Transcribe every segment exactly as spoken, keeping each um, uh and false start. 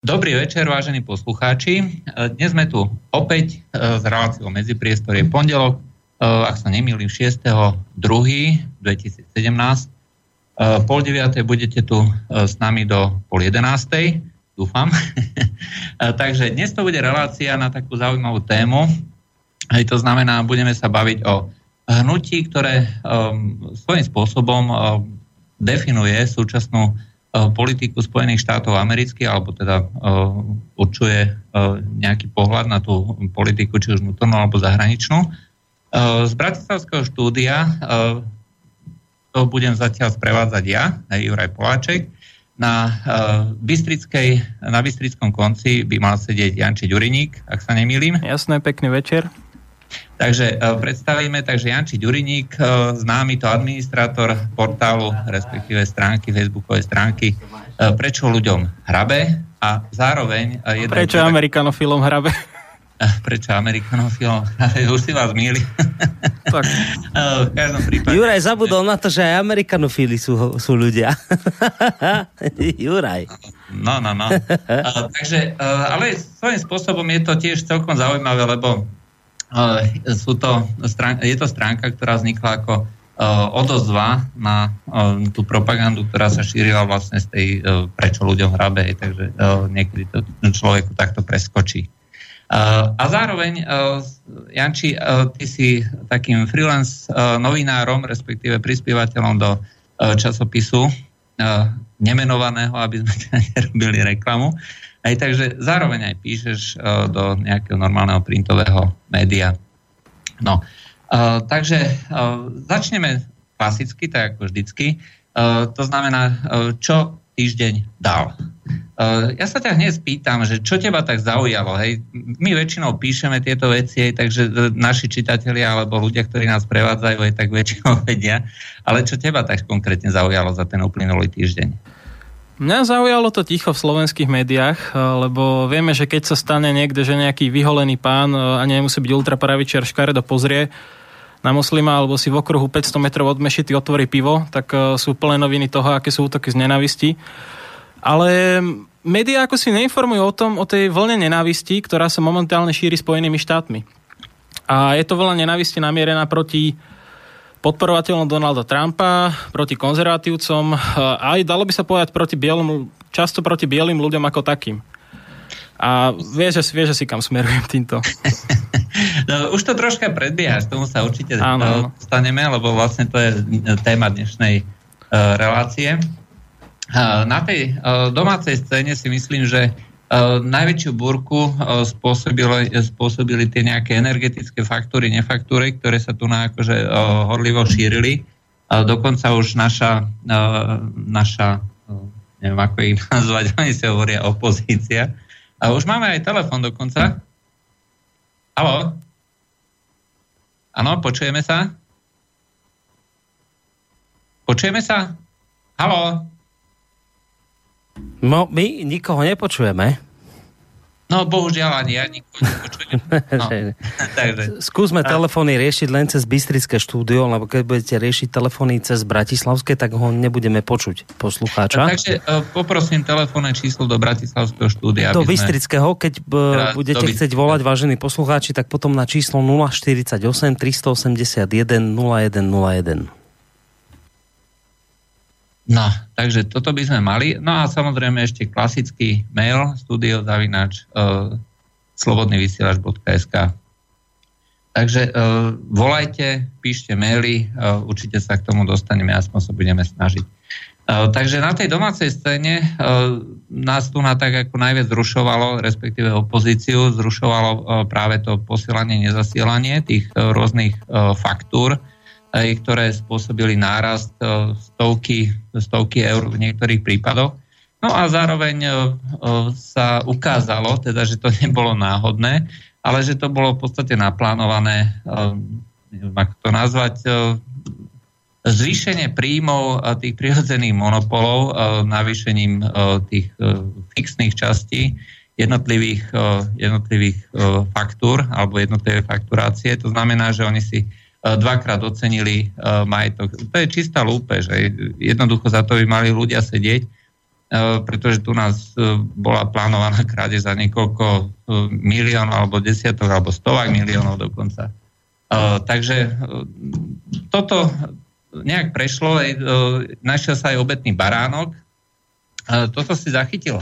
Dobrý večer, vážení poslucháči. Dnes sme tu opäť s reláciou Medzipriestor. Je pondelok, ak sa nemýlim, šiesteho druhého dvetisícsedemnásť. Pol deviatej budete tu s nami do pol jedenástej, dúfam. Takže dnes to bude relácia na takú zaujímavú tému. Aj to znamená, budeme sa baviť o hnutí, ktoré um, svojím spôsobom um, definuje súčasnú politiku Spojených štátov amerických, alebo teda uh, určuje uh, nejaký pohľad na tú politiku, či už vnútornú alebo zahraničnú. Uh, z bratislavského štúdia uh, to budem zatiaľ sprevádzať ja, aj Juraj Poláček. Na, uh, Bystrickej, na Bystrickom konci by mal sedieť Janči Ďuriník, ak sa nemýlim. Jasné, pekný večer. Takže uh, predstavíme, takže Janči Ďuriník, uh, známy to administrátor portálu, respektíve stránky, facebookovej stránky uh, Prečo ľuďom hrabe a zároveň... Uh, Prečo človek... amerikanofilom hrabe? Uh, prečo amerikanofilom hrabe? Už si vás mýli. Tak. uh, v každom prípade... Juraj zabudol na to, že aj amerikanofíli sú, sú ľudia. Juraj. No, no, no. Uh, takže, uh, ale svojím spôsobom je to tiež celkom zaujímavé, lebo Uh, sú to stránka, je to stránka, ktorá vznikla ako uh, odozva na uh, tú propagandu, ktorá sa šírila vlastne z tej uh, prečo ľuďom hrabe, takže uh, niekedy to človeku takto preskočí. Uh, a zároveň, uh, Janči, uh, ty si takým freelance uh, novinárom, respektíve prispievateľom do uh, časopisu uh, nemenovaného, aby sme nerobili reklamu. Aj takže zároveň aj píšeš uh, do nejakého normálneho printového média. No, uh, takže uh, začneme klasicky, tak ako vždycky. Uh, to znamená, uh, čo týždeň dal. Uh, ja sa ťa hneď spýtam, že čo teba tak zaujalo? Hej? My väčšinou píšeme tieto veci, hej, takže naši čitatelia alebo ľudia, ktorí nás prevádzajú, aj tak väčšinou vedia. Ale čo teba tak konkrétne zaujalo za ten uplynulý týždeň? Mňa zaujalo to ticho v slovenských médiách, lebo vieme, že keď sa stane niekde, že nejaký vyholený pán, a nemusí byť ultrapravičiar, škaredo pozrie na muslima, alebo si v okruhu päťsto metrov od mešity otvorí pivo, tak sú plné noviny toho, aké sú útoky z nenávisti. Ale médiá ako si neinformujú o tom, o tej vlne nenávisti, ktorá sa momentálne šíri Spojenými štátmi. A je to vlna nenávisti namierená proti podporovateľom Donalda Trumpa, proti konzervatívcom a aj dalo by sa povedať proti bielom, často proti bielým ľuďom ako takým. A vieš, že, vieš, že si kam smerujem týmto. No, už to troška predbiehaš, tomu sa určite áno. dostaneme, lebo vlastne to je téma dnešnej uh, relácie. Uh, na tej uh, domácej scéne si myslím, že Uh, najväčšiu búrku uh, spôsobili, spôsobili tie nejaké energetické faktúry, nefaktúry, ktoré sa tu na akože uh, horlivo šírili. Uh, dokonca už naša, uh, naša uh, neviem ako ich nazvať, oni sa hovoria opozícia. A už máme aj telefon dokonca. Haló? Áno, počujeme sa? Počujeme sa? Haló? No, my nikoho nepočujeme. No, bohužiaľ, ani ja nikoho nepočujem. No, takže. Skúsme telefóny riešiť len cez Bystrické štúdio, lebo keď budete riešiť telefóny cez Bratislavské, tak ho nebudeme počuť, poslucháča. Takže uh, poprosím telefónne číslo do Bratislavského štúdia. Do Bystrického, keď uh, budete chcieť volať, vážení poslucháči, tak potom na číslo nula štyridsaťosem tristoosemdesiatjeden nula jeden nula jeden. No, takže toto by sme mali. No a samozrejme ešte klasický mail studio zavináč uh, slobodnyvysielač bodka es ká. Takže uh, volajte, píšte maily, uh, určite sa k tomu dostaneme, aspoň sa budeme snažiť. Uh, takže na tej domácej scéne uh, nás tu na tak ako najviac zrušovalo, respektíve opozíciu, zrušovalo uh, práve to posielanie, nezasielanie tých uh, rôznych uh, faktúr, ktoré spôsobili nárast stovky, stovky eur v niektorých prípadoch. No a zároveň sa ukázalo, teda, že to nebolo náhodné, ale že to bolo v podstate naplánované, neviem, ako to nazvať, zvýšenie príjmov tých prirodzených monopolov navýšením tých fixných častí jednotlivých, jednotlivých faktúr alebo jednotlivé fakturácie. To znamená, že oni si dvakrát ocenili uh, majetok. To je čistá lúpež, že jednoducho za to by mali ľudia sedieť. pretože tu nás bola plánovaná krádež za niekoľko miliónov, alebo desiatok, alebo stovák miliónov dokonca. Takže toto nejak prešlo, našiel sa aj obetný baránok. Toto si zachytilo.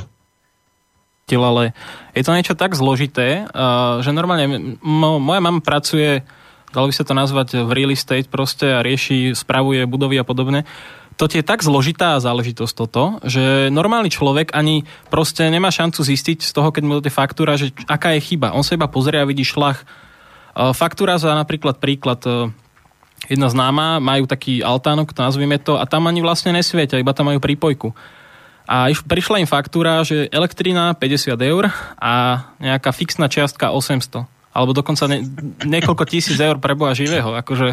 Ale je to niečo tak zložité, že normálne moja mama pracuje, dalo by sa to nazvať v real estate proste a rieši, spravuje budovy a podobne. To je tak zložitá záležitosť toto, že normálny človek ani proste nemá šancu zistiť z toho, keď mu dáte faktúra, že aká je chyba. On sa iba pozrie a vidí šlach. Faktúra za napríklad príklad, jedna známa, majú taký altánok, to nazvime to, a tam ani vlastne nesvietia, iba tam majú prípojku. A prišla im faktúra, že elektrina päťdesiat eur a nejaká fixná čiastka osemsto. Alebo dokonca ne, niekoľko tisíc eur pre Boha živého. Akože...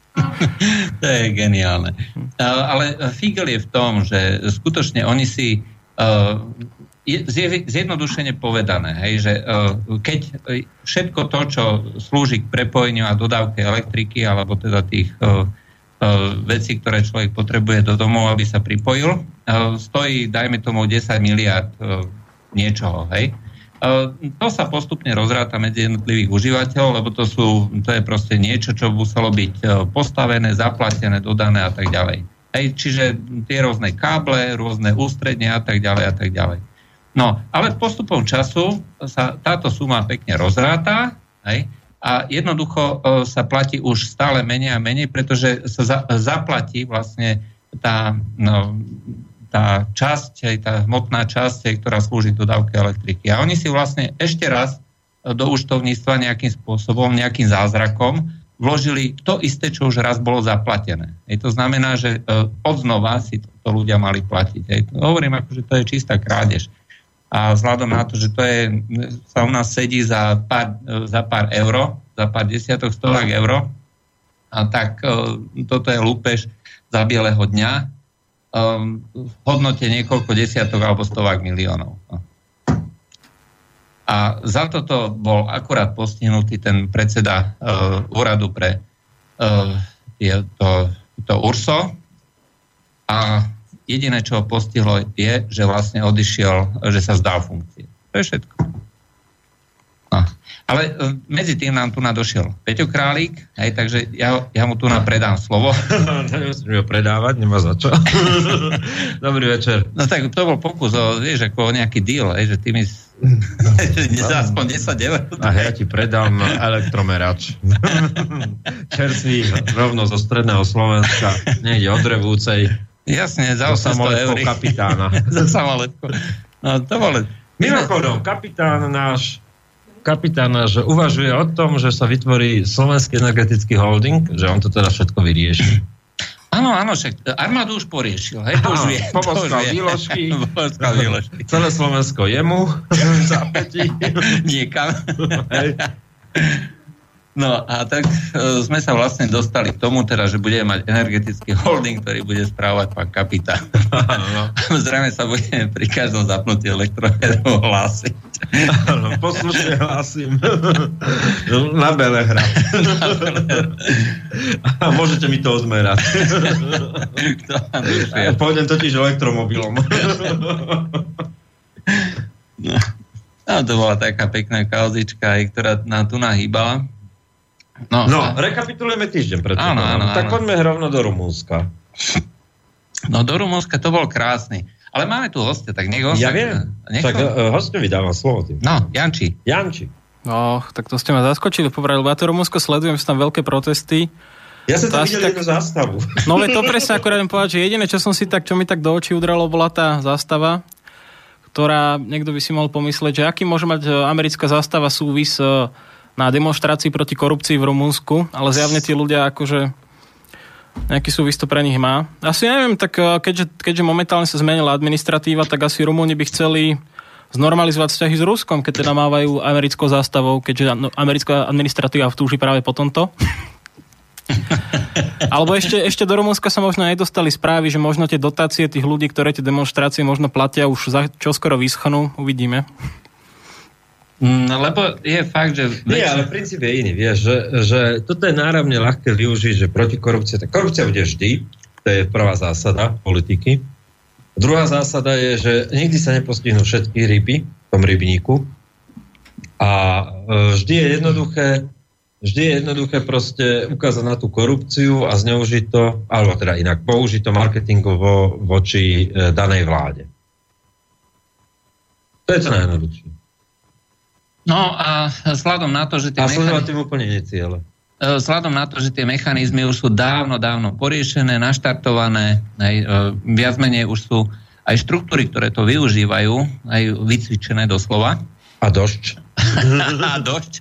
To je geniálne. Ale fígel je v tom, že skutočne oni si uh, je zjednodušene povedané, hej, že uh, keď všetko to, čo slúži k prepojeniu a dodávke elektriky, alebo teda tých uh, uh, vecí, ktoré človek potrebuje do domov, aby sa pripojil, uh, stojí, dajme tomu, desať miliárd uh, niečoho, hej. To sa postupne rozráta medzi jednotlivých užívateľov, lebo to sú, to je proste niečo, čo muselo byť postavené, zaplatené, dodané a tak ďalej. Hej, čiže tie rôzne káble, rôzne ústrednia a tak ďalej a tak ďalej. No, ale postupom času sa táto suma pekne rozráta, hej, a jednoducho sa platí už stále menej a menej, pretože sa za, zaplatí vlastne tá, no, tá časť, tá hmotná časť, ktorá slúži dodávke elektriky. A oni si vlastne ešte raz do účtovníctva nejakým spôsobom, nejakým zázrakom vložili to isté, čo už raz bolo zaplatené. Hej, to znamená, že odznova si to ľudia mali platiť. Hej, to hovorím, akože to je čistá krádež. A vzhľadom na to, že to je, sa u nás sedí za pár, za pár euro, za pár desiatok, stovák euro, a tak toto je lúpež za bieleho dňa, v hodnote niekoľko desiatok alebo stovák miliónov. A za toto bol akurát postihnutý ten predseda uh, úradu pre uh, je to, to URSO a jediné, čo ho postihlo, je, že vlastne odišiel, že sa vzdal funkcie. To je všetko. No. Ale uh, medzi tým nám tu nadošiel Peťo Králík, hej, takže ja, ja mu tu napredám slovo. Nemusím ho predávať, nemá za čo. Dobrý večer. No tak to bol pokus o, vieš, ako o nejaký deal, hej, že ty mi aspoň desať eur. A ja ti predám elektromerač. Čerstvý, rovno zo stredného Slovenska, niekde od Revúcej. Jasne, za osemsto eur. Kapitána. Za samoletko. No to bol... Mimochodom, kapitán náš kapitán náš uvažuje o tom, že sa vytvorí Slovenský energetický holding, že on to teda všetko vyrieši. Áno, áno, však armádu už poriešil, hej, to už vie. Poboskal výložky. Poboskal výložky. Celé Slovensko jemu zapätí. Niekam. Hej. No a tak e, sme sa vlastne dostali k tomu teda, že budeme mať energetický holding, ktorý bude správať pán kapitán. No. Zrejme sa budeme pri každom zapnutí elektromeru hlásiť. Áno, poslušne hlasím. Na Belehrad. A môžete mi to odmerať. Pôjdem totiž elektromobilom. No. No, to bola taká pekná kauzička, ktorá nám tu nahýbala. No, no a... rekapitulujeme týždeň preto. Áno, áno, tak áno. poďme rovno do Rumúnska. No do Rumúnska to bol krásny. Ale máme tu hostia, tak nech hostia... Ja viem, nech tak uh, hostovi dávam slovo tým. No, Janči. Janči. No, tak to ste ma zaskočili, popravili, lebo ja to Rumúnsko sledujem, sú tam veľké protesty. Ja som tam videl tak... jednu zástavu. No, ale to presne akorát viem povedať, že jediné, čo som si tak, čo mi tak do očí udralo, bola tá zástava, ktorá, niekto by si mohol pomysleť, že aký môže mať americká zástava súvis na demonštrácii proti korupcii v Rumunsku, ale zjavne tí ľudia akože nejaký súvis to pre nich má. Asi neviem, tak keďže, keďže momentálne sa zmenila administratíva, tak asi Rumúni by chceli znormalizovať vzťahy s Ruskom, keď teda mávajú americkou zástavou, keďže americká administratíva túži práve po tomto. Alebo ešte, ešte do Rumunska sa možno nedostali správy, že možno tie dotácie tých ľudí, ktoré tie demonštrácie možno platia, už za, čoskoro vyschnú. Uvidíme. No, lebo je fakt, že... Nie, ale princíp je iný, vieš, že, že toto je náravne ľahké využiť, že proti korupcii, tak korupcia bude vždy, to je prvá zásada politiky, Druhá zásada je, že nikdy sa nepostihnú všetky ryby v tom rybníku a vždy je jednoduché vždy je jednoduché proste ukázať na tú korupciu a zneužiť to, alebo teda inak použiť to marketingovo voči danej vláde. To je to najjednoduchšie. No a vzhľadom na to, že tie a sledovať mechanizmy... tým úplne neciele. Vzhľadom na to, že tie mechanizmy už sú dávno, dávno poriešené, naštartované, aj, viac menej už sú aj štruktúry, ktoré to využívajú, aj vycvičené doslova. A došť. A došť.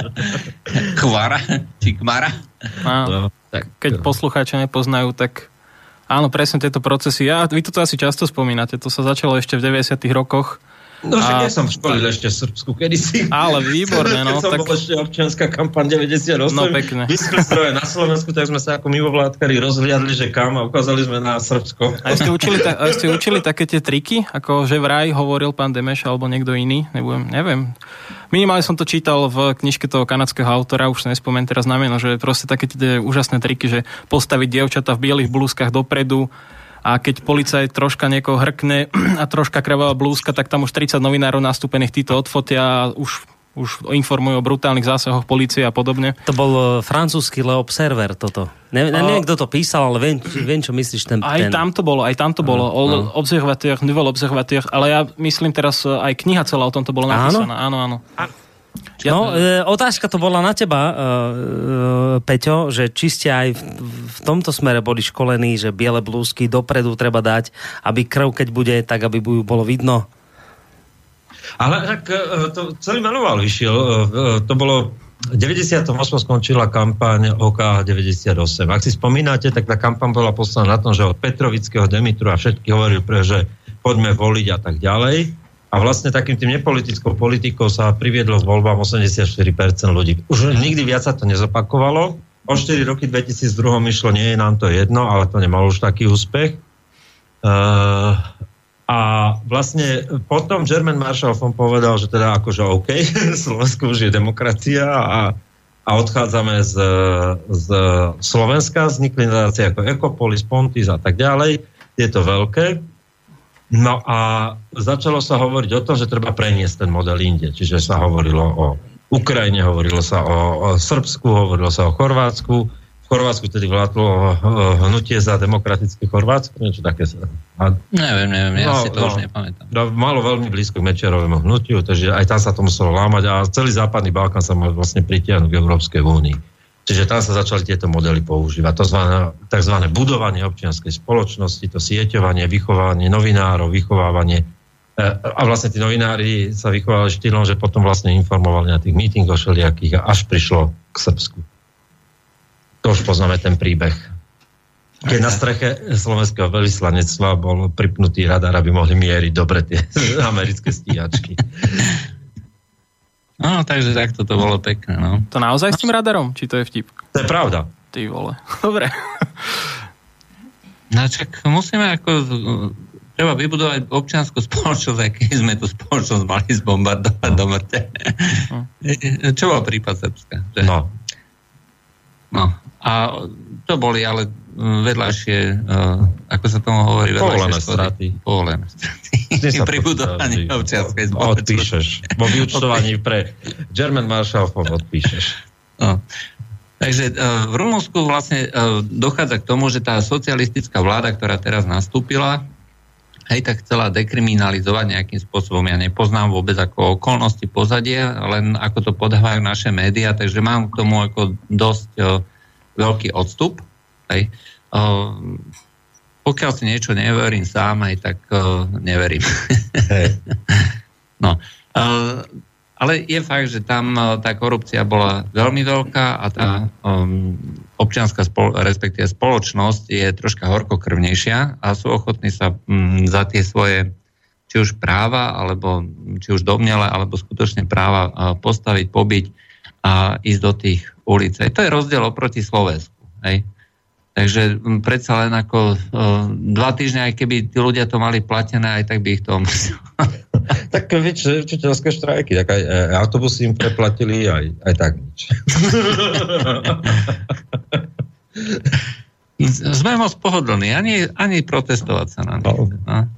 Chvara, či kmara. No, tak, keď poslucháče nepoznajú, tak áno, presne tieto procesy. Ja, vy to asi často spomínate, to sa začalo ešte v deväťdesiatych rokoch. No však ja som školil ešte v Srbsku kedysi. Ale výborné, no. Keď som tak... bol ešte občianská kampaň deväťdesiatosem. No pekne. Vyskli zdroje na Slovensku, tak sme sa ako mimovládkari rozhliadli, že kam a ukázali sme na Srbsko. A ste učili, ta, a ste učili také tie triky, ako že vraj hovoril pán Demeš alebo niekto iný? Nebudem, neviem. Minimálne som to čítal v knižke toho kanadského autora, už sa nespomeniem teraz na meno, že proste také tie úžasné triky, že postaviť dievčatá v bielých blúzkach dopredu, a keď policajt troška niekoho hrkne a troška krvavá blúzka, tak tam už tridsať novinárov nastúpených títo odfotia a už, už informujú o brutálnych zásahoch polície a podobne. To bol francúzsky Le Observer toto. Ne, ne, neviem, kto to písal, ale viem, viem čo myslíš. Ten, aj ten... tam to bolo, aj tam to bolo. Uh, Observateur, Nouvel Observateur, ale ja myslím teraz aj kniha celá o tomto bolo napísaná. Áno, áno. áno. Ja... No, e, otázka to bola na teba, e, e, Peťo, že či ste aj v, v tomto smere boli školení, že biele blúzky dopredu treba dať, aby krv, keď bude, tak aby bolo vidno. Ale tak to celý manuál vyšiel. To bolo v deväťdesiatom ôsmom skončila kampaň ó ká deväťdesiatosem. Ak si spomínate, tak tá kampaň bola poslaná na tom, že od Petrovického, Demitru a všetky hovorili, že poďme voliť a tak ďalej. A vlastne takým tým nepolitickou politikou sa priviedlo v voľbám osemdesiatštyri percent ľudí. Už nikdy viac sa to nezopakovalo. O štyri roky dvetisícdva išlo, nie je nám to jedno, ale to nemalo už taký úspech. Uh, a vlastne potom German Marshall povedal, že teda akože OK, Slovensko už je demokracia a, a odchádzame z, z Slovenska. Vznikli nadácie ako Ecopolis, Pontis a tak ďalej. Je to veľké. No a začalo sa hovoriť o tom, že treba preniesť ten model inde. Čiže sa hovorilo o Ukrajine, hovorilo sa o, o Srbsku, hovorilo sa o Chorvátsku. V Chorvátsku tedy vládlo hnutie za demokratické Chorvátsko, niečo také sa... A... Neviem, neviem, ja no, si to no, už nepamätám. No, malo veľmi blízko k Mečiarovému hnutiu, takže aj tam sa to muselo lámať a celý západný Balkán sa mal vlastne pritiahnuť k Európskej únii. Čiže tam sa začali tieto modely používať. To znamená tzv. Budovanie občianskej spoločnosti, to sieťovanie, vychovávanie novinárov, vychovávanie. A vlastne tí novinári sa vychovávali štýlom, že potom vlastne informovali na tých mítingoch všelijakých a až prišlo k Srbsku. To už poznáme ten príbeh. Keď na streche slovenského veľvyslanectva bol pripnutý radar, aby mohli mieriť dobre tie americké stíhačky. No, takže takto to bolo pekné, no. To naozaj s tým radarom? Či to je vtip? To je pravda. Ty vole. Dobre. No čak musíme ako... Treba vybudovať občiansku spoločnosť, aj keď sme tú spoločnosť mali zbombardovať do mŕte. No. Čo bol prípad Srbska? Že? No. No. A to boli ale vedľajšie, uh, ako sa tomu hovorí, vedľajšie straty. Povolené straty. Pri budovaní občianskej spoločnosti. Odpíšeš. Vo vyúčtovaní pre German Marshall Fund odpíšeš. No. Takže uh, v Rumunsku vlastne uh, dochádza k tomu, že tá socialistická vláda, ktorá teraz nastúpila, hej, tak chcela dekriminalizovať nejakým spôsobom. Ja nepoznám vôbec ako okolnosti pozadia, len ako to podávajú naše médiá, takže mám k tomu ako dosť uh, veľký odstup. Hej. Uh, pokiaľ si niečo neverím sám, aj tak uh, neverím. Hey. No. Uh, ale je fakt, že tam uh, tá korupcia bola veľmi veľká a tá um, občianská spolo- respektíve spoločnosť je troška horkokrvnejšia a sú ochotní sa um, za tie svoje či už práva, alebo či už domnele, alebo skutočne práva uh, postaviť, pobiť a ísť do tých ulic. Aj to je rozdiel oproti Slovensku. Hej. Takže predsa len ako uh, dva týždne, aj keby tí ľudia to mali platené, aj tak by ich to muselo. Tak vieš, učiteľské štrajky, tak aj, aj autobusy im preplatili, aj, aj tak nič. Sme moc pohodlní, ani, ani protestovať sa na nich. No.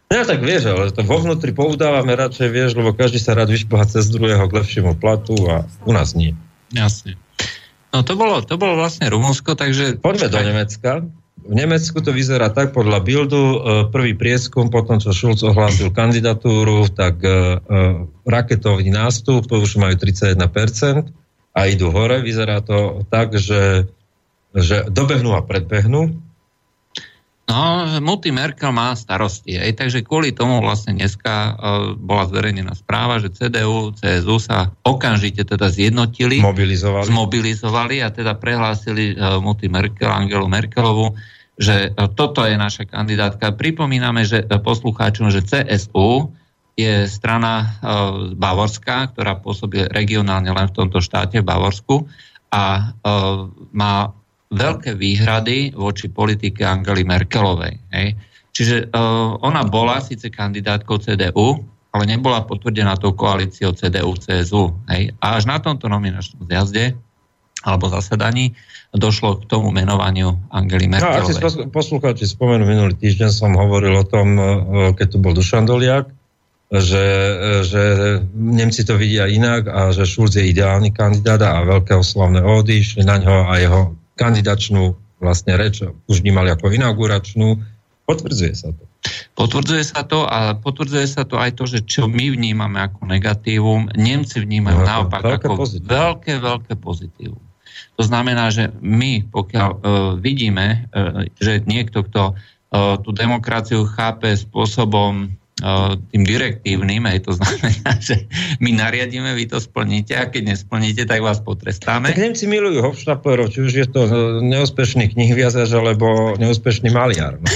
Ja tak vieš, ale to vo vnútri poudávame radšej, vieš, lebo každý sa rád vyšplhá cez druhého k lepšiemu platu a u nás nie. Jasne. No to bolo, to bolo vlastne Rumunsko, takže... Poďme do Nemecka. V Nemecku to vyzerá tak podľa Bildu, prvý prieskum, potom čo Schulz ohlásil kandidatúru, tak raketový nástup, už majú tridsaťjeden percent a idú hore. Vyzerá to tak, že, že dobehnú a predbehnú. No, Mutti Merkel má starosti, aj, takže kvôli tomu vlastne dneska uh, bola zverejnená správa, že cé dé ú, cé es ú sa okamžite teda zjednotili, zmobilizovali, zmobilizovali a teda prehlásili uh, Mutti Merkel, Angelu Merkelovu, že uh, toto je naša kandidátka. Pripomíname, že uh, poslucháčom, že cé es ú je strana uh, bavorská, ktorá pôsobí regionálne len v tomto štáte, v Bavorsku, a uh, má veľké výhrady voči politike Angely Merkelovej. Hej. Čiže uh, ona bola síce kandidátkou cé dé ú, ale nebola potvrdená tou koalíciou cé dé ú cé es ú. Hej. A až na tomto nominačnom zjazde alebo zasadaní došlo k tomu menovaniu Angely Merkelovej. No, ak si poslucháči spomenú, minulý týždeň som hovoril o tom, keď tu bol Dušan Doliak, že, že Nemci to vidia inak a že Schulz je ideálny kandidát a veľké oslavné ódy išli na ňo a jeho kandidačnú vlastne reč už vnímali ako inauguračnú. Potvrdzuje sa to. Potvrdzuje sa to a potvrdzuje sa to aj to, že čo my vnímame ako negatívum, Nemci vnímajú no, naopak veľké ako pozitívum. veľké, veľké pozitívum. To znamená, že my, pokiaľ uh, vidíme, uh, že niekto, kto uh, tú demokraciu chápe spôsobom tým direktívnym, aj to znamená, že my nariadíme, vy to splníte a keď nesplníte, tak vás potrestáme. Tak Nemci milujú Hofstaplerov, či už je to neúspešný knihviazač alebo neúspešný maliar. No.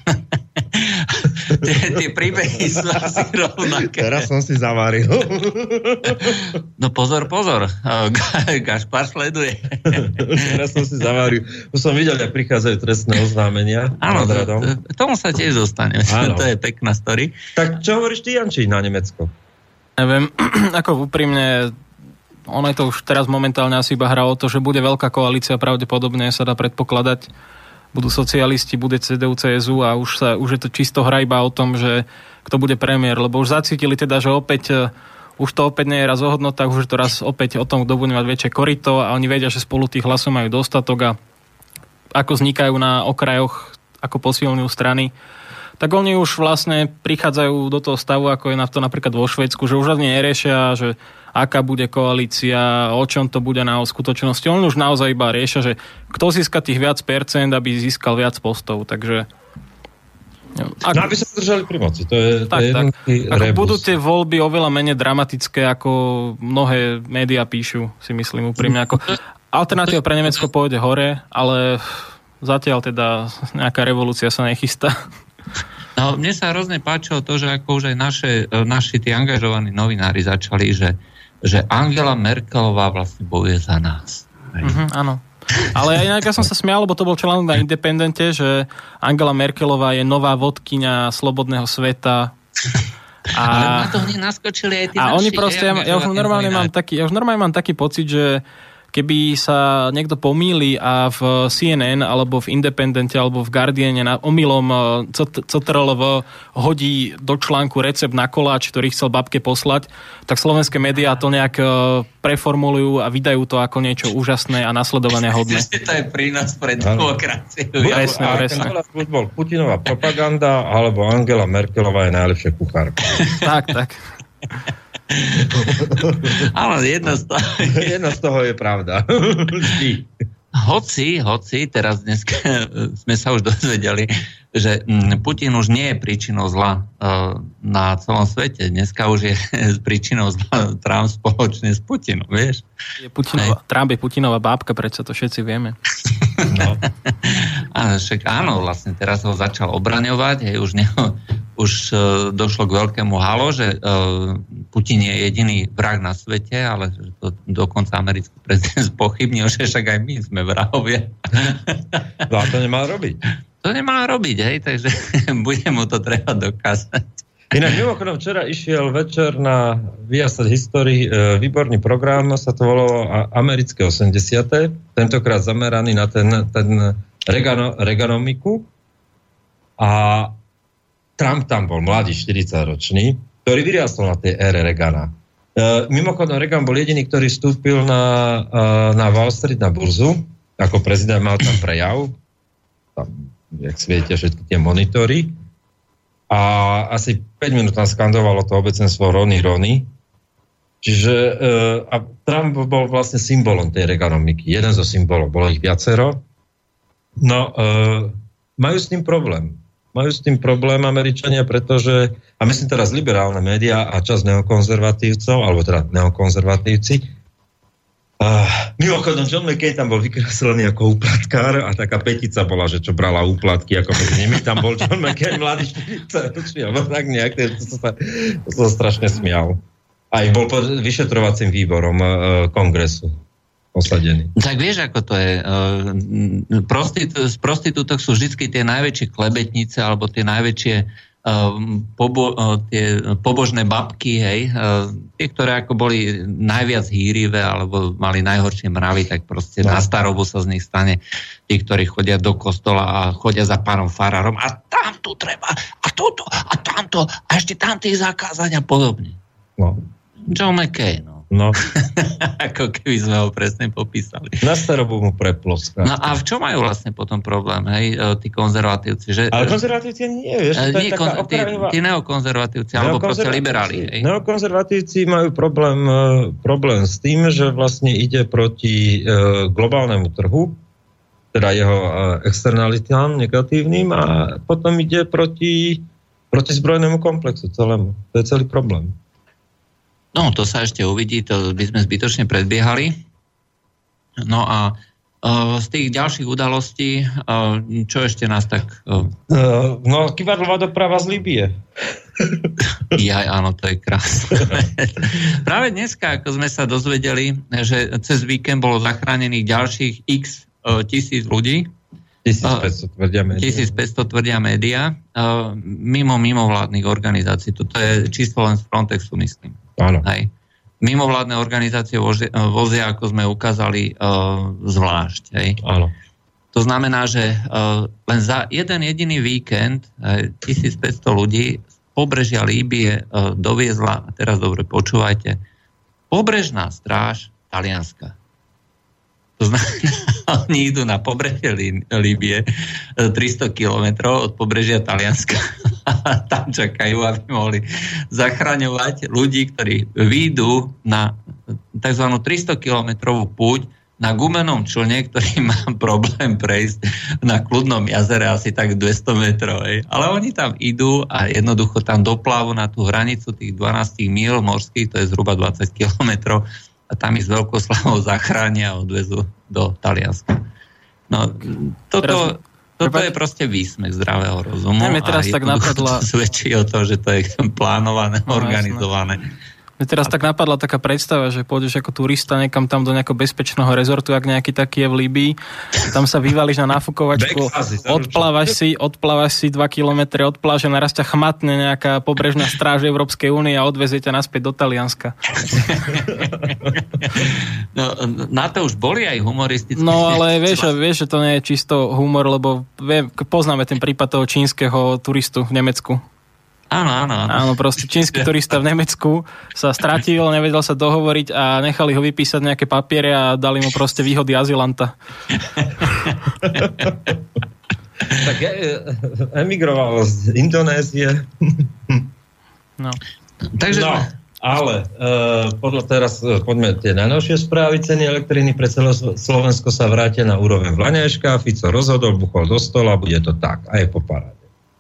tie, tie príbehy sú asi rovnaké. Teraz som si zaváril. No pozor, pozor. Gašpar sleduje. Teraz som si zaváril. Už som videl, jak prichádzajú trestné oznámenia. Áno, tomu sa tiež dostaneme. To je pekná story. Tak čo hovoríš ty, Janči, na Nemecko? Neviem, ako úprimne, ono je to už teraz momentálne asi iba hra o to, že bude veľká koalícia, pravdepodobne sa dá predpokladať. Budú socialisti, bude cé dé ú, cé es ú a už, sa, už je to čisto hra iba o tom, že kto bude premiér, lebo už zacítili teda, že opäť už to opäť nie je raz o hodnotách, už je to raz opäť o tom, kto bude mať väčšie korito a oni vedia, že spolu tých hlasov majú dostatok a ako vznikajú na okrajoch, ako posilňujú strany, tak oni už vlastne prichádzajú do toho stavu, ako je na to napríklad vo Švédsku, že už ani neriešia, že aká bude koalícia, o čom to bude na skutočnosti. Oni už naozaj iba riešia, že kto získa tých viac percent, aby získal viac postov. Takže... Ak... No, aby sa držali pri moci. To je, tak, to je tak. Ako rebus. budú tie voľby oveľa menej dramatické, ako mnohé médiá píšu, si myslím úprimne. Ako... Alternatíva pre Nemecko pôjde hore, ale zatiaľ teda nejaká revolúcia sa nechystá. No, mne sa hrozne páčilo to, že ako už aj naše, naši tí angažovaní novinári začali, že, že Angela Merkelová vlastne bojuje za nás. Mm-hmm, áno. Ale ja, ja som sa smial, lebo to bol článok na Independente, že Angela Merkelová je nová vodkyňa slobodného sveta. A... Ale na to hneď naskočili aj tí A naši, oni proste, ja, ja, už normálne mám taký, ja už normálne mám taký pocit, že keby sa niekto pomýli a v C N N alebo v Independente alebo v Guardiane na omylom cé té er el vé hodí do článku recept na koláč, ktorý chcel babke poslať, tak slovenské médiá to nejak preformulujú a vydajú to ako niečo úžasné a nasledovania hodné. To je prínos pre demokraciu. Presne, presne. Bol Putinová propaganda alebo Angela Merkelová je najlepšia kuchárka. Tak, tak. Ale jedno z toho... jedno z toho je pravda. Hoci, hoci, teraz dnes sme sa už dozvedeli, že Putin už nie je príčinou zla na celom svete. Dneska už je príčinou zla Trump spoločne s Putinom, vieš? Je Putinova, Trump je Putinová bábka, prečo to všetci vieme. No. A však áno, vlastne teraz ho začal obraňovať, hej, už, neho, už uh, došlo k veľkému halo, že uh, Putin je jediný vrah na svete, ale že to dokonca americký prezident spochybnil, že však aj my sme vrahovia. No a to nemá robiť. To nemá robiť, hej, takže bude mu to treba dokázať. Inak mimochodom včera išiel večer na Viasat History e, výborný program, sa to volalo Americké osemdesiate, tentokrát zameraný na ten, ten Reagano, Reaganomiku a Trump tam bol, mladý, štyridsaťročný, ktorý vyriasol na tej ére Reagana. Uh, mimochodom, Reagan bol jediný, ktorý vstúpil na, uh, na Wall Street, na burzu. Ako prezident mal tam prejav. Tam, jak sviete, všetky tie monitory. A asi päť minút tam skandovalo to obecenstvo Rony Rony. Čiže uh, a Trump bol vlastne symbolom tej Reaganomiky. Jeden zo symbolov, bolo ich viacero. No, uh, majú s tým problém. Majú s tým problém Američania, pretože, a myslím teraz liberálne médiá a časť neokonzervatívcov, alebo teda neokonzervatívci, uh, mimochodom John McCain tam bol vykreslený ako úplatkár a taká petica bola, že čo brala úplatky, ako medzi nimi tam bol John McCain, mladý štyridsaťročný, alebo tak nejak, to som sa, to som strašne smial. Aj bol pod vyšetrovacím výborom uh, kongresu osadený. Tak vieš, ako to je. Uh, Prostitú, z prostitútok sú vždy tie najväčšie klebetnice alebo tie najväčšie uh, pobo, uh, tie pobožné babky, hej, uh, tie, ktoré ako boli najviac hýrivé alebo mali najhoršie mravy, tak proste no. Na starobu sa z nich stane tí, ktorí chodia do kostola a chodia za pánom farárom a tam tu treba a toto a tamto a ešte tam tých zakázať a podobne. No. John McCain, no. No. Ako keby sme ho presne popísali. Na starobu mu preploskal. No a v čo majú vlastne potom problém, hej, tí konzervatívci? Že, ale konzervatívci nie, vieš, to nie, je taká okrajová... Tí, tí neokonzervatívci, alebo proste liberáli, hej. Neokonzervatívci majú problém, problém s tým, že vlastne ide proti uh, globálnemu trhu, teda jeho uh, externalitám negatívnym a potom ide proti, proti zbrojnému komplexu celému. To je celý problém. No, to sa ešte uvidí, to by sme zbytočne predbiehali. No a uh, z tých ďalších udalostí, uh, čo ešte nás tak... Uh... Uh, no, kývadlová doprava z Líbie. Jaj, áno, to je krásne. Práve dneska, ako sme sa dozvedeli, že cez víkend bolo zachránených ďalších x uh, tisíc ľudí. tisícpäťsto tvrdia médiá. tisícpäťsto tvrdia médiá. Uh, mimo mimovládnych organizácií. Toto je číslo len z Frontexu, myslím. Áno. Hej. Mimovládne organizácie vozia, vozia, ako sme ukázali, uh, zvlášť. Hej. Áno. To znamená, že uh, len za jeden jediný víkend uh, tisícpäťsto ľudí z pobrežia Líbie uh, doviezla, a teraz dobre počúvajte, pobrežná stráž Talianska. To znamená, oni idú na pobrežie Líbie tristo kilometrov od pobrežia Talianska a tam čakajú, aby mohli zachraňovať ľudí, ktorí výjdu na tzv. tristo kilometrovú púť na gumenom člne, ktorý má problém prejsť na kľudnom jazere asi tak dvesto metrov. Ej. Ale oni tam idú a jednoducho tam doplávu na tú hranicu tých dvanásť míl morských, to je zhruba dvadsať kilometrov, a tam ich s veľkou slavou zachránia a odvezú do Talianska. No, toto, toto je proste výsmech zdravého rozumu. Mne teraz tak napadla... svedčí o tom, že to je plánované, no, organizované. Mne teraz tak napadla taká predstava, že pôjdeš ako turista niekam tam do nejakého bezpečného rezortu, ak nejaký taký je v Líbii, tam sa vyvališ na nafukovačku, odplávaš si, odplávaš si dva kilometre od pláže, naraz ťa chmatne nejaká pobrežná stráž Európskej únie a odvezie ťa naspäť do Talianska. No, na to už boli aj humoristické. No, ale vieš, vieš, že to nie je čisto humor, lebo viem, poznáme ten prípad toho čínskeho turistu v Nemecku. Áno, áno, áno. Áno, proste čínsky turista v Nemecku sa stratil, nevedel sa dohovoriť a nechali ho vypísať nejaké papiere a dali mu proste výhody azylanta. Tak emigroval z Indonézie. No. Takže... No, ale uh, podľa teraz, uh, poďme tie najnovšie správy, ceny elektriny pre celé Slovensko sa vrátia na úroveň Vlaňajška, Fico rozhodol, buchol do stola, bude to tak, aj po paráde.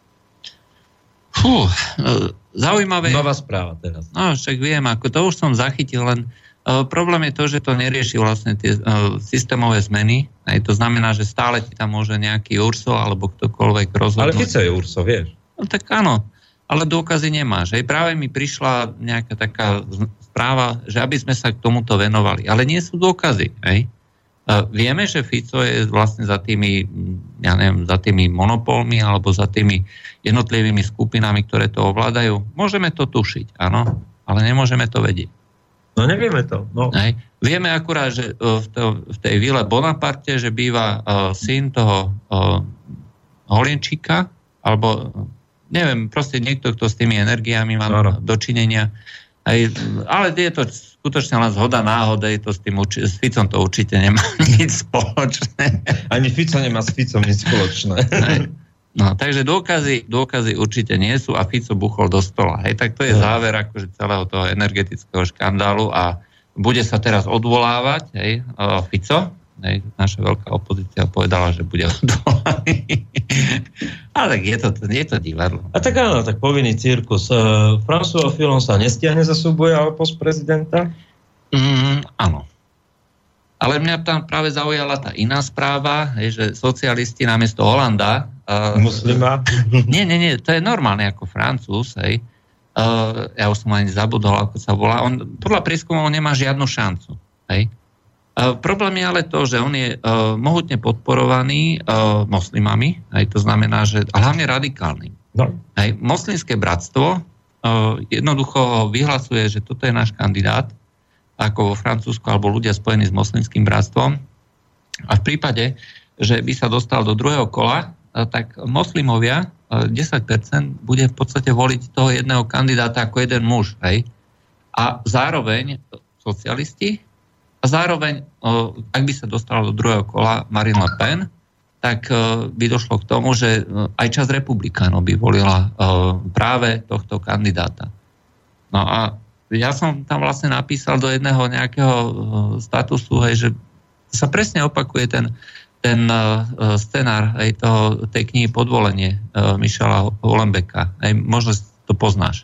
Fú, zaujímavé. Nová správa teraz. No, však viem, ako to už som zachytil, len uh, problém je to, že to nerieši vlastne tie uh, systémové zmeny. Aj to znamená, že stále ti tam môže nejaký Urso alebo ktokoľvek rozhodnúť. Ale Fico je Urso, vieš. No tak áno, ale dôkazy nemáš. Aj práve mi prišla nejaká taká správa, že aby sme sa k tomuto venovali. Ale nie sú dôkazy, hej? Uh, vieme, že Fico je vlastne za tými, ja neviem, za tými monopolmi alebo za tými jednotlivými skupinami, ktoré to ovládajú. Môžeme to tušiť, áno, ale nemôžeme to vedieť. No nevieme to. No. Hej. Vieme akurát, že uh, v, to, v tej vile Bonaparte, že býva uh, syn toho uh, Holienčíka, alebo neviem, proste niekto, kto s tými energiami má no. dočinenia. Aj, ale je to skutočne len zhoda náhody, to s tým uči- s Ficom to určite nemá nič spoločné. Ani Fico nemá s Ficom nič spoločné. Aj. No, takže dôkazy, dôkazy určite nie sú a Fico buchol do stola. Hej, tak to je záver akože celého toho energetického škandálu a bude sa teraz odvolávať, hej, Fico. Hej, naša veľká opozícia povedala, že bude odvolaný. Ale tak je to, je to divadlo. A tak áno, tak povinný cirkus. Uh, François Fillon sa nestiahne za súboj alebo post prezidenta? Mm, áno. Ale mňa tam práve zaujala tá iná správa, hej, že socialisti namiesto Holanda... Uh, Muslima? Nie, nie, nie, to je normálne ako Francúz, hej. Uh, ja už som ani zabudol, ako sa volá. On podľa prieskumov nemá žiadnu šancu, hej. Uh, problém je ale to, že on je uh, mohutne podporovaný uh, moslimami, aj to znamená, že a hlavne radikálnym. No. Aj moslimské bratstvo uh, jednoducho vyhlasuje, že toto je náš kandidát, ako vo Francúzsku, alebo ľudia spojení s moslimským bratstvom. A v prípade, že by sa dostal do druhého kola, uh, tak moslimovia uh, desať percent bude v podstate voliť toho jedného kandidáta ako jeden muž. Hej? A zároveň socialisti a zároveň, ak by sa dostalo do druhého kola Marine Le Pen, tak by došlo k tomu, že aj časť republikánov by volila práve tohto kandidáta. No a ja som tam vlastne napísal do jedného nejakého statusu, hej, že sa presne opakuje ten, ten scenár hej, toho, tej knihy Podvolenie Michela Houellebecqa. Hej, možno to poznáš.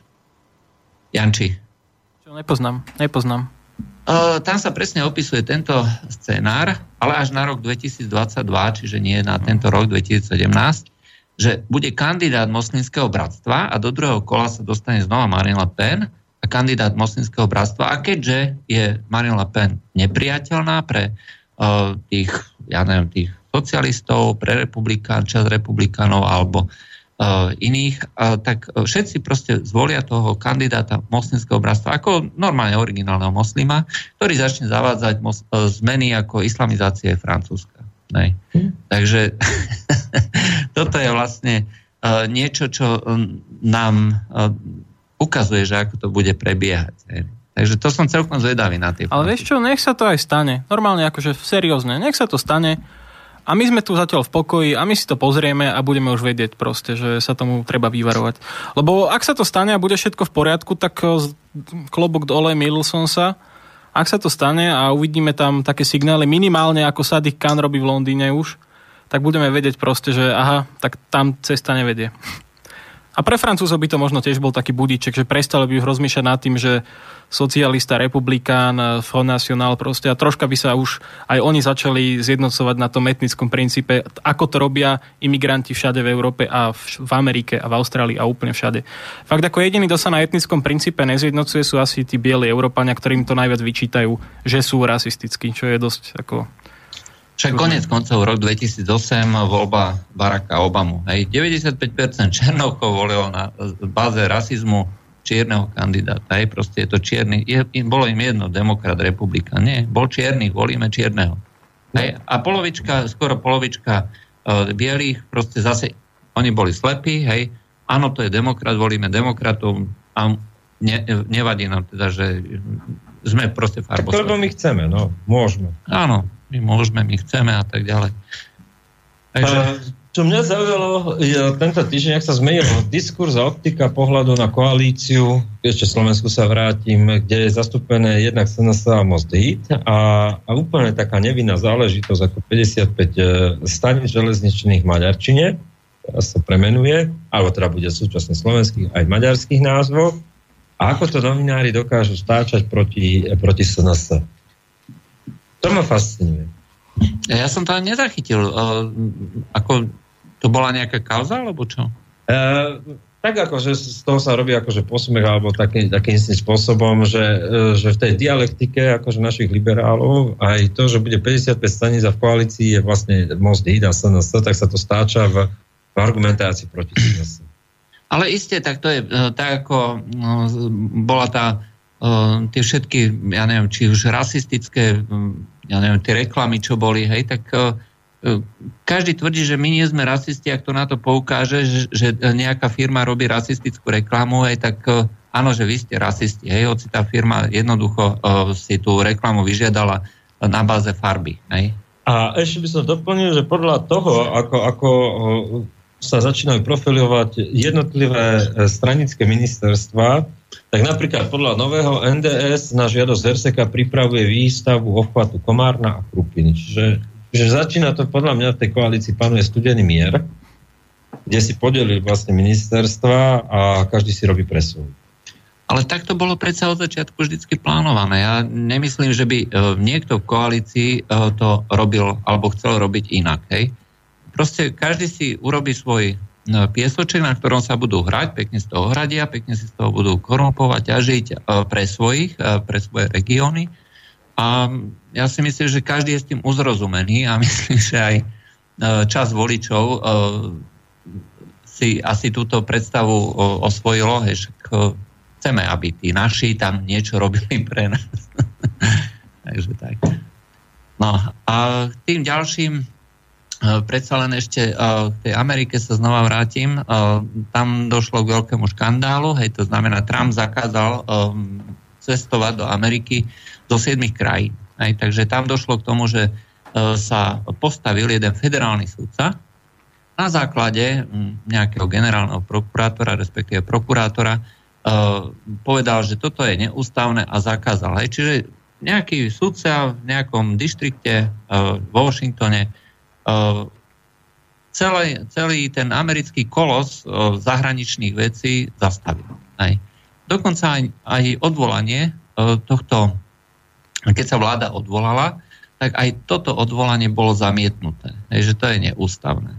Janči. Čo, nepoznám, nepoznám. Uh, tam sa presne opisuje tento scenár, ale až na rok dvetisícdvadsaťdva, čiže nie na tento rok dvetisícsedemnásť, že bude kandidát moslimského bratstva a do druhého kola sa dostane znova Marine Le Pen a kandidát moslimského bratstva. A keďže je Marine Le Pen nepriateľná pre uh, tých, ja neviem, tých socialistov, pre republikán, časť republikánov alebo Uh, iných, uh, tak všetci proste zvolia toho kandidáta moslimského bratstva ako normálne originálneho moslima, ktorý začne zavádzať mos- uh, zmeny ako islamizácie Francúzska. Nej. Hmm. Takže toto je vlastne uh, niečo, čo um, nám uh, ukazuje, že ako to bude prebiehať. Hej. Takže to som celkom zvedavý na tie. Ale vieš čo, nech sa to aj stane. Normálne akože seriózne, nech sa to stane. A my sme tu zatiaľ v pokoji a my si to pozrieme a budeme už vedieť proste, že sa tomu treba vyvarovať. Lebo ak sa to stane a bude všetko v poriadku, tak klobok dole, mýlil som sa. Ak sa to stane a uvidíme tam také signály minimálne, ako Sadiq Khan robí v Londýne už, tak budeme vedieť proste, že aha, tak tam cesta nevedie. A pre Francúzov by to možno tiež bol taký budíček, že prestali by už rozmýšľať nad tým, že socialista, republikán, Front National proste a troška by sa už aj oni začali zjednocovať na tom etnickom princípe, ako to robia imigranti všade v Európe a v, v Amerike a v Austrálii a úplne všade. Fakt ako jediný, kto sa na etnickom princípe nezjednocuje, sú asi tí bieli Európania, ktorým to najviac vyčítajú, že sú rasistickí, čo je dosť ako... Však konec koncov rok dvetisícosem voľba Baracka Obamu. Hej, deväťdesiatpäť percent Černochov volilo na báze rasizmu čierneho kandidáta. Hej, proste je to čierny. Je, bolo im jedno, demokrat, republika. Nie, bol čierny, volíme čierneho. Hej, a polovička, skoro polovička uh, bielých, proste zase, oni boli slepí, hej, áno, to je demokrat, volíme demokratov a ne, nevadí nám teda, že sme proste farboslepí. Tak lebo my chceme, no, môžeme. Áno. My môžeme, my chceme a tak ďalej. Takže... A, čo mňa zaujalo, je tento týždeň, ak sa zmenil diskurs a optika pohľadu na koalíciu, ešte Slovensku sa vrátim, kde je zastúpené jednak es en es a Most Híd a, a úplne taká nevinná záležitosť ako päťdesiatpäť staníc železničných v maďarčine, ktorá sa premenuje, alebo teda bude súčasne slovenských aj maďarských názvov. A ako to novinári dokážu stáčať proti, proti es en es. To ma fascinuje. Ja som to ani nezachytil. Uh, ako to bola nejaká kauza, alebo čo? Uh, tak ako, že z toho sa robí akože posmech, alebo taký, takým spôsobom, že, že v tej dialektike akože našich liberálov aj to, že bude päťdesiatpäť staníc a v koalícii je vlastne Most Híd a es en es, tak sa to stáča v, v argumentácii proti es en es. Ale isté, tak to je tak, ako no, bola tá uh, tie všetky, ja neviem, či už rasistické ja neviem, tie reklamy, čo boli, hej, tak uh, každý tvrdí, že my nie sme rasisti, ak to na to poukáže, že, že nejaká firma robí rasistickú reklamu, hej, tak áno, že vy ste rasisti, hej, hoci tá firma jednoducho si tú reklamu vyžiadala na báze farby, hej. A ešte by som doplnil, že podľa toho, ako, ako sa začínajú profilovať jednotlivé stranické ministerstva, tak napríklad podľa nového en dé es na žiadosť Herseka pripravuje výstavu obchvatu Komárna a Krupiny. Čiže, čiže začína to podľa mňa v tej koalícii panuje studený mier, kde si podelili vlastne ministerstva a každý si robí presun. Ale tak to bolo predsa od začiatku vždycky plánované. Ja nemyslím, že by niekto v koalícii to robil alebo chcel robiť inak. Hej. Proste každý si urobí svoj piesoček, na ktorom sa budú hrať, pekne z toho hradia, pekne si z toho budú korumpovať, ťažiť pre svojich, pre svoje regióny. A ja si myslím, že každý je s tým uzrozumený a myslím, že aj časť voličov si asi túto predstavu osvojilo, že chceme, aby tí naši tam niečo robili pre nás. Takže tak. No a tým ďalším, predsa len ešte k tej Amerike sa znova vrátim. Tam došlo k veľkému škandálu, hej, to znamená, Trump zakázal cestovať do Ameriky do siedmich krajín. Hej, takže tam došlo k tomu, že sa postavil jeden federálny sudca na základe nejakého generálneho prokurátora, respektíve prokurátora, povedal, že toto je neústavné a zakázal. Hej. Čiže nejaký sudca v nejakom dištrikte vo Washingtone celý, celý ten americký kolos zahraničných vecí zastavil. Hej. Dokonca aj, aj odvolanie tohto, keď sa vláda odvolala, tak aj toto odvolanie bolo zamietnuté. Hej, že to je neústavné.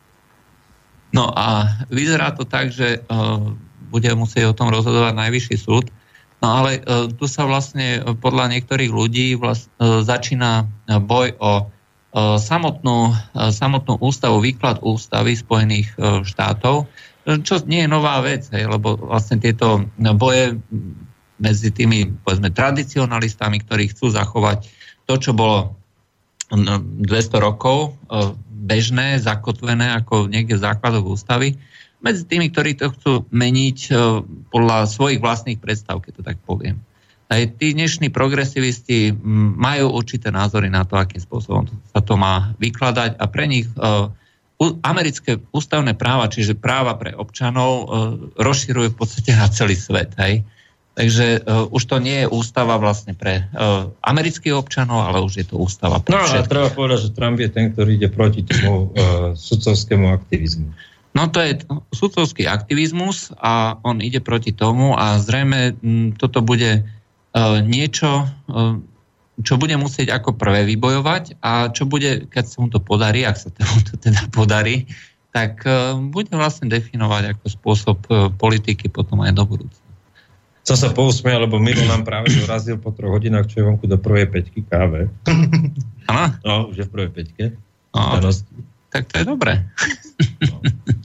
No a vyzerá to tak, že bude musieť o tom rozhodovať najvyšší súd. No ale e, tu sa vlastne podľa niektorých ľudí vlast, e, začína boj o e, samotnú, e, samotnú ústavu, výklad ústavy Spojených e, štátov, čo nie je nová vec, hej, lebo vlastne tieto boje medzi tými, povedzme, tradicionalistami, ktorí chcú zachovať to, čo bolo dvesto rokov e, bežné, zakotvené ako niekde v základoch ústavy, medzi tými, ktorí to chcú meniť podľa svojich vlastných predstav, keď to tak poviem. Aj tí dnešní progresivisti majú určité názory na to, akým spôsobom sa to má vykladať a pre nich uh, americké ústavné práva, čiže práva pre občanov, uh, rozširujú v podstate na celý svet. Hej? Takže uh, už to nie je ústava vlastne pre uh, amerických občanov, ale už je to ústava pre všetkých. No a treba povedať, že Trump je ten, ktorý ide proti tomu uh, sudcovskému aktivizmu. No to je sudcovský aktivizmus a on ide proti tomu a zrejme m, toto bude uh, niečo, uh, čo bude musieť ako prvé vybojovať a čo bude, keď sa mu to podarí, ak sa to, to teda podarí, tak uh, bude vlastne definovať ako spôsob uh, politiky potom aj do budúcna. Som sa pousmial, lebo Milo nám práve dorazil po troch hodinách, čo je vonku do prvej peťky káve. Áno? No, už je v prvej peťke. No, tak to je dobré. No.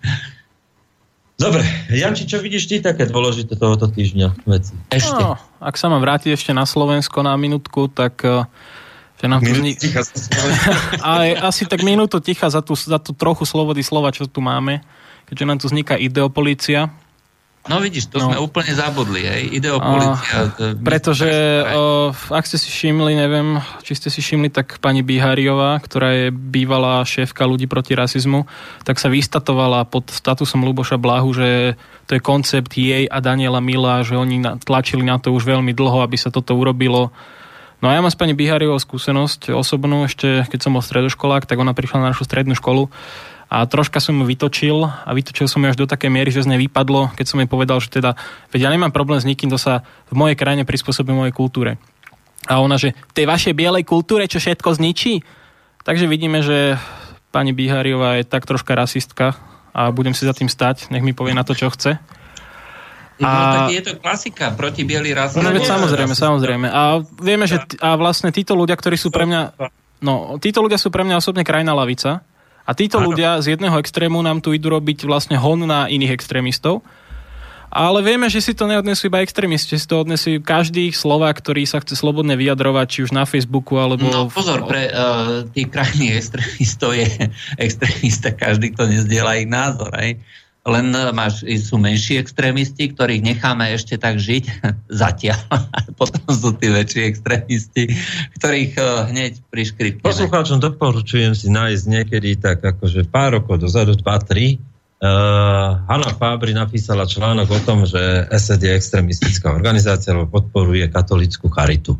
Dobre, Janči, čo vidíš ty také dôležité tohoto týždňa veci? Ešte. No, ak sa mám vrátiť ešte na Slovensko na minútku, tak že nám tu vznik... ticha za aj asi tak minútu ticha za tú, za tú trochu slobody slova, čo tu máme, keďže nám tu vzniká ideopolícia. No vidíš, to no. sme úplne zabudli, hej, ideopolícia. Uh, pretože, uh, ak ste si všimli, neviem, či ste si všimli, tak pani Bihariová, ktorá je bývalá šéfka ľudí proti rasizmu, tak sa vystatovala pod statusom Ľuboša Blahu, že to je koncept jej a Daniela Mila, že oni tlačili na to už veľmi dlho, aby sa toto urobilo. No a ja mám s pani Bihariovou skúsenosť osobnú, ešte keď som bol stredoškolák, tak ona prišla na našu strednú školu a troška som ju vytočil a vytočil som ju až do takej miery, že z nej vypadlo, keď som jej povedal, že teda, veď ja nemám problém s nikým, kto sa v mojej krajine prispôsobí mojej kultúre. A ona, že tej vašej bielej kultúre, čo všetko zničí? Takže vidíme, že pani Bihariová je tak troška rasistka a budem si za tým stať, nech mi povie na to, čo chce. A... No tak je to klasika, proti bielý rasizmus. No, samozrejme, samozrejme. A vieme, že t- a vlastne títo ľudia, ktorí sú pre mňa, no, títo ľudia sú pre mňa osobne krajná lavica. A títo ľudia z jedného extrému nám tu idú robiť vlastne hon na iných extrémistov. Ale vieme, že si to neodnesú iba extrémisti, si to odnesú každý Slovák, ktorý sa chce slobodne vyjadrovať, či už na Facebooku, alebo... No pozor, pre uh, tých krajných extrémistov je extrémista každý, kto nezdieľa ich názor, aj? Len máš, sú menší extrémisti, ktorých necháme ešte tak žiť zatiaľ. Potom sú tí väčší extrémisti, ktorých uh, hneď priškripneme. Poslucháčom doporučujem si nájsť niekedy tak akože pár rokov dozadu, dva tri, Uh, Hanna Fábri napísala článok o tom, že es é dé je extrémistická organizácia, lebo podporuje katolícku charitu.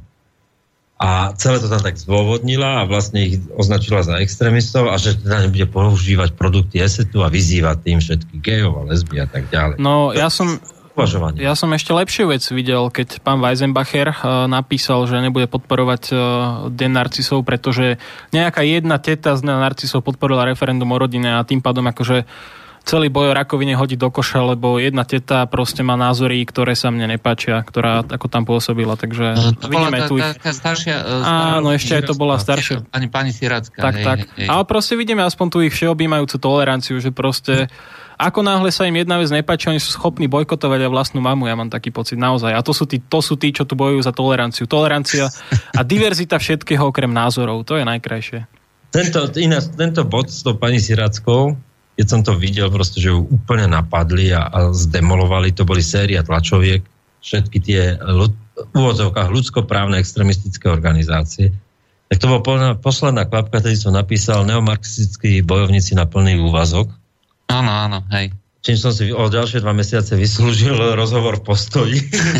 A celé to tam tak zdôvodnila a vlastne ich označila za extrémistov a že teda nebude používať produkty es é té a vyzývať tým všetkých gejov a lesby a tak ďalej. No, ja som... Uvažovanie. Ja som ešte lepšiu vec videl, keď pán Weisenbacher uh, napísal, že nebude podporovať uh, Den narcisov, pretože nejaká jedna teta z narcisov podporila referendum o rodine a tým pádom akože celý boj o rakovine hodí do koša, lebo jedna teta proste má názory, ktoré sa mne nepáčia, ktorá ako tam pôsobila, takže to vidíme bola tu tá, tá staršia... Áno, ešte aj to bola staršia. Ani pani Siracká. Tak, hej, tak. Hej. Ale proste vidíme aspoň tu ich všeobjímajúcu toleranciu, že proste ako náhle sa im jedna vec nepáči, oni sú schopní bojkotovať aj vlastnú mamu, ja mám taký pocit naozaj. A to sú tí, to sú tí čo tu bojujú za toleranciu. Tolerancia a diverzita všetkého okrem názorov, to je najkrajšie. Tento, ináč, tento bod s tou pani Sirackou, keď som to videl, proste, že ju úplne napadli a, a zdemolovali, to boli séria tlačoviek, všetky tie ľud, v úvodzovkách ľudskoprávne extrémistické organizácie. Tak to bola posledná kvapka, ktorý som napísal neomarxistickí bojovníci na plný úvazok. Áno, áno, hej. Čím som si o ďalšie dva mesiace vyslúžil rozhovor v Postoji.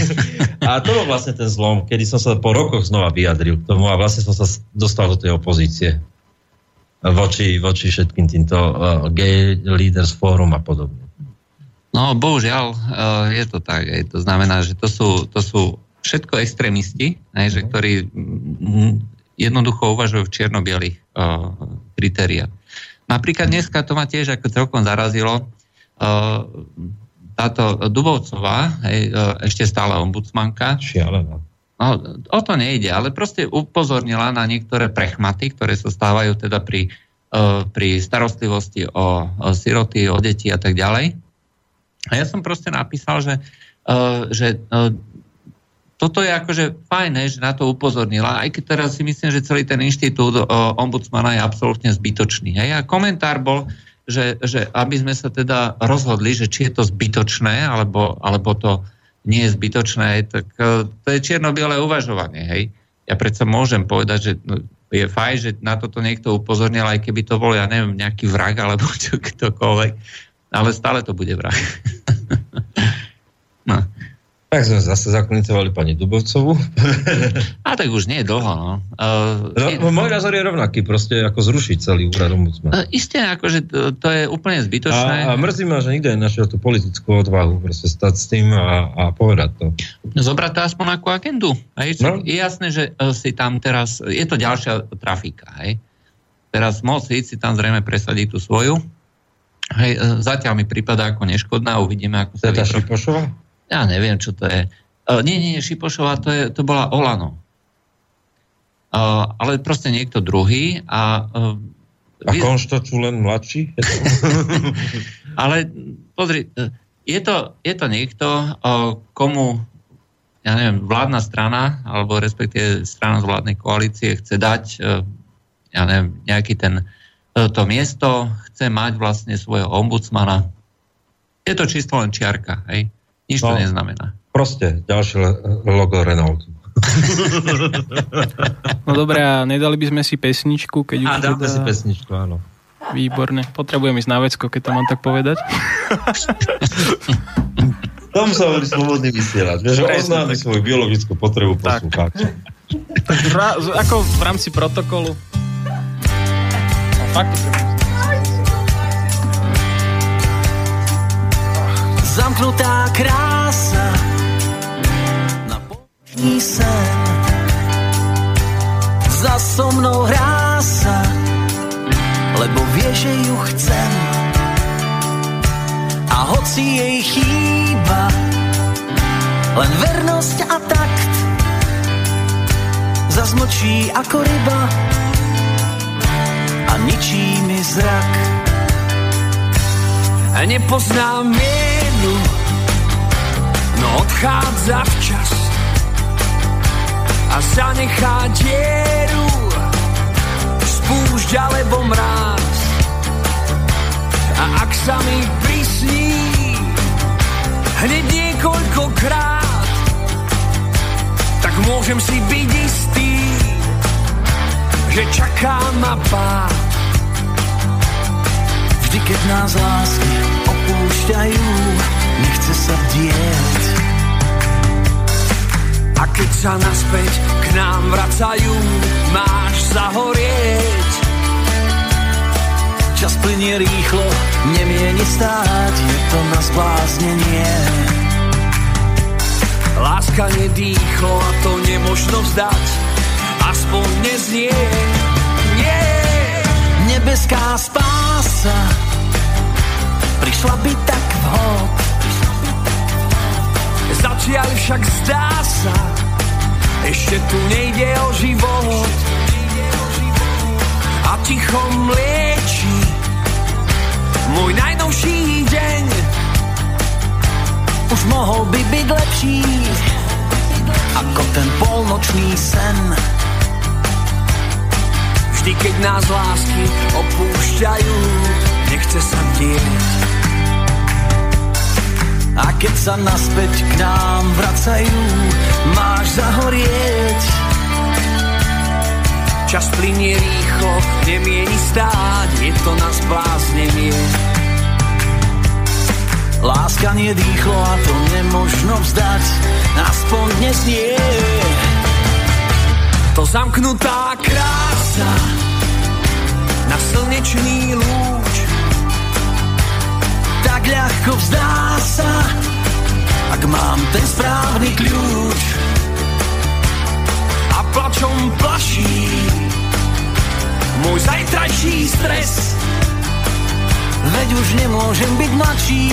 A to bol vlastne ten zlom, kedy som sa po rokoch znova vyjadril k tomu a vlastne som sa dostal do tej opozície. Voči, voči všetkým týmto uh, Gay Leaders Forum a podobne. No, bohužiaľ, uh, je to tak. Aj. To znamená, že to sú, to sú všetko extrémisti, aj, že, ktorí m, jednoducho uvažujú v čierno-bielých uh, kritériách. Napríklad dneska to ma tiež ako celkom zarazilo. Uh, táto Dubovcová, aj, uh, ešte stále ombudsmanka. Šialená. No, o to nejde, ale proste upozornila na niektoré prechmaty, ktoré sa stávajú teda pri, uh, pri starostlivosti o, o siroty, o deti a tak ďalej. A ja som proste napísal, že, uh, že uh, toto je akože fajné, že na to upozornila, aj keď teraz si myslím, že celý ten inštitút uh, ombudsmana je absolútne zbytočný. Hej? A komentár bol, že, že aby sme sa teda rozhodli, že či je to zbytočné, alebo, alebo to nie je zbytočné, tak to je čierno-biele uvažovanie, hej. Ja predsa môžem povedať, že je fajn, že na toto niekto upozornil, aj keby to bol, ja neviem, nejaký vrah, alebo čo, ktokoľvek, ale stále to bude vrah. No. Tak sme zase zakonicovali pani Dubovcovú. A tak už nie je dlho, no. Uh, no môj názor je rovnaký, proste ako zrušiť celý úrad ombudsmana. Uh, isté, akože to, to je úplne zbytočné. A, a mrzí ma, že nikto nenašiel tú politickú odvahu proste stať s tým a, a povedať to. Zobrať to aspoň ako agendu. Hej? No? Je jasné, že uh, si tam teraz, je to ďalšia trafika, hej. Teraz moc si tam zrejme presadí tú svoju. Hej, uh, zatiaľ mi prípada ako neškodná, uvidíme, ako sa vypro... Šipošová? Ja neviem, čo to je. Uh, nie, nie, Šipošová, to, je, to bola Olano. Uh, ale proste niekto druhý. A, uh, a vy... Konštoču len mladší? Ale pozri, je to, je to niekto, uh, komu, ja neviem, vládna strana, alebo respektíve strana z vládnej koalície chce dať, uh, ja neviem, nejaký ten, uh, to miesto, chce mať vlastne svojho ombudsmana. Je to čisto len čiarka, hej? Nič to no, neznamená. Proste, ďalšie logo Renaultu. No dobré, a nedali by sme si pesničku? Keď a už dáme teda... si pesničku, áno. Výborne. Potrebujem ísť na vecko, keď to mám tak povedať. Tomu sa hovorí slobodný vysielač. Vieš, oznámi svoju biologickú potrebu poslucháča. Ako v rámci protokolu. No, fakt to treba. Zamknutá krása na poštní sen, za so mnou hrá sa, lebo vie, že ju chcem. A hoci jej chýba len vernosť a takt, zazmlčí ako ryba a ničí mi zrak. A nepoznám mieru, odchádza včas a zanechá dieru, spúšť alebo mráz. A ak sa mi prisní hneď niekoľkokrát, tak môžem si byť istý, že čaká ma pád. Vždy, keď nás lásky opúšťajú, nechce sa vdieť. A keď sa naspäť k nám vracajú, máš zahorieť. Čas plynie rýchlo, nemieni stáť, je to na zbláznenie. Láska nedýchlo a to nemožno vzdať, aspoň neznie. Nie, nebeská spása prišla by tak vhod. Zatiaľ však zdá sa, ešte tu nejde o život. A ticho mliečí môj najnovší deň. Už mohol by byť lepší ako ten polnočný sen. Vždy, keď nás lásky opúšťajú, nechce sa vdieť. A keď sa naspäť k nám vracajú, máš zahorieť. Čas plynie rýchlo, nemieni stáť, je to na zbláznenie. Láska nedýchlo a to nemožno vzdať, aspoň dnes nie. To zamknutá krása na slnečný lúč, tak ľahko vzdá sa, ak mám ten správny kľúč. A plačom plaší môj zajtrajší stres, veď už nemôžem byť mladší,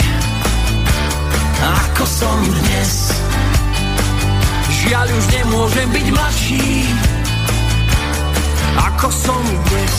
ako som dnes. Žiaľ, už nemôžem byť mladší, ako som dnes.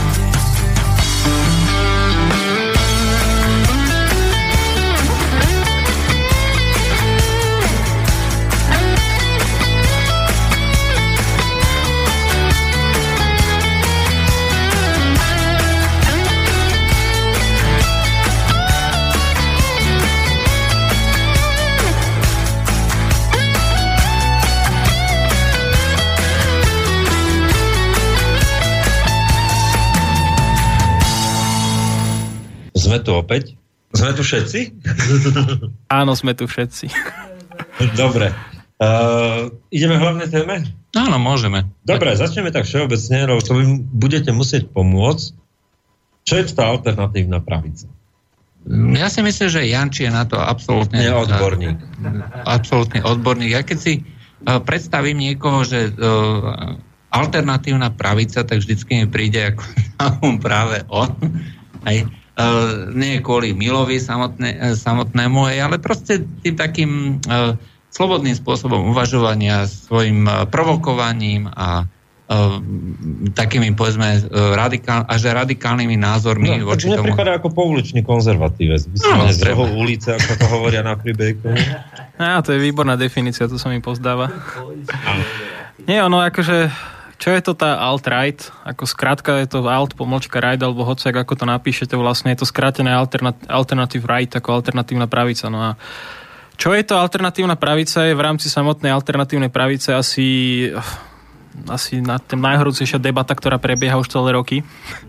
Sme tu opäť? Sme tu všetci? Áno, sme tu všetci. Dobre. Uh, ideme hlavne téme? Áno, môžeme. Dobre, začneme tak všeobecne, lebo to vy budete musieť pomôcť. Čo je tá alternatívna pravica? Ja si myslím, že Janči je na to absolútne... Je odborník. Absolútne odborník. Ja keď si uh, predstavím niekoho, že uh, alternatívna pravica, tak vždycky mi príde ako práve on. Hej. Uh, nie kvôli Milovi samotné, uh, samotnému, hej, ale proste tým takým uh, slobodným spôsobom uvažovania, svojim uh, provokovaním a uh, takými, povedzme, uh, radikál, až radikálnymi názormi. No, takže mne pripadá ako pouličný konzervatívec. Vyslovene z rohov ulice, ako to hovoria na Fribejku. Á, to je výborná definícia, to sa mi pozdáva. Nie, ono akože... Čo je to tá alt-right? Ako skrátka je to alt, pomlčka right, alebo hocak, ako to napíšete, vlastne je to skrátené alternat- alternative right, ako alternatívna pravica. No a čo je to alternatívna pravica? Je v rámci samotnej alternatívnej pravice asi, asi na tým najhorúcejšia debata, ktorá prebieha už celé roky.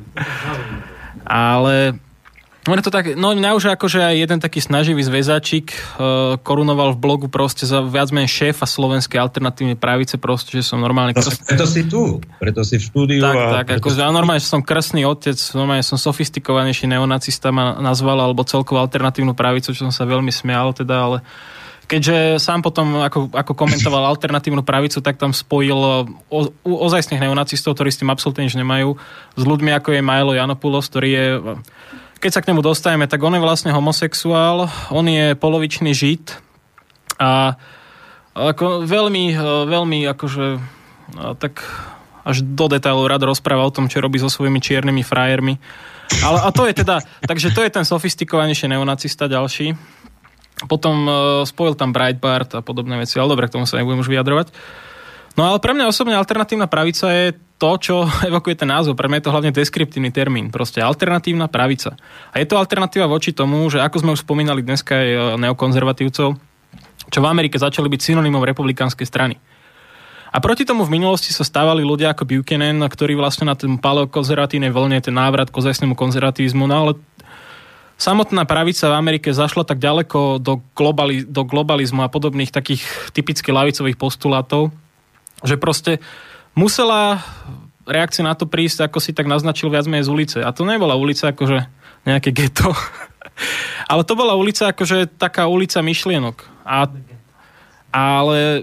Ale... No, to tak, no mňa už akože aj jeden taký snaživý zväzačík uh, korunoval v blogu proste za viac menej šéfa slovenskej alternatívnej pravice proste, že som normálne... Krst... Preto si tu, preto si v štúdiu. Tak, a tak, akože ja normálne, že som krstný otec, normálne som sofistikovanejší neonacista ma nazval, alebo celkovú alternatívnu pravicu, čo som sa veľmi smial teda, ale keďže sám potom ako, ako komentoval alternatívnu pravicu, tak tam spojil o, o, ozajstných neonacistov, ktorí s tým absolútne nič nemajú, s ľuďmi ako je Milo Yiannopoulos, ktorý je... Keď sa k nemu dostaneme, tak on je vlastne homosexuál, on je polovičný žid a ako veľmi, veľmi akože tak až do detailov rád rozpráva o tom, čo robí so svojimi čiernymi frajermi. Ale a to je teda, takže to je ten sofistikovanejší neonacista ďalší. Potom uh, spojil tam Breitbart a podobné veci, ale dobre, k tomu sa nebudem už vyjadrovať. No ale pre mňa osobne alternatívna pravica je to, čo evokuje ten názov. Pre mňa je to hlavne deskriptívny termín. Proste alternatívna pravica. A je to alternatíva voči tomu, že ako sme už spomínali dneska aj neokonzervatívcov, čo v Amerike začali byť synonymom republikánskej strany. A proti tomu v minulosti sa stávali ľudia ako Buchanan, ktorí vlastne na tom paleokonzervatívnej vlne ten návrat k ozajstnému konzervativizmu, no ale samotná pravica v Amerike zašla tak ďaleko do, globali, do globalizmu a podobných takých typicky ľavicových postulátov, že proste musela reakcia na to prísť, ako si tak naznačil, viac menej z ulice. A to nebola ulica akože nejaké ghetto, ale to bola ulica akože taká ulica myšlienok. A, ale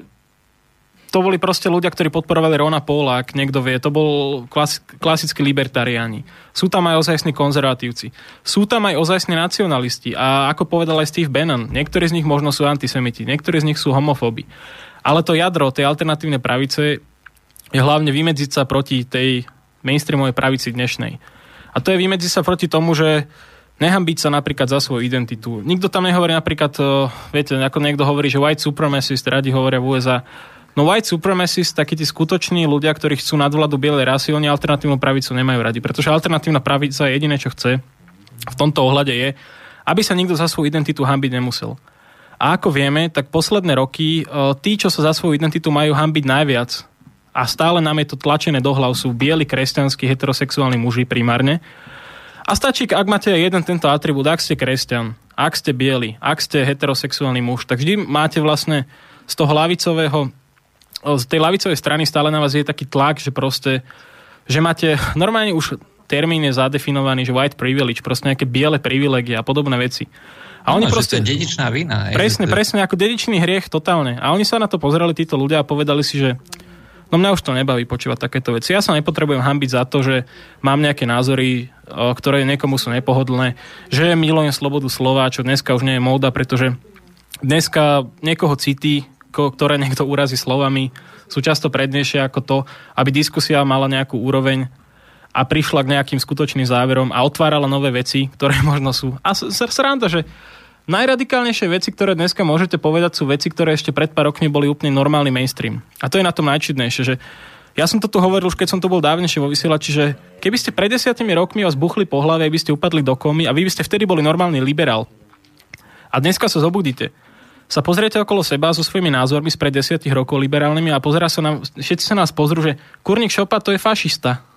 to boli proste ľudia, ktorí podporovali Rona Paula, ak niekto vie. To bol klas, klasickí libertariáni. Sú tam aj ozajstní konzervatívci. Sú tam aj ozajstní nacionalisti. A ako povedal aj Steve Bannon, niektorí z nich možno sú antisemiti, niektorí z nich sú homofóbi. Ale to jadro tej alternatívnej pravice je hlavne vymedziť sa proti tej mainstreamovej pravici dnešnej. A to je vymedziť sa proti tomu, že nehambiť sa napríklad za svoju identitu. Nikto tam nehovorí napríklad, viete, ako niekto hovorí, že white supremacist, radi hovoria v ú es á. No white supremacist, takí tí skutoční ľudia, ktorí chcú nadvládu bielej rasy, oni alternatívnu pravicu nemajú radi, pretože alternatívna pravica je jediné, čo chce v tomto ohľade je, aby sa nikto za svoju identitu hanbiť nemusel. A ako vieme, tak posledné roky tí, čo sa za svoju identitu majú hanbiť najviac a stále nám je to tlačené do hlav, sú bieli kresťanskí heterosexuálni muži primárne. A stačí, ak máte jeden tento atribút, ak ste kresťan, ak ste bieli, ak ste heterosexuálny muž, tak vždy máte vlastne z toho ľavicového, z tej ľavicovej strany stále na vás je taký tlak, že proste, že máte normálne už termín je zadefinovaný, že white privilege, proste nejaké biele privilégie a podobné veci. A oni no, proste, že to je dedičná vina. Presne, presne, ako dedičný hriech totálne. A oni sa na to pozerali, títo ľudia, a povedali si, že no mňa už to nebaví počúvať takéto veci. Ja sa nepotrebujem hanbiť za to, že mám nejaké názory, ktoré niekomu sú nepohodlné, že milujem slobodu slova, čo dneska už nie je móda, pretože dneska niekoho city, ktoré niekto urazí slovami, sú často prednejšie ako to, aby diskusia mala nejakú úroveň a prišla k nejakým skutočným záverom a otvárala nové veci, ktoré možno sú. A sranda, že najradikálnejšie veci, ktoré dneska môžete povedať, sú veci, ktoré ešte pred pár rokmi boli úplne normálny mainstream. A to je na tom najčudnejšie, že ja som to tu hovoril už, keď som tu bol dávnejšie vo vysielači, že keby ste pred desiatimi rokmi vás buchli po hlave, aby ste upadli do komy a vy by ste vtedy boli normálny liberál. A dneska sa zobudíte. Sa pozriete okolo seba so svojimi názormi spred desiatich rokov liberálnymi a pozerá sa na, všetci sa nás pozrú, že kurník Šopa to je fašista.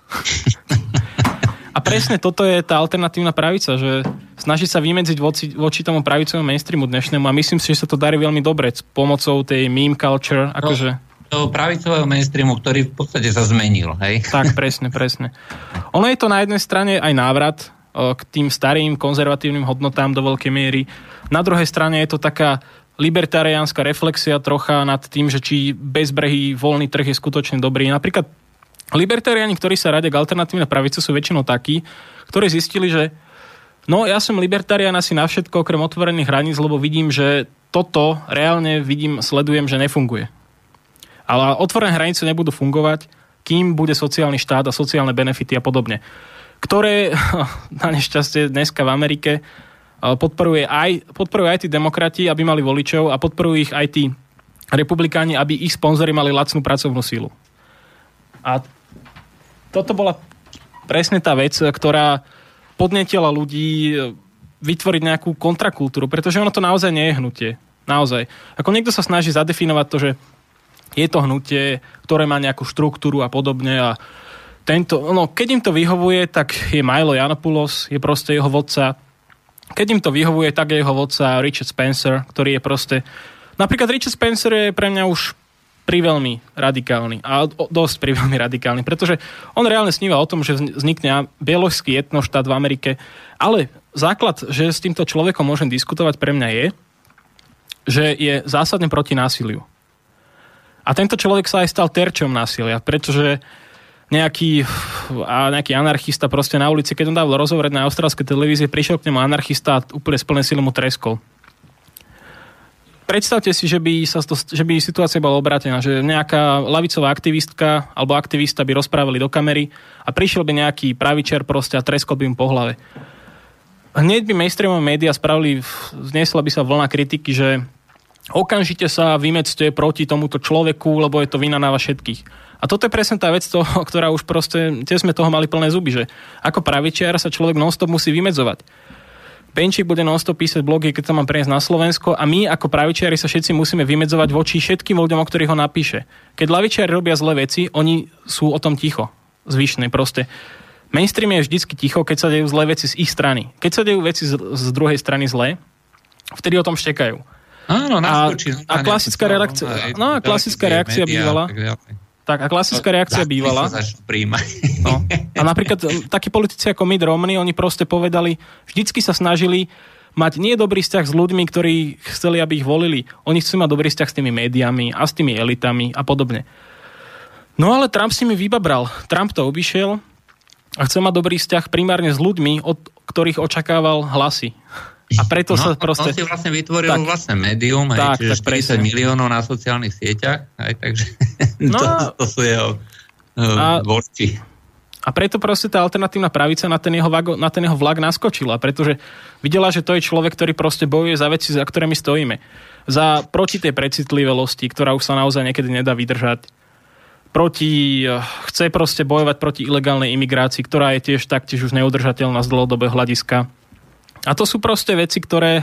A presne toto je tá alternatívna pravica, že snaží sa vymedziť voči, voči tomu pravicovému mainstreamu dnešnému a myslím si, že sa to darí veľmi dobre s pomocou tej meme culture, akože... Do pravicového mainstreamu, ktorý v podstate sa zmenil, hej? Tak, presne, presne. Ono je to na jednej strane aj návrat k tým starým konzervatívnym hodnotám do veľkej miery. Na druhej strane je to taká libertariánska reflexia trocha nad tým, že či bezbrehý voľný trh je skutočne dobrý. Napríklad libertariáni, ktorí sa radia k alternatívnej pravici, sú väčšinou takí, ktorí zistili, že no ja som libertarián asi na všetko okrem otvorených hraníc, lebo vidím, že toto reálne vidím, sledujem, že nefunguje. Ale otvorené hranice nebudú fungovať, kým bude sociálny štát a sociálne benefity a podobne. Ktoré na nešťastie dneska v Amerike podporuje aj, podporujú aj tí demokrati, aby mali voličov a podporujú ich aj tí republikáni, aby ich sponzori mali lacnú pracovnú sílu. A toto bola presne tá vec, ktorá podnetila ľudí vytvoriť nejakú kontrakultúru, pretože ono to naozaj nie je hnutie. Naozaj. Ako niekto sa snaží zadefinovať to, že je to hnutie, ktoré má nejakú štruktúru a podobne a tento, no, keď im to vyhovuje, tak je Milo Yiannopoulos, je proste jeho vodca. Keď im to vyhovuje, tak je jeho vodca Richard Spencer, ktorý je proste... Napríklad Richard Spencer je pre mňa už priveľmi radikálny. A dosť priveľmi radikálny, pretože on reálne sníva o tom, že vznikne bieložský etnoštát v Amerike. Ale základ, že s týmto človekom môžem diskutovať, pre mňa je, že je zásadne proti násiliu. A tento človek sa aj stal terčom násilia, pretože nejaký, a nejaký anarchista proste na ulici, keď on dával rozhovor na austrálskej televízie, prišiel k nemu anarchista a úplne z plnej sily mu treskol. Predstavte si, že by, sa to, že by situácia bola obrátená, že nejaká ľavicová aktivistka alebo aktivista by rozprávali do kamery a prišiel by nejaký pravičer proste a treskol by mu po hlave. hneď by mainstreamové médiá spravili, zniesla by sa vlna kritiky, že okamžite sa vymedzte proti tomuto človeku, lebo je to vina na vás všetkých. A toto je presne tá vec, to, ktorá už proste, tie sme toho mali plné zuby, že ako pravičiar sa človek non-stop musí vymedzovať. Benčík bude non-stop písať blogy, keď sa mám preniesť na Slovensko a my ako pravičiari sa všetci musíme vymedzovať voči všetkým ľuďom, o ktorých ho napíše. Keď lavičiari robia zlé veci, oni sú o tom ticho. Zvyšné proste. Mainstream je vždycky ticho, keď sa dejú zlé veci z ich strany. Keď sa dejú veci z, z druhej strany zlé, vtedy o tom štekajú. Áno, a, a klasická reakcia, no a klasická reakcia bývala. Tak a klasická reakcia bývala. No. A napríklad takí politici ako Mitt Romney, oni proste povedali, vždycky sa snažili mať nie dobrý vzťah s ľuďmi, ktorí chceli, aby ich volili. Oni chcú mať dobrý vzťah s tými médiami a s tými elitami a podobne. No ale Trump si mi vybabral. Trump to obišiel a chce mať dobrý vzťah primárne s ľuďmi, od ktorých očakával hlasy. A preto no, sa proste... On si vlastne vytvoril tak, vlastné médium, tak, čiže tak štyridsať miliónov na sociálnych sieťach, aj, takže no, to, to sú jeho uh, voliči. A preto proste tá alternatívna pravica na ten, jeho vago, na ten jeho vlak naskočila, pretože videla, že to je človek, ktorý proste bojuje za veci, za ktorými stojíme. Za proti tej precitlivelosti, ktorá už sa naozaj niekedy nedá vydržať. Proti, chce proste bojovať proti ilegálnej imigrácii, ktorá je tiež taktiež už neudržateľná z dlhodobého hľadiska. A to sú proste veci, ktoré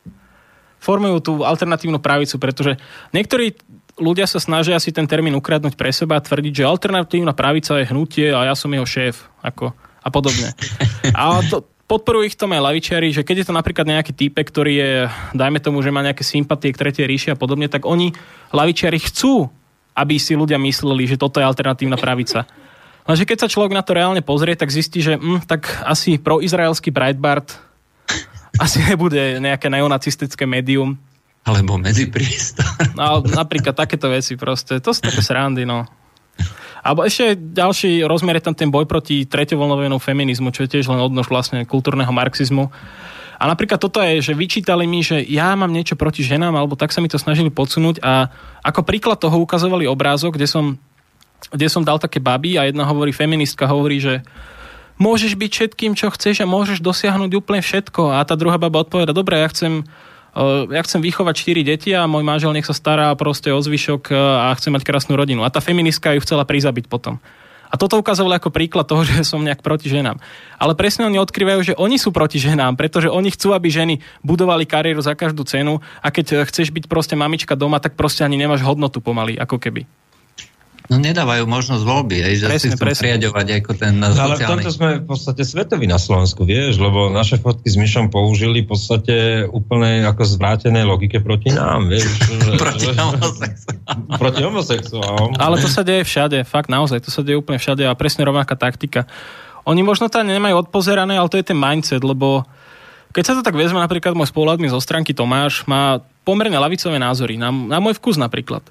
formujú tú alternatívnu pravicu, pretože niektorí ľudia sa snažia si ten termín ukradnúť pre seba a tvrdiť, že alternatívna pravica je hnutie a ja som jeho šéf ako, a podobne. A to, podporujú ich tom aj lavičiari, že keď je to napríklad nejaký týpek, ktorý je, dajme tomu, že má nejaké sympatie k tretej ríši a podobne, tak oni, lavičiari, chcú, aby si ľudia mysleli, že toto je alternatívna pravica. Lenže keď sa človek na to reálne pozrie, tak zistí, že hm, tak asi proizraelský Breitbart asi nebude nejaké neonacistické médium. Alebo medzipriestor. No, napríklad takéto veci proste. To sú také srandy, no. Alebo ešte ďalší rozmer je tam ten boj proti treťovlnovému feminizmu, čo je tiež len odnož vlastne kultúrneho marxizmu. A napríklad toto je, že vyčítali mi, že ja mám niečo proti ženám, alebo tak sa mi to snažili podsunúť a ako príklad toho ukazovali obrázok, kde som, kde som dal také baby a jedna hovorí, feministka hovorí, že môžeš byť všetkým, čo chceš a môžeš dosiahnuť úplne všetko. A tá druhá baba odpoveda, dobre, ja chcem, ja chcem vychovať štyri deti a môj manžel nech sa stará proste o zvyšok a chcem mať krásnu rodinu. A tá feministka ju chcela prizabiť potom. A toto ukazovalo ako príklad toho, že som nejak proti ženám. Ale presne oni odkrývajú, že oni sú proti ženám, pretože oni chcú, aby ženy budovali kariéru za každú cenu a keď chceš byť proste mamička doma, tak proste ani nemáš hodnotu pomaly, ako keby. No nedávajú možnosť voľby, aj, že presne, si chcú priaďovať ako ten sociálny... Ale v tomto sme v podstate svetoví na Slovensku, vieš, lebo naše fotky s Myšom použili v podstate úplne ako zvrátenej logike proti nám, vieš. proti homosexuálom. Proti homosexuálom. Ale to sa deje všade, fakt naozaj, to sa deje úplne všade a presne rovnaká taktika. Oni možno tam nemajú odpozerané, ale to je ten mindset, lebo keď sa to tak vezme, napríklad môj spoluadmin zo stránky Tomáš má pomerne ľavicové názory, na, na môj vkus napríklad.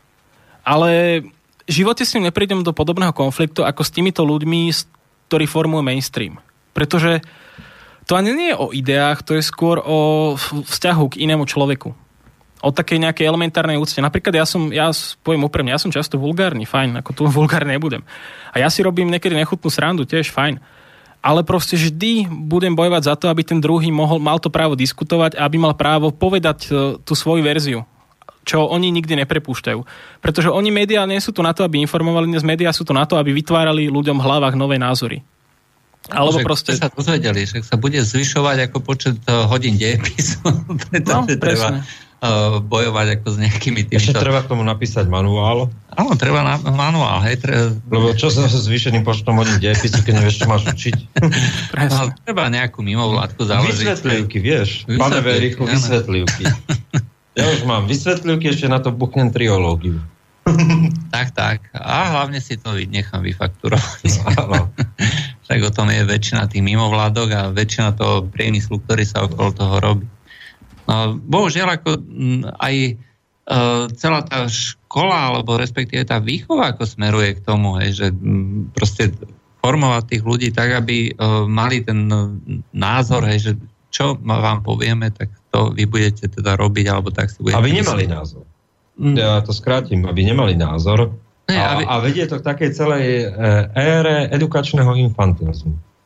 Ale v živote s ním neprídem do podobného konfliktu ako s týmito ľuďmi, ktorí formujú mainstream. Pretože to ani nie je o ideách, to je skôr o vzťahu k inému človeku. O takej nejakej elementárnej úcte. Napríklad ja som, ja poviem úprimne, ja som často vulgárny, fajn, ako tu vulgárny nebudem. A ja si robím niekedy nechutnú srandu, tiež fajn. Ale proste vždy budem bojovať za to, aby ten druhý mohol, mal to právo diskutovať a aby mal právo povedať tú svoju verziu, čo oni nikdy neprepúšťajú. Pretože oni médiá nie sú tu na to, aby informovali, dnes médiá sú tu na to, aby vytvárali ľuďom v hlavách nové názory. Alebo však proste... sa dozvedeli, že sa bude zvyšovať ako počet hodín dejepisu, preto no, treba uh, bojovať ako s nejakými týmito... Ešte treba k tomu napísať manuál. Áno, treba na, manuál, hej. Treba... Lebo čo sa zvýšeným počtom hodín dejepisu, keď nevieš, čo máš učiť? No, treba nejakú mimovládku založiť. Vysvetlivky, vieš. Pane Verichu, vysvetlivky. Ja už mám vysvetlivky, ešte na to buchnem triológiu. Tak, tak. A hlavne si to nechám vyfakturovať. Áno. Tak o tom je väčšina tých mimovládok a väčšina toho priemyslu, ktorý sa okolo toho robí. No, bohužiaľ, ako aj e, celá tá škola, alebo respektíve tá výchova, ako smeruje k tomu, hej, že m, proste formovať tých ľudí tak, aby e, mali ten názor, hej, že čo vám povieme, tak to vy budete teda robiť, alebo tak si budete... Aby nemali názor. Mm. Ja to skrátim, aby nemali názor. Nie, a, aby... a vedie to k takej celej ére edukačného infantilizmu.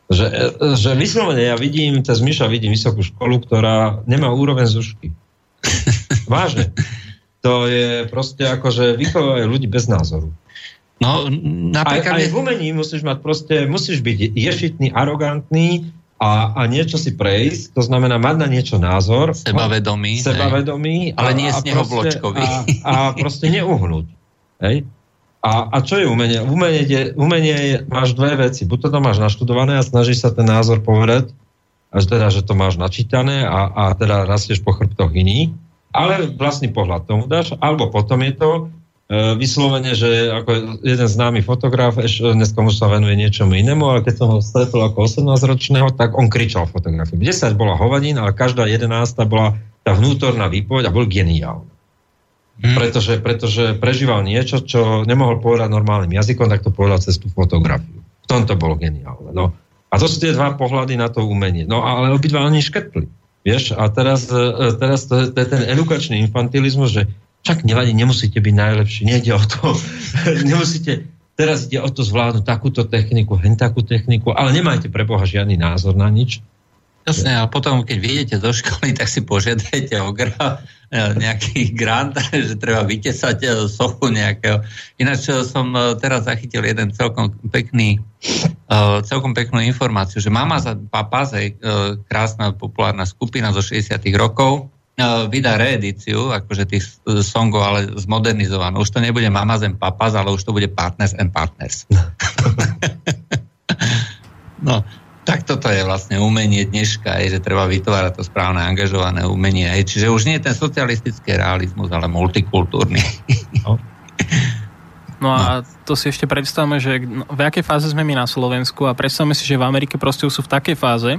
Že, že vyslovene ja vidím, cez Miša vidím vysokú školu, ktorá nemá úroveň zušky. Vážne. To je proste ako, že vychovajú ľudí bez názoru. No, napríklad... Aj, aj v umení musíš mať proste, musíš byť ješitný, arogantný a, a niečo si prejsť, to znamená mať na niečo názor. Sebavedomý. Sebavedomý. Ale a, nie a snehobločkový. A, a proste neuhnúť. Hej? A, a čo je umenie? Umenie, je, umenie je, máš dve veci. Buď to máš naštudované a snažíš sa ten názor povedať, až teda, že to máš načítané a, a teda rastieš po chrbtoch iný, ale vlastný pohľad tomu dáš, alebo potom je to e, vyslovene, že ako jeden známy fotograf, ešte dneska už sa venuje niečomu inému, ale keď som ho stretol ako osemnásťročného, tak on kričal fotografiu. desať bola hovadín, ale každá jedenásta bola tá vnútorná výpoveď a bol geniálny. Hmm. Pretože, pretože prežíval niečo, čo nemohol povedať normálnym jazykom, tak to povedal cez tú fotografiu. V tom to bolo geniálne. No. A to sú tie dva pohľady na to umenie. No ale obidva oni škrtli. Vieš, a teraz, teraz to, to je ten edukačný infantilizmus, že však nevadí, nemusíte byť najlepší, nejde o to. Nemusíte, teraz ide o to zvládnuť takúto techniku, hen takú techniku, ale nemajte pre Boha žiadny názor na nič. Jasne, a potom, keď vyjdete do školy, tak si požiadajte o gra, nejaký grant, že treba vytesať sochu nejakého. Ináč som teraz zachytil jeden celkom pekný, celkom peknú informáciu, že Mama za Papaz, krásna populárna skupina zo šesťdesiatych rokov, vydá reedíciu, akože tých songov, ale zmodernizovanú. Už to nebude Mama and Papaz, ale už to bude Partners and Partners. No, tak toto je vlastne umenie dneška, je, že treba vytvárať to správne angažované umenie. Je, čiže už nie je ten socialistický realizmus, ale multikultúrny. No. No a to si ešte predstavme, že v akej fáze sme my na Slovensku a predstavme si, že v Amerike proste sú v takej fáze,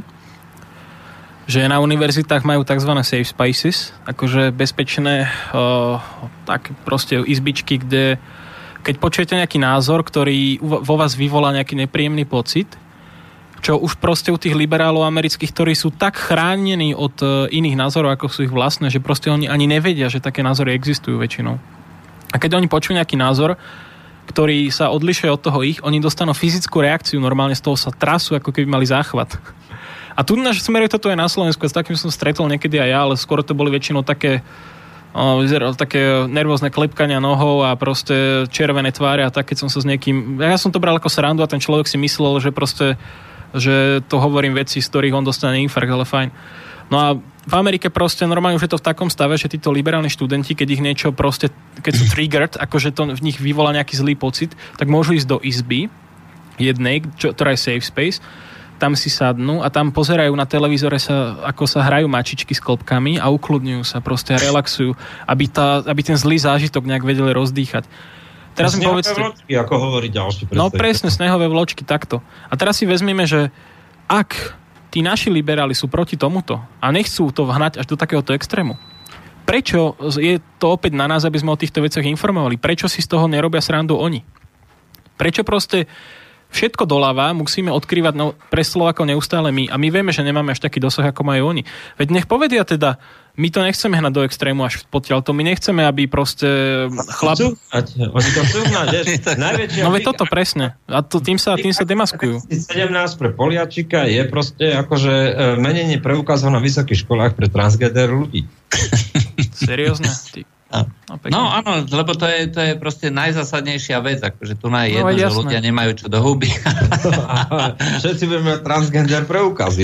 že na univerzitách majú tzv. Safe spaces, akože bezpečné o, tak proste izbičky, kde keď počujete nejaký názor, ktorý vo vás vyvolá nejaký nepríjemný pocit, čo už proste u tých liberálov amerických, ktorí sú tak chránení od uh, iných názorov, ako sú ich vlastné, že proste oni ani nevedia, že také názory existujú väčšinou. A keď oni počujú nejaký názor, ktorý sa odlišuje od toho ich, oni dostanú fyzickú reakciu, normálne z toho sa trasú, ako keby mali záchvat. A tu náš smeruje toto aj na Slovensku, s takým som stretol niekedy aj ja, ale skôr to boli väčšinou také O, vyzeralo také nervózne klepkania nohou a proste červené tváre a tak, keď som sa s niekým... Ja som to bral ako srandu a ten človek si myslel, že proste že to hovorím veci, z ktorých on dostane infarkt, ale fajn. No a v Amerike proste normálne už je to v takom stave, že títo liberálni študenti, keď ich niečo proste, keď sú triggered, akože to v nich vyvolá nejaký zlý pocit, tak môžu ísť do izby jednej, čo, ktorá je safe space, tam si sadnú a tam pozerajú na televízore, sa, ako sa hrajú mačičky s klopkami a ukludňujú sa, proste a relaxujú, aby, tá, aby ten zlý zážitok nejak vedeli rozdýchať. Teraz mi povedzte... vločky, ako hovorí ďalší predstaviteľ. No presne, snehové vločky, takto. A teraz si vezmeme, že ak tí naši liberáli sú proti tomuto a nechcú to vhnať až do takéhoto extrému, prečo je to opäť na nás, aby sme o týchto veciach informovali? Prečo si z toho nerobia srandu oni? Prečo proste všetko doľava musíme odkrývať no, pre Slovákov neustále my. A my vieme, že nemáme až taký dosah, ako majú oni. Veď nech povedia teda, my to nechceme hnať do extrému až potiaľ to. My nechceme, aby proste chlap... Oni to chcú hnať, vieš. No veď toto presne. A to, tým sa, tým sa demaskujú. sedemnásť pre Poliačika je proste akože menenie preukázov na vysokých školách pre transgender ľudí. Seriózne? Ty... No áno, lebo to je, to je proste najzásadnejšia vec, akože tu na jedno, no, že ľudia nemajú čo do huby. Všetci budeme mať transgender preukazy.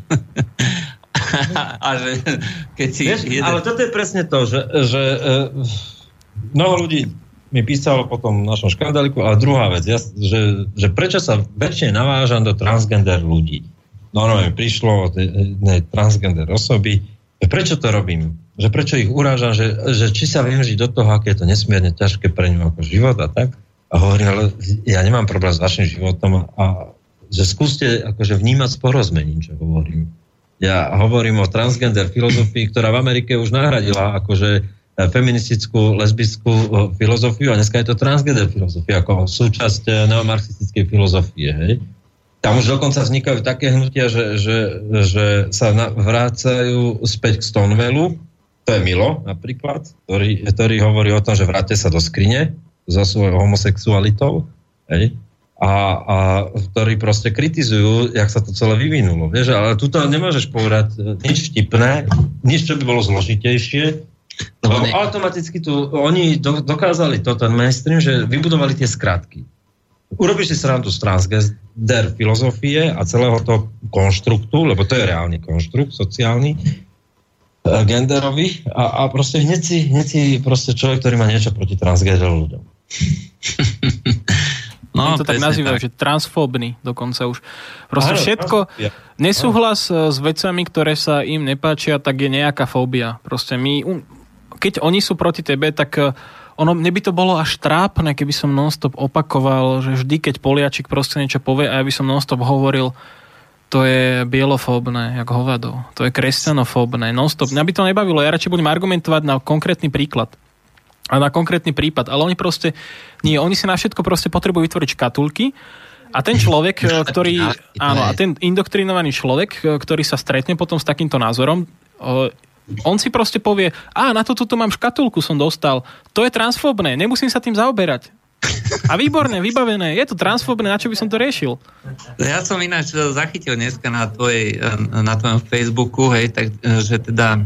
A že keď si... Vieš, jeden... Ale toto je presne to, že, že uh, mnoho ľudí mi písalo potom v našom škandáliku, ale druhá vec, ja, že, že prečo sa väčšine navážam do transgender ľudí. No no, mi prišlo od jednej transgender osoby, prečo to robím? Že prečo ich urážam, že, že či sa viem žiť do toho, aké je to nesmierne ťažké pre ňu ako život a tak. A hovorím, ale ja nemám problém s vašim životom a že skúste akože vnímať s porozmením, čo hovorím. Ja hovorím o transgender filozofii, ktorá v Amerike už nahradila akože feministickú, lesbickú filozofiu a dneska je to transgender filozofia ako súčasť neomarxistickej filozofie, hej. Tam už dokonca vznikajú také hnutia, že, že, že sa na, vrácajú späť k Stonewallu. To je Milo napríklad, ktorý, ktorý hovorí o tom, že vráte sa do skrine so svojou homosexualitou. Hej. a, a ktorí proste kritizujú, jak sa to celé vyvinulo. Vieš, ale tuto nemôžeš povedať nič vtipné, nič, čo by bolo zložitejšie. No, automaticky tu, oni do, dokázali to, ten mainstream, že vybudovali tie skratky. Urobíš si srandu z transgender filozofie a celého toho konštruktu, lebo to je reálny konštrukt sociálny, genderový a, a proste hneď si, hneď si proste človek, ktorý má niečo proti transgenderovým ľuďom. No, to tak nazývajú, tak. Že transfóbny dokonca už. Proste Áno, všetko, ja. nesúhlas s vecami, ktoré sa im nepáčia, tak je nejaká fóbia. Proste my, keď oni sú proti tebe, tak ono, mne by to bolo až trápne, keby som non-stop opakoval, že vždy, keď Poliačik proste niečo povie a ja by som non-stop hovoril, to je bielofóbne, jak hovado. To je kresťanofóbne, non-stop. Mňa by to nebavilo, ja radšej budem argumentovať na konkrétny príklad. A na konkrétny prípad, ale oni proste, nie, oni si na všetko proste potrebujú vytvoriť škatulky a ten človek, ktorý, áno, a ten indoktrinovaný človek, ktorý sa stretne potom s takýmto názorom, on si proste povie, a na to tu mám škatulku, som dostal, to je transfóbne, nemusím sa tým zaoberať. A výborné, vybavené, je to transfóbne, na čo by som to riešil? Ja som ináč zachytil dneska na, tvojej, na tvojom Facebooku, hej, tak, že teda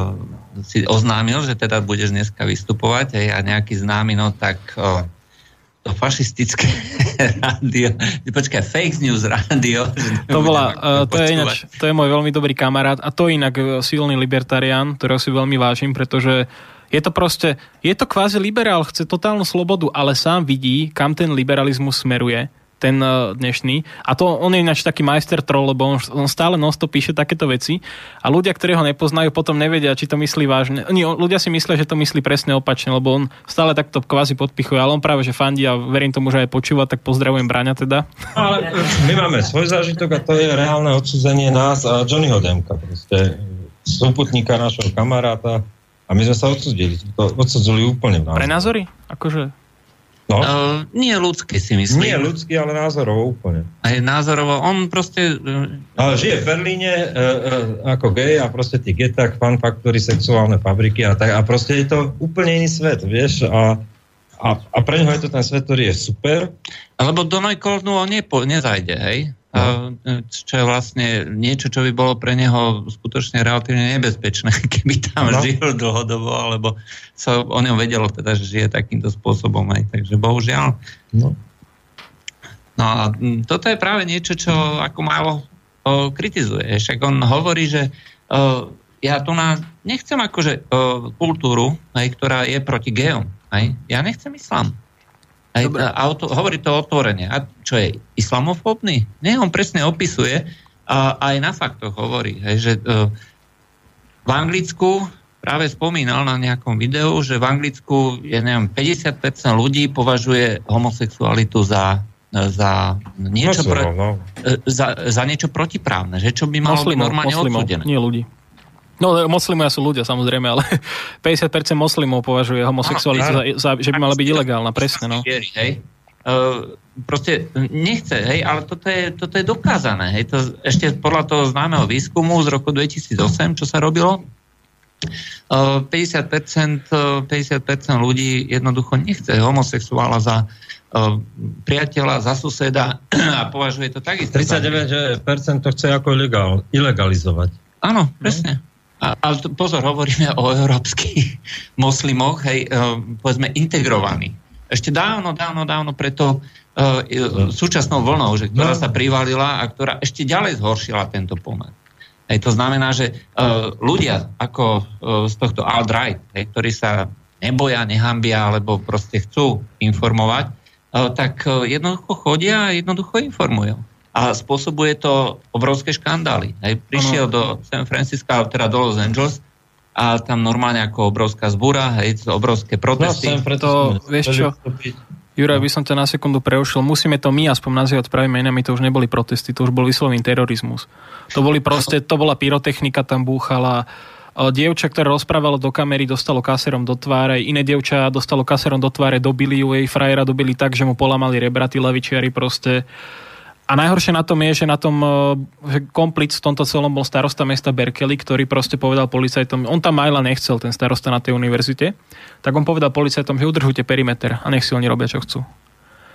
si oznámil, že teda budeš dneska vystupovať aj, a nejaký známy, no tak o, to fašistické rádio, počkaj, fake news rádio. To bola, uh, to je ináč, to je môj veľmi dobrý kamarát a to inak silný libertarián, ktorého si veľmi vážim, pretože je to proste, je to kvázi liberál, chce totálnu slobodu, ale sám vidí, kam ten liberalizmus smeruje, ten dnešný. A to on je ináč taký majster troll, lebo on, on stále non-stop píše takéto veci a ľudia, ktorí ho nepoznajú, potom nevedia, či to myslí vážne. Nie, ľudia si myslia, že to myslí presne opačne, lebo on stále takto kvázi podpichuje, ale on práve, že fandí a verím tomu, že aj počúva, tak pozdravujem Braňa teda. Ale my máme svoj zážitok a to je reálne odsudzenie nás a Johnnyho Demka, proste súputníka našho kamaráta a my sme sa odsudili. To odsudzili úplne v nás. Pre názory? Akože... No? Uh, nie ľudské si myslím. Nie ľudský, ale názorovo úplne. Aj názorovo, on proste... Uh... Ale žije v Berlíne uh, uh, ako gej a proste tí geták, fan factory, sexuálne fabriky a tak a proste je to úplne iný svet, vieš, a, a, a pre neho je to ten svet, ktorý je super. Lebo do Neuköllnu on nepo, nezajde, hej? No. Čo je vlastne niečo, čo by bolo pre neho skutočne relatívne nebezpečné, keby tam no. žil dlhodobo, alebo sa o ňom vedelo teda, že žije takýmto spôsobom aj. Takže bohužiaľ. No. No a toto je práve niečo, čo ako málo o, kritizuje. Však on hovorí, že o, ja tu na, nechcem akože o, kultúru, aj, ktorá je proti geom. Aj. Ja nechcem islám. Aj, auto, hovorí to otvorene. A čo je, islamofóbny? Nie, on presne opisuje a aj na faktoch hovorí, hej, že uh, v Anglicku práve spomínal na nejakom videu, že v Anglicku je, neviem, päťdesiat percent ľudí považuje homosexualitu za, za, niečo, pro, no. za, za niečo protiprávne, že čo by malo byť normálne odsúdené. Nie ľudí. No, moslimovia sú ľudia, samozrejme, ale päťdesiat percent moslimov považuje homosexualitu za, za, že by mala byť ilegálna, presne, no. Hej. Uh, proste nechce, hej, ale toto je, toto je dokázané, hej. To ešte podľa toho známeho výskumu z roku dvetisícosem, čo sa robilo, uh, päťdesiat percent, päťdesiat percent ľudí jednoducho nechce homosexuála za uh, priateľa, za suseda a považuje to takisto. tridsaťdeväť percent to chce ako ilegál, ilegalizovať. Áno, presne. A, ale to, pozor, hovoríme o európskych moslimoch, hej, uh, povedzme integrovaní. Ešte dávno, dávno, dávno preto uh, súčasnou vlnou, že, ktorá sa privalila a ktorá ešte ďalej zhoršila tento pomer. Hej, to znamená, že uh, ľudia ako uh, z tohto alt-right, hej, ktorí sa neboja, nehambia, alebo proste chcú informovať, uh, tak uh, jednoducho chodia a jednoducho informujú. A spôsobuje to obrovské škandály. Hej, prišiel do San Francisca, teda do Los Angeles a tam normálne ako obrovská zbúra, hej, obrovské protesty. No, preto, vieš čo, Juraj, by som ťa na sekundu preušil. Musíme to my aspoň nazývať pravými menami, to už neboli protesty, to už bol vyslovený terorizmus. To boli proste, to bola pyrotechnika, tam búchala. Dievča, ktoré rozprávalo do kamery, dostalo kaserom do tváre, iné dievča dostalo kaserom do tváre, dobili ju, jej frajera dobili tak, že mu polamali rebra, tí lavičiari proste. A najhoršie na tom je, že na tom že komplic v tomto celom bol starosta mesta Berkeley, ktorý proste povedal policajtom, on tam Majla nechcel, ten starosta na tej univerzite, tak on povedal policajtom, že udržujte perimeter a nech si oni robia, čo chcú.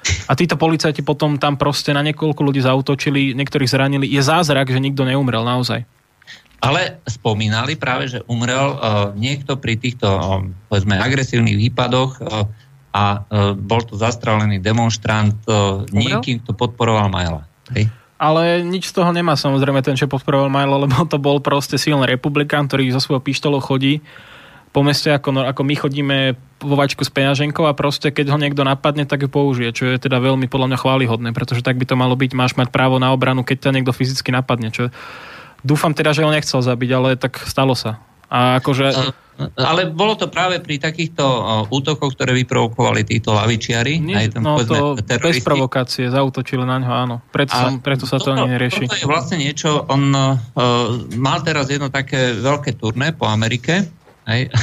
A títo policajti potom tam proste na niekoľko ľudí zaútočili, niektorých zranili. Je zázrak, že nikto neumrel naozaj. Ale spomínali práve, že umrel uh, niekto pri týchto uh, povedzme agresívnych výpadoch uh, a uh, bol to zastrelený demonštrant uh, niekým, kto podporoval Majla. Hej? Ale nič z toho nemá samozrejme ten, čo podporoval Majla, lebo to bol proste silný republikán, ktorý so svojou pištolou chodí po meste, ako, no, ako my chodíme vo vačku s peňaženkou a proste keď ho niekto napadne, tak ju použije, čo je teda veľmi podľa mňa chválihodné, pretože tak by to malo byť, máš mať právo na obranu, keď ťa niekto fyzicky napadne, čo dúfam teda, že ho nechcel zabiť, ale tak stalo sa. A akože... Ale bolo to práve pri takýchto útokoch, ktoré vyprovokovali títo lavičiari. Nie, aj ten, no to bez provokácie, zaútočili na ňo, áno. Preto, som, preto sa to, to nerieši. Toto je vlastne niečo, on uh, mal teraz jedno také veľké turné po Amerike, hej.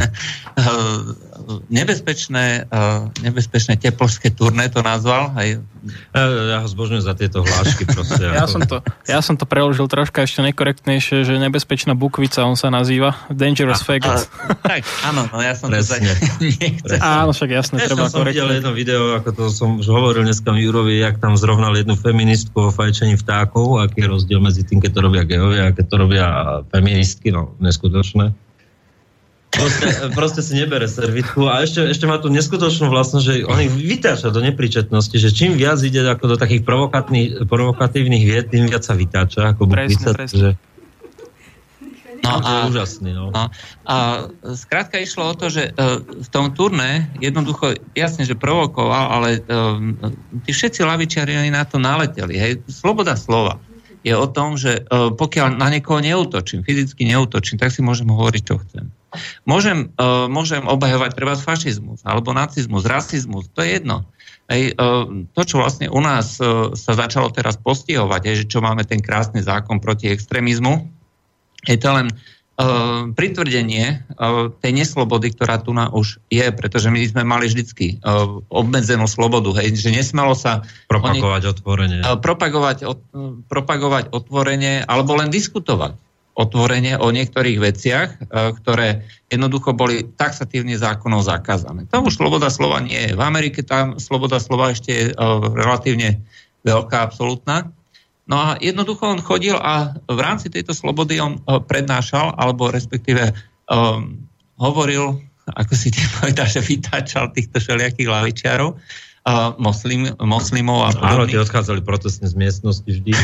nebezpečné, nebezpečné teplské turné to nazval. Hej. Ja ho zbožňujem za tieto hlášky. Proste, ja, som to, ja som to preložil troška ešte nekorektnejšie, že nebezpečná bukvica, on sa nazýva. Dangerous a, faggot. A, tak, áno, no ja som presne. to tak... Áno, však jasné, ja treba som korektne. videl jedno video, ako to som už hovoril dneska Jurovi, jak tam zrovnal jednu feministku o fajčení vtákov, aký je rozdiel medzi tým, keď to robia geovia a keď to robia feministky, no neskutočné. Proste, proste si nebere servitku a ešte, ešte má tu neskutočnú vlastnosť, že on ich vytáča do nepríčetnosti, že čím viac ide ako do takých provokatívnych vied, tým viac sa vytáča ako bukvica. Že... No a, úžasný, no. no. A skrátka išlo o to, že uh, v tom turné jednoducho, jasne, že provokoval, ale uh, tí všetci lavičiari na to naleteli. Hej. Sloboda slova je o tom, že uh, pokiaľ na niekoho neútočím, fyzicky neútočím, tak si môžem hovoriť, čo chcem. Môžem, uh, môžem obhajovať treba fašizmus, alebo nacizmus, rasizmus, to je jedno. Ej, uh, to, čo vlastne u nás uh, sa začalo teraz postihovať, je, že čo máme ten krásny zákon proti extrémizmu, je to len uh, pritvrdenie uh, tej neslobody, ktorá tu na už je, pretože my sme mali vždycky uh, obmedzenú slobodu, hej, že nesmelo sa propagovať oni, otvorenie. Uh, propagovať, uh, propagovať otvorenie, alebo len diskutovať otvorenie o niektorých veciach, ktoré jednoducho boli taxatívne zákonom zakázané. Tam už sloboda slova nie je. V Amerike tam sloboda slova ešte je relatívne veľká, absolútna. No a jednoducho on chodil a v rámci tejto slobody on prednášal, alebo respektíve um, hovoril, ako si ty povedal, že vytáčal týchto všelijakých lavičiarov, uh, moslim, moslimov a Áno, podobných. tie odchádzali protestne z miestnosti vždy.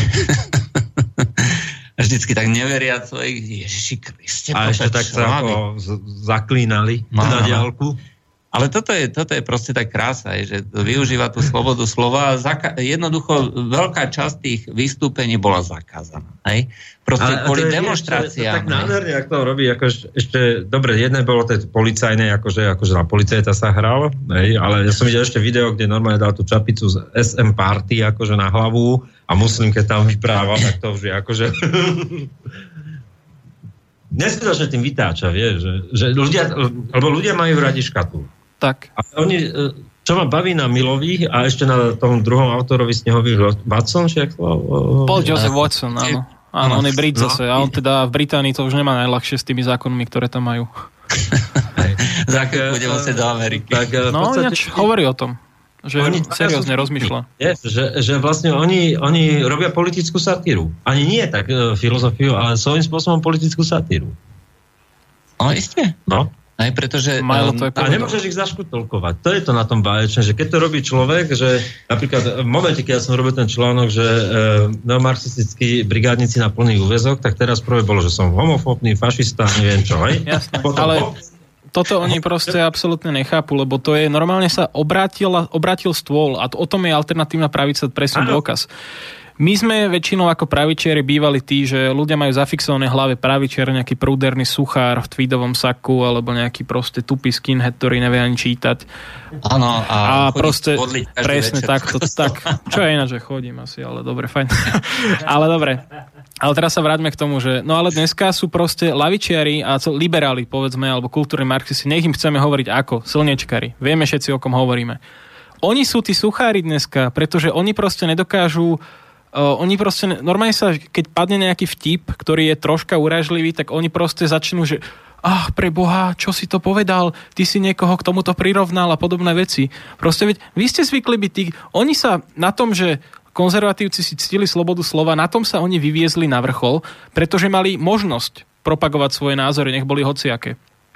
Vždycky tak neveriac svojich Ježiši Kriste. A ešte tak sa ako zaklínali no, na diaľku. Ale toto je, toto je proste tak krása, že využíva tú slobodu slova. Zaka- jednoducho veľká časť tých vystúpení bola zakázaná. Hej? Proste ale kvôli demonštráciám. Tak nádherne, ak to robí, ako ešte, dobre, jedné bolo to policajné, akože, akože na policajta sa hral, hej? Ale ja som videl ešte video, kde normálne dal tú čapicu z es em Party akože na hlavu a muslim, keď tam vypráva, tak to už je akože... Neskutočne tým vytáča, vieš, že, že ľudia, lebo ľudia majú radi škatulu. Tak. A oni, čo ma baví na Milových a ešte na tom druhom autorovi Snehových Watson, či jak to... Paul Joseph Watson, áno. Áno, on je Brit zase. A on teda v Británii to už nemá najľahšie s tými zákonmi, ktoré tam majú. Tak budeme sa do Ameriky. Tak, no, podstate, ináč hovorí o tom, že oni seriózne rozmýšľa. Je, že, že vlastne oni, oni robia politickú satíru. Ani nie tak e, filozofiu, ale svojím spôsobom politickú satíru. No, isté. No. Aj pretože... Um, a nemôžeš ich zaškutolkovať. To je to na tom báječné, že keď to robí človek, že napríklad v momente, keď ja som robil ten článok, že e, neomarxistickí brigádnici na plný úväzok, tak teraz prvé bolo, že som homofóbny, fašista, neviem čo, hej? Jasné, potom, ale toto oni proste absolútne nechápu, lebo to je, normálne sa obrátil, obrátil stôl a to, o tom je alternatívna pravica presný dôkaz. My sme väčšinou ako pravičiari bývali tí, že ľudia majú zafixované v hlave pravičiar, nejaký prúderný suchár v tweedovom saku alebo nejaký proste tupý skinhead, ktorý nevie ani čítať. Áno. A, a proste presne takto. Tak, čo je ináč, že chodím asi, ale dobre, fajn. Ale dobre. Ale teraz sa vráťme k tomu, že no ale dneska sú proste lavičiari a liberáli, povedzme, alebo kultúrni marxisti, nech im chceme hovoriť ako slniečkari. Vieme všetci, o kom hovoríme. Oni sú tí suchári dneska, pretože oni proste nedokážu Uh, oni proste, normálne sa, keď padne nejaký vtip, ktorý je troška urážlivý, tak oni proste začnú, že ach, pre Boha, čo si to povedal, ty si niekoho k tomuto prirovnal a podobné veci. Proste veď, vy ste zvykli byť tí, oni sa na tom, že konzervatívci si ctili slobodu slova, na tom sa oni vyviezli na vrchol, pretože mali možnosť propagovať svoje názory, nech boli hociaké.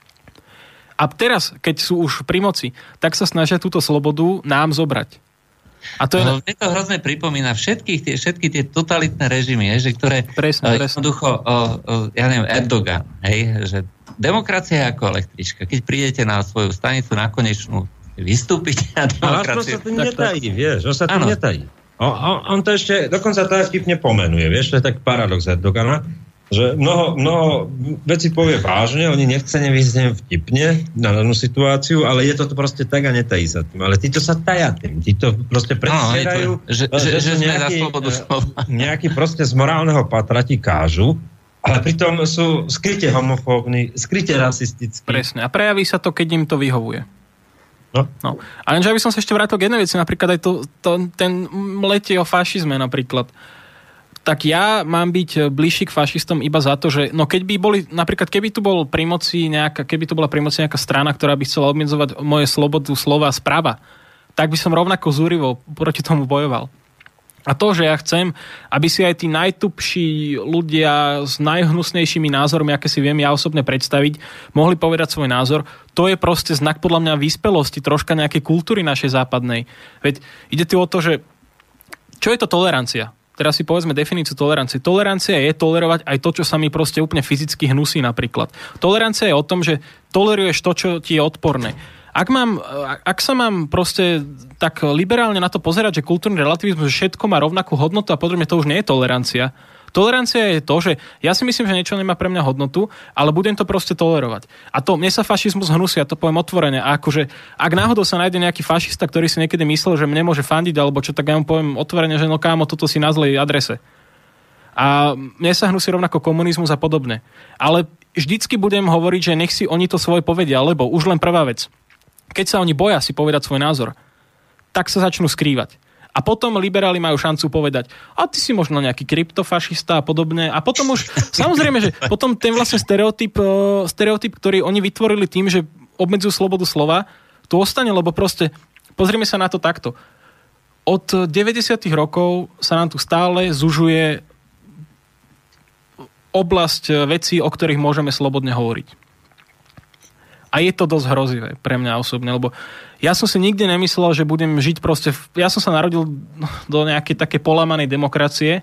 A teraz, keď sú už pri moci, tak sa snažia túto slobodu nám zobrať. A to je... No, mne to hrozne pripomína všetky tie, všetky tie totalitné režimy, že ktoré presne, presne. jednoducho, o, o, ja neviem, Erdogan, hej, že demokracia je ako električka. Keď prídete na svoju stanicu na konečnú, vystúpiť a demokracia... Ale sa tým netají, vieš, on sa tým netají. On, on, on to ešte, dokonca to aj vtipne pomenuje, vieš, to je tak paradox Erdogana, že mnoho, mnoho vecí povie vážne, oni nechce nevyznieť vtipne na danú situáciu, ale je to proste tak a netají sa tým. Ale títo sa taja tým, títo proste predstierajú, no, že, že, že, že nejaký, nejaký proste z morálneho patra ti kážu, ale pritom sú skryte homofóbni, skryte rasistickí. Presne. A prejaví sa to, keď im to vyhovuje. No. No. A lenže aby som sa ešte vrátil k jednej veci, napríklad aj to, to, ten mletie o fašizme napríklad. Tak ja mám byť bližší k fašistom iba za to, že no keď by boli, napríklad keby tu bol pri moci nejaká, keby tu bola pri moci nejaká strana, ktorá by chcela obmedzovať moje slobodu slova správa, tak by som rovnako zúrivo proti tomu bojoval. A to, že ja chcem, aby si aj tí najtupší ľudia s najhnusnejšími názormi, aké si viem ja osobne predstaviť, mohli povedať svoj názor, to je proste znak podľa mňa vyspelosti, troška nejakej kultúry našej západnej. Veď ide tu o to, že čo je to tolerancia? Teraz si povedzme definíciu tolerancie. Tolerancia je tolerovať aj to, čo sa mi proste úplne fyzicky hnusí napríklad. Tolerancia je o tom, že toleruješ to, čo ti je odporné. Ak, mám, ak sa mám proste tak liberálne na to pozerať, že kultúrny relativizmus, že všetko má rovnakú hodnotu a podľa mňa to už nie je tolerancia. Tolerancia je to, že ja si myslím, že niečo nemá pre mňa hodnotu, ale budem to proste tolerovať. A to, mne sa fašizmus hnusí, ja to poviem otvorene. A akože, ak náhodou sa nájde nejaký fašista, ktorý si niekedy myslel, že mne môže fandiť, alebo čo, tak ja mu poviem otvorene, že no kámo, toto si na zlej adrese. A mne sa hnusí rovnako komunizmus a podobne. Ale vždycky budem hovoriť, že nech si oni to svoje povedia, lebo už len prvá vec. Keď sa oni boja si povedať svoj názor, tak sa začnú skrývať. A potom liberáli majú šancu povedať, a ty si možno nejaký kryptofašista a podobne. A potom už, samozrejme, že potom ten vlastne stereotyp, stereotyp, ktorý oni vytvorili tým, že obmedzujú slobodu slova, tu ostane, lebo proste, pozrime sa na to takto. Od deväťdesiatych rokov sa nám tu stále zužuje oblasť vecí, o ktorých môžeme slobodne hovoriť. A je to dosť hrozivé pre mňa osobne, lebo ja som si nikdy nemyslel, že budem žiť proste... V... Ja som sa narodil do nejakej také polamanej demokracie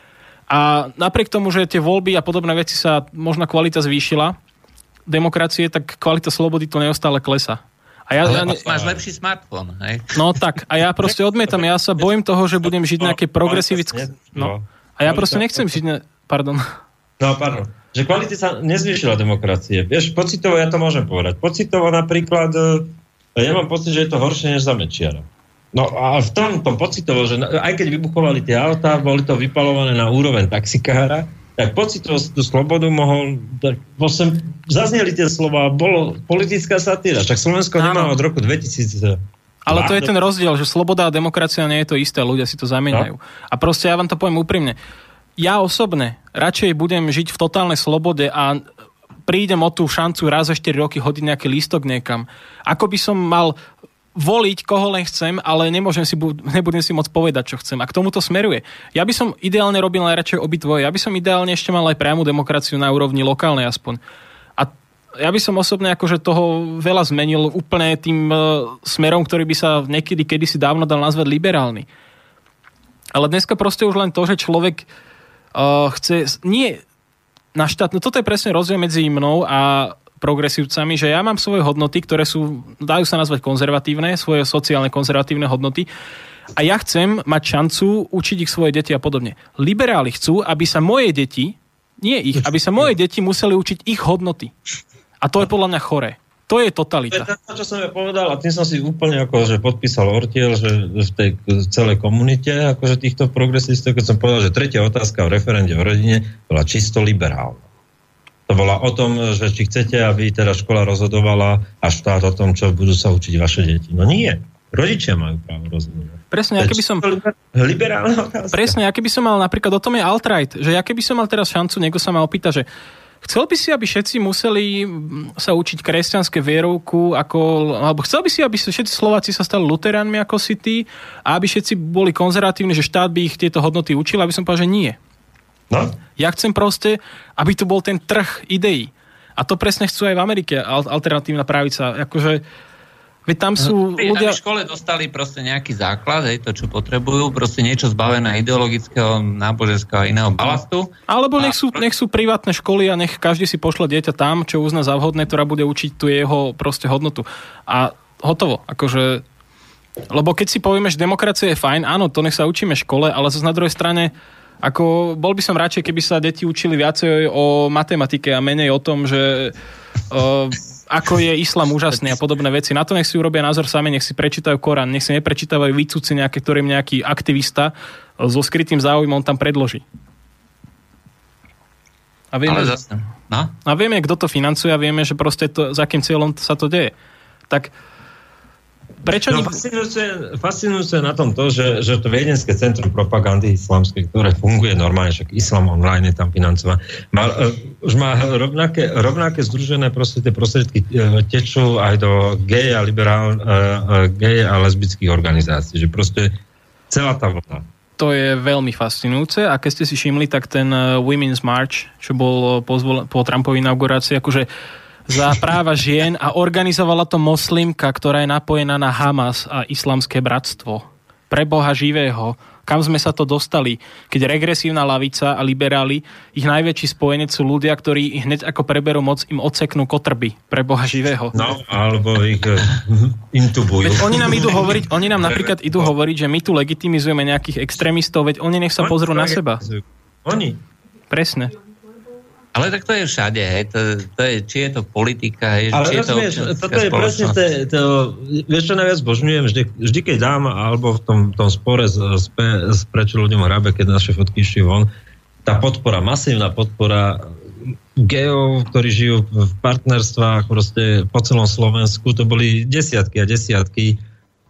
a napriek tomu, že tie voľby a podobné veci sa možno kvalita zvýšila demokracie, tak kvalita slobody to neustále klesá. A ja, Ale ja, máš lepší smartfón, hej? No tak, a ja proste odmietam, ja sa bojím toho, že budem žiť nejaké progresivické... No. A ja proste nechcem žiť... Ne... Pardon. No, pardon. Že kvality sa nezvýšila demokracie. Vieš, pocitovo ja to môžem povedať. Pocitovo napríklad, ja mám pocit, že je to horšie než za Mečiara. No a v tom, tom pocitovo, že aj keď vybuchovali tie autá, boli to vypalované na úroveň taxikára, tak pocitovo tú slobodu mohol... Vlastne zazneli tie slova, bolo politická satíra. Však Slovensko nemá od roku dvetisíc. Ale to je ten rozdiel, že sloboda a demokracia nie je to isté, ľudia si to zamieňajú. No. A proste ja vám to poviem úprimne. Ja osobne radšej budem žiť v totálnej slobode a prídem o tú šancu raz za štyri roky hodiť nejaký lístok niekam. Ako by som mal voliť, koho len chcem, ale nemôžem si, nebudem si môcť povedať, čo chcem. A k tomu to smeruje. Ja by som ideálne robil najradšej obidvoje. Ja by som ideálne ešte mal aj priamu demokraciu na úrovni lokálnej aspoň. A ja by som osobne akože toho veľa zmenil úplne tým smerom, ktorý by sa niekedy, kedysi dávno dal nazvať liberálny. Ale dneska proste už len to, že človek Uh, chce, nie na štát, no toto je presne rozdiel medzi mnou a progresívcami, že ja mám svoje hodnoty, ktoré sú, dajú sa nazvať konzervatívne, svoje sociálne konzervatívne hodnoty a ja chcem mať šancu učiť ich svoje deti a podobne. Liberáli chcú, aby sa moje deti, nie ich, aby sa moje deti museli učiť ich hodnoty. A to je podľa mňa choré. To je totalita. To je to, čo som ja povedal, a tým som si úplne akože podpísal ortiel, že v tej celej komunite akože týchto progresistov, keď som povedal, že tretia otázka v referende o rodine bola čisto liberálna. To bola o tom, že či chcete, aby teda škola rozhodovala a štát o tom, čo budú sa učiť vaše deti. No nie. Rodičia majú právo rozhodovať. Presne, ja keby som... Liberálna otázka. Presne, ja keby som mal napríklad o tom je alt-right, že ja keby som mal teraz šancu, niekto sa ma opýta, že chcel by si, aby všetci museli sa učiť kresťanské vierovku, ako, alebo chcel by si, aby všetci Slováci sa stali luteránmi ako si ty a aby všetci boli konzervatívni, že štát by ich tieto hodnoty učil, aby som povedal, že nie. No? Ja chcem proste, aby tu bol ten trh ideí. A to presne chcú aj v Amerike, alternatívna pravica. Akože, veď tam sú Pri, ľudia... v škole dostali proste nejaký základ, hej, to, čo potrebujú, proste niečo zbavené ideologického, náboženského a iného balastu. Alebo nech sú, nech sú privátne školy a nech každý si pošle dieťa tam, čo uzná za vhodné, ktorá bude učiť tu jeho proste hodnotu. A hotovo. Akože... Lebo keď si povieme, že demokracia je fajn, áno, to nech sa učíme v škole, ale zase na druhej strane ako bol by som radšej, keby sa deti učili viacej o matematike a menej o tom, že uh, ako je islám úžasný a podobné veci. Na to nech si urobia názor sami, nech si prečítajú Korán, nech si neprečítajú výcuci nejaké, ktorým nejaký aktivista so skrytým záujmom tam predloží. A vieme, Ale zase, no? A vieme, kto to financuje a vieme, že proste to, za akým cieľom sa to deje. Tak prečo... No, fascinujúce, fascinujúce na tom to, že, že to Viedenské centrum propagandy islamskej, ktoré funguje normálne, však Islam online je tam financovaný, má, uh, už má rovnaké, rovnaké združené proste tie prostriedky uh, tečú aj do gej a liberál, uh, uh, gej a lesbických organizácií, že proste celá tá vlna. To je veľmi fascinujúce a keď ste si všimli, tak ten uh, Women's March, čo bol po, po Trumpovej inaugurácii, akože za práva žien a organizovala to moslimka, ktorá je napojená na Hamas a Islamské bratstvo. Pre Boha živého. Kam sme sa to dostali? Keď regresívna lavica a liberáli, ich najväčší spojenec sú ľudia, ktorí hneď ako preberú moc, im odseknú kotrby. Pre Boha živého. No, alebo ich uh, intubujú. Veď oni nám idú hovoriť, oni nám napríklad idú hovoriť, že my tu legitimizujeme nejakých extrémistov, veď oni nech sa oni pozrú na seba. Oni. Presne. Ale tak to je všade, hej. To, to je, či je to politika, hej, ale či je to vieš, toto je presne to, to, vieš čo najviac božňujem, vždy, vždy keď dám, alebo v tom, tom spore s, s, s prečo ľuďom hrabe, keď naše fotky išli von, tá podpora, masívna podpora gejov, ktorí žijú v partnerstvách proste po celom Slovensku, to boli desiatky a desiatky,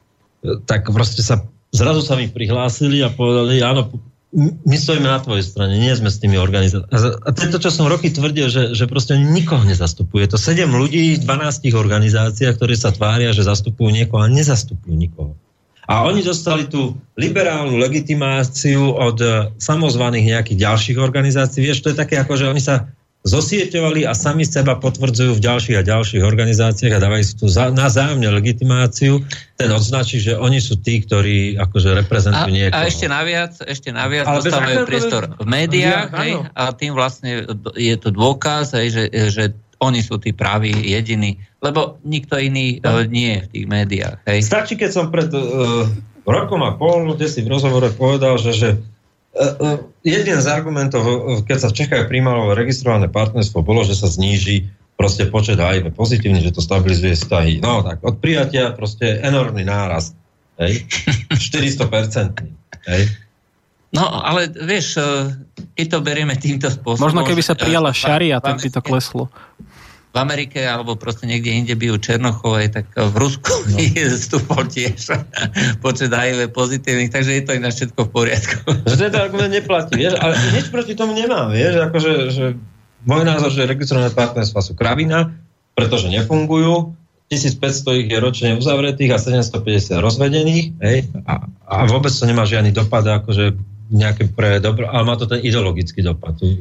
tak proste sa, zrazu sa mi prihlásili a povedali, áno, my stojíme na tvojej strane, nie sme s tými organizáciami. A to je to, čo som roky tvrdil, že, že proste nikoho nezastupuje. To sedem ľudí v dvanástich organizáciách, ktorí sa tvária, že zastupujú niekoho, a nezastupujú nikoho. A oni dostali tú liberálnu legitimáciu od samozvaných nejakých ďalších organizácií. Vieš, to je také ako, že oni sa zosieťovali a sami seba potvrdzujú v ďalších a ďalších organizáciách a dávajú si tu za, na zájomne legitimáciu. Ten odznačí, že oni sú tí, ktorí akože reprezentujú a, niekoho. A ešte naviac, ešte naviac dostávajú priestor v médiách, ja, hej, a tým vlastne je to dôkaz, hej, že, že oni sú tí praví jediní, lebo nikto iný no. uh, nie je v tých médiách. Hej. Stačí, keď som pred uh, rokom a pol, kde si v rozhovore povedal, že, že Uh, uh, jeden z argumentov, uh, keď sa v Čechách prijímalo registrované partnerstvo, bolo, že sa zníži proste počet há í vé pozitívny, že to stabilizuje vzťahy. No tak, od prijatia proste enormný nárast. Hej? štyristo percent. Hej? No, ale vieš, keď to berieme týmto spôsobom... Možno keby sa prijala šaria, tak by to kleslo. V Amerike alebo proste niekde inde bijú Černochovej, tak v Rusku no. je stúpol tiež počet há í vé pozitívnych, takže je to ináč všetko v poriadku. Že tento argument neplatí, vieš, ale nič proti tomu nemám, vieš, akože, že môj názor, že registrované partnerstvá sú kravina, pretože nefungujú, tisícpäťsto ich je ročne uzavretých a sedemstopäťdesiat rozvedených, hej, a, a vôbec to nemá žiadny dopad, akože nejaké pre dobro, ale má to ten ideologický dopad, tú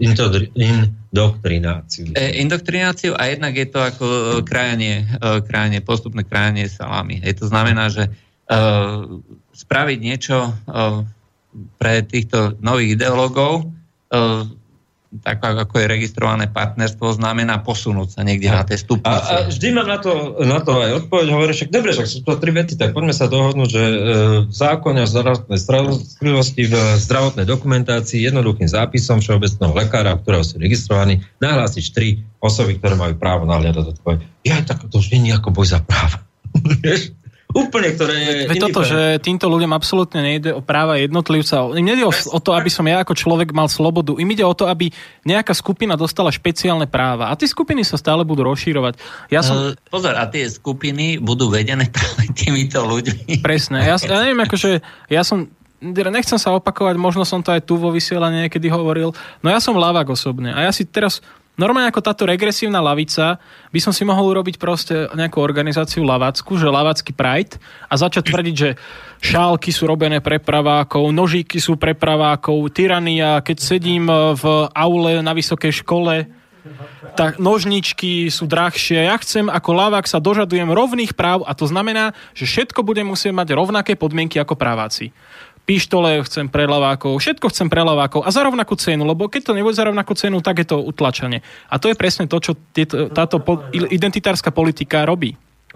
indoktrináciu. E, indoktrináciu a jednak je to ako krajanie, krajanie postupné krajanie salámy. Hej, to znamená, že uh, spraviť niečo uh, pre týchto nových ideológov, uh, tak ako je registrované partnerstvo, znamená posunúť sa niekde a, na tej stupnici. A, a vždy mám na to, na to aj odpoveď, hovorím, však dobre, však sú to tri veci, tak poďme sa dohodnúť, že e, v zákone o zdravotnej starostlivosti v zdravotnej dokumentácii jednoduchým zápisom všeobecného lekára, ktorého ste registrovaní, nahlásiť tri osoby, ktoré majú právo nahliadať do tvoje. Ja tak to už nie je ako boj za práva. Úplne, ktoré je... Veď toto, že týmto ľuďom absolútne nejde o práva jednotlivca. Im nejde o, o to, aby som ja ako človek mal slobodu. Im ide o to, aby nejaká skupina dostala špeciálne práva. A tie skupiny sa stále budú rozšírovať. Ja som... Uh, pozor, a tie skupiny budú vedené práve týmito ľuďmi. Presne. Ja, ja neviem, akože... Ja som... Nechcem sa opakovať, možno som to aj tu vo vysielaní niekedy hovoril. No ja som ľavák osobne. A ja si teraz... Normálne ako táto regresívna lavica by som si mohol urobiť proste nejakú organizáciu lavácku, že lavácky Pride a začať tvrdiť, že šálky sú robené pre pravákov, nožíky sú pre pravákov, tyrania, keď sedím v aule na vysokej škole, tak nožničky sú drahšie. Ja chcem ako lavák sa dožadujem rovných práv a to znamená, že všetko bude musieť mať rovnaké podmienky ako praváci. Pištole chcem pre lavákov, všetko chcem pre lavákov a za rovnakú cenu, lebo keď to nebude za rovnakú cenu, tak je to utlačanie. A to je presne to, čo tieto, táto po, identitárska politika robí.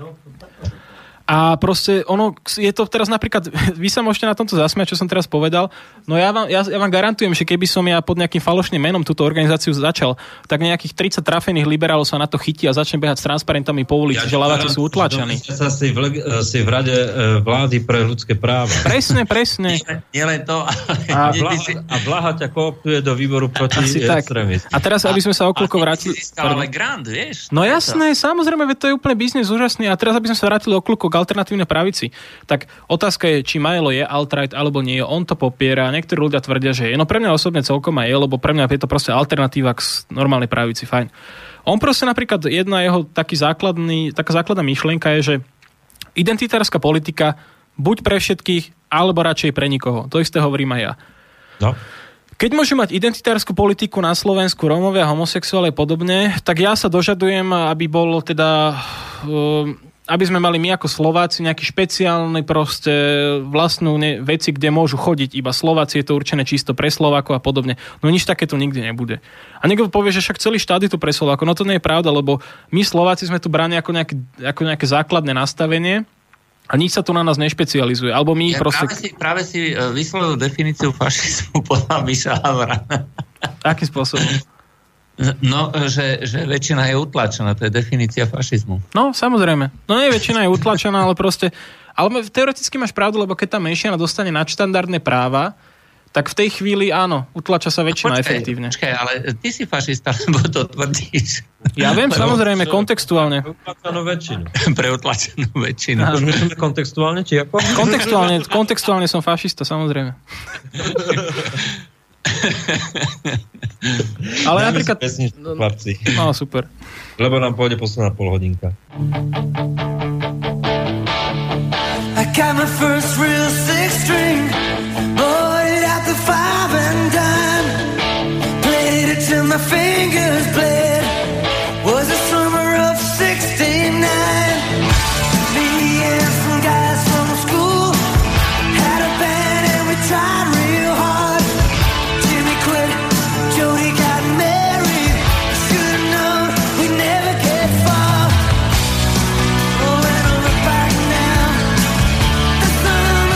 A proste ono, je to teraz napríklad, vy sa môžete na tomto zasmiať, čo som teraz povedal, no ja vám, ja, ja vám garantujem, že keby som ja pod nejakým falošným menom túto organizáciu začal, tak nejakých tridsať trafených liberálov sa na to chytí a začne behať s transparentami po ulici, ja, že laváci sú utlačaní. Ja sa si v, si v rade vlády pre ľudské práva. Presne, presne. Nie len to, ale... A, Blaha, a Blaha ťa kooptuje do výboru proti extrémistov. A teraz, aby sme sa okľúko vrátili... Ale grant, vieš? No jasné, samozrejme, veď to je úplne biznis úžasný. A teraz, aby sme sa vrátili okľúko k alternatívnej pravici, tak otázka je, či Milo je alt-right alebo nie je. On to popiera. Niektorí ľudia tvrdia, že je. No pre mňa osobne celkom aj je, lebo pre mňa je to proste alternatíva k normálnej pravici. Fajn. On proste napríklad, jedna jeho taký základný, taká základná myšlienka je, že identitárska politika buď pre všetkých, alebo radšej pre nikoho. To isté hovorím aj ja. No. Keď môžu mať identitárskú politiku na Slovensku Rómovia, homosexuáli a podobne, tak ja sa dožadujem, aby bol teda... Um, aby sme mali my ako Slováci nejaký špeciálny proste vlastnú ne- veci, kde môžu chodiť iba Slováci, je to určené čisto pre Slovákov a podobne. No nič takéto nikdy nebude. A niekto povie, že však celý štát je tu pre Slovákov. No to nie je pravda, lebo my Slováci sme tu bráni ako nejaké, ako nejaké základné nastavenie a nič sa tu na nás nešpecializuje. Alebo my ja proste... Práve si, práve si vyslovil definíciu fašizmu podľa Miša Havra. Akým spôsobom? No, že, že väčšina je utlačená, to je definícia fašizmu. No, samozrejme. No nie, väčšina je utlačená, ale proste... Ale teoreticky máš pravdu, lebo keď tá menšina dostane nadštandardné práva, tak v tej chvíli áno, utlača sa väčšina počkaj, efektívne. Počkaj, ale ty si fašista, lebo to tvrdíš. Ja viem, samozrejme, kontextuálne. Pre utlačenú väčšinu. Pre utlačenú väčšinu. Myslíme kontextuálne, či ako? Kontextuálne, kontextuálne som fašista, samozrejme. Ale napríklad... Pesničku, chlapci. No, super. Lebo nám pôjde posledná polhodinka. I got my first real six string, bought it at the five and dime, played it till my fingers bled, was the summer of sixty-nine. Me and some guys from school had a band and we tried real hard. Jimmy quit, Jody got married, should've known we'd never get far. Oh, when I look back now, the summer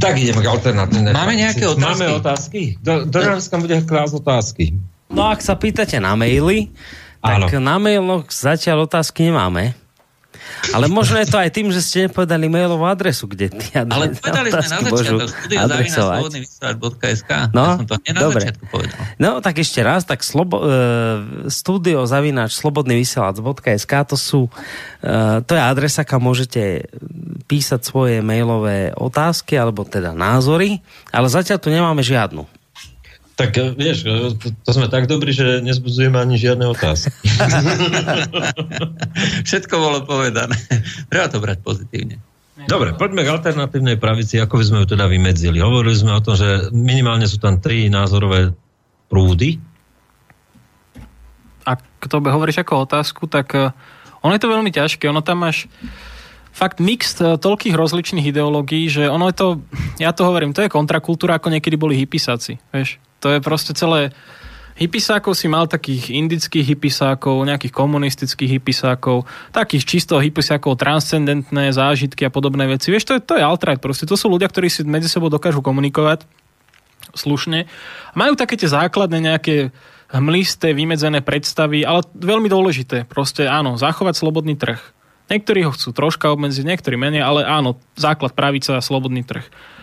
Tak ideme k alternatívnej. Máme nejaké otázky? Máme otázky? Do, do nás bude klásť otázky. No ak sa pýtate na maily, tak áno. Na mailoch zatiaľ otázky nemáme. Ale možno je to aj tým, že ste nepovedali mailovú adresu, kde tie adresy, ale povedali sme na začiatok studio zavináč slobodný vysielač bodka es ká. No, ja som to nie na dobre. začiatku povedal. No, tak ešte raz, tak slobo, e, studio zavináč slobodný vysielač bodka es ká, to sú e, to je adresa, kam môžete písať svoje mailové otázky, alebo teda názory, ale zatiaľ tu nemáme žiadnu. Tak vieš, to, to sme tak dobrí, že nezbudzujeme ani žiadne otázky. Všetko bolo povedané. Treba to brať pozitívne. Dobre, poďme k alternatívnej pravici, ako by sme ju teda vymedzili. Hovorili sme o tom, že minimálne sú tam tri názorové prúdy. Ak to hovoríš ako otázku, tak ono je to veľmi ťažké. Ono tam máš fakt mix toľkých rozličných ideológií, že ono je to, ja to hovorím, to je kontrakultúra, ako niekedy boli hippisáci, vieš. To je proste celé, hippisákov si mal takých indických hippisákov, nejakých komunistických hippisákov, takých čisto hippisákov, transcendentné zážitky a podobné veci. Vieš, to je, to je alt-right proste. To sú ľudia, ktorí si medzi sebou dokážu komunikovať slušne. Majú také tie základné nejaké hmlisté, vymedzené predstavy, ale veľmi dôležité. Proste áno, zachovať slobodný trh. Niektorí ho chcú troška obmedziť, niektorí menej, ale áno, základ pravica a slobodný trh.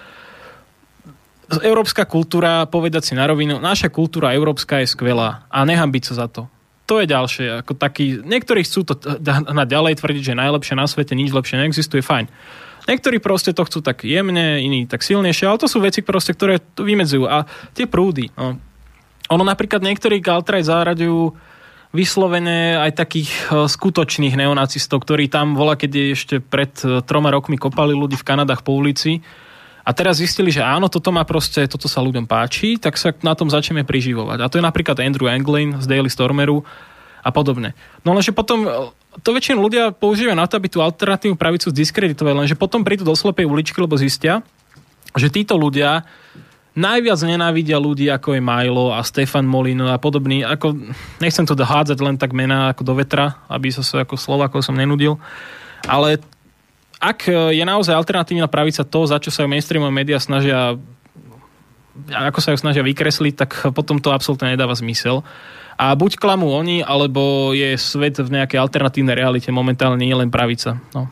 Európska kultúra, povedať si na rovinu, naša kultúra európska je skvelá a nehanbiť sa za to. To je ďalšie. Ako taký, niektorí chcú to hnať ďalej, tvrdiť, že najlepšie na svete, nič lepšie neexistuje, fajn. Niektorí proste to chcú tak jemne, iní tak silnejšie, ale to sú veci proste, ktoré to vymedzujú. A tie prúdy. No. Ono napríklad niektorí k alt-right zaraďujú vyslovene aj takých skutočných neonacistov, ktorí tam vola, keď ešte pred troma rokmi kopali ľudí v Kanadách po ulici. A teraz zistili, že áno, toto má proste, toto sa ľuďom páči, tak sa na tom začneme priživovať. A to je napríklad Andrew Anglin z Daily Stormeru a podobne. No lenže potom, to väčšinou ľudia používajú na to, aby tú alternatívnu pravicu zdiskreditovali, lenže potom prídu do slepej uličky, lebo zistia, že títo ľudia najviac nenávidia ľudí, ako je Milo a Stefan Molino a podobný. Ako, nechcem to dohádzať len tak mená ako do vetra, aby sa sa ako Slovákov som nenudil. Ale ak je naozaj alternatívna pravica to, za čo sa mainstreamové médiá snažia, ako sa ju snažia vykresliť, tak potom to absolútne nedáva zmysel. A buď klamú oni, alebo je svet v nejakej alternatívnej realite momentálne nie len pravica. No.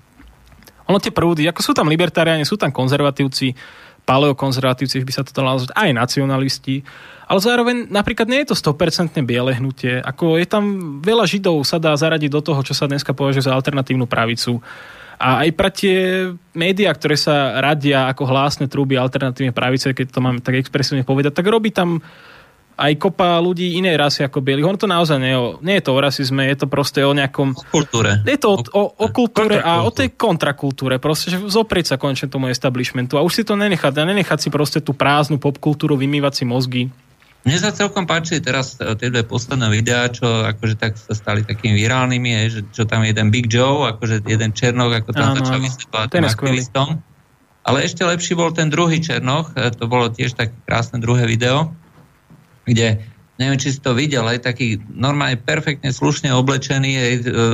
Ono tie prúdy, ako sú tam libertariáni, sú tam konzervatívci, paleokonzervatívci, by sa to dalo nazvať, aj nacionalisti, ale zároveň napríklad nie je to sto percent biele hnutie. Ako je tam veľa Židov sa dá zaradiť do toho, čo sa dneska považuje za alternatívnu pravicu. A aj pre tie médiá, ktoré sa radia ako hlásne trúby alternatívnej pravice, keď to mám tak expresívne povedať, tak robí tam aj kopa ľudí inej rasy ako bielých. Ono to naozaj nie je, o, nie je to o rasizme, je to proste o nejakom... O kultúre. Je to o, o, o kultúre a o tej kontrakultúre. Proste, že zoprieť sa konečne tomu establishmentu a už si to nenechať. A nenechať si proste tú prázdnu popkultúru, vymývať si mozgy. Mne sa celkom páči teraz tie dve posledné videá, čo akože tak sa stali takými virálnymi, je, že čo tam je jeden Big Joe, akože jeden Černoch, ako tam áno, začal vysvetľovať tým aktivistom. Ale ešte lepší bol ten druhý Černoch, to bolo tiež také krásne druhé video, kde, neviem, či si to videl, aj taký normálne perfektne slušne oblečený hej,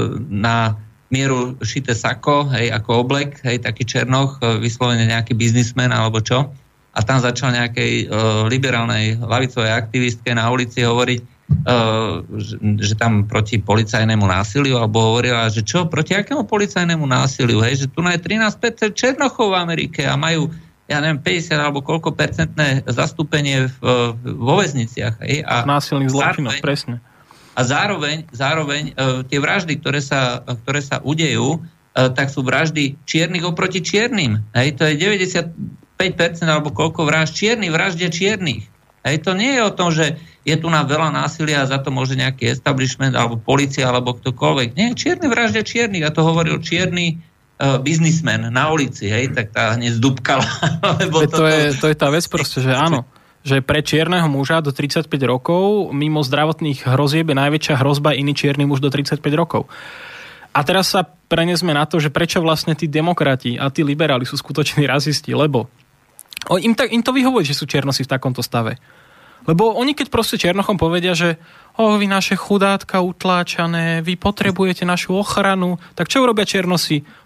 na mieru šité sako, hej, ako oblek, hej, taký Černoch, vyslovene nejaký biznismen alebo čo. A tam začal nejakej uh, liberálnej ľavicovej aktivistke na ulici hovoriť, uh, že, že tam proti policajnému násiliu, alebo hovorila, že čo, proti akému policajnému násiliu, hej, že tu je trinásť percent Černochov v Amerike a majú, ja neviem, päťdesiat alebo koľko percentné zastúpenie v, vo väzniciach. Hej, a násilných zločinov, presne. A zároveň, zároveň uh, tie vraždy, ktoré sa, ktoré sa udejú, uh, tak sú vraždy čiernych oproti čiernym. Hej, to je deväťdesiatpäť percent alebo koľko vražd, čierny vraždia čiernych. Hej, to nie je o tom, že je tu na veľa násilia a za to môže nejaký establishment alebo polícia alebo ktokoľvek. Nie, čierny vraždia čiernych a to hovoril čierny uh, biznismen na ulici, hej, tak tá hneď zdúbkala. to, to, je, to je tá vec proste, že áno, že pre čierneho muža do tridsaťpäť rokov mimo zdravotných hrozieb je najväčšia hrozba iný čierny muž do tridsaťpäť rokov. A teraz sa prenesme na to, že prečo vlastne tí demokrati a tí liberáli sú skutoční rasisti, lebo O, im, tak, im to vyhovuje, že sú černosi v takomto stave. Lebo oni keď proste černochom povedia, že o, vy naše chudátka utláčané, vy potrebujete našu ochranu, tak čo urobia černosi?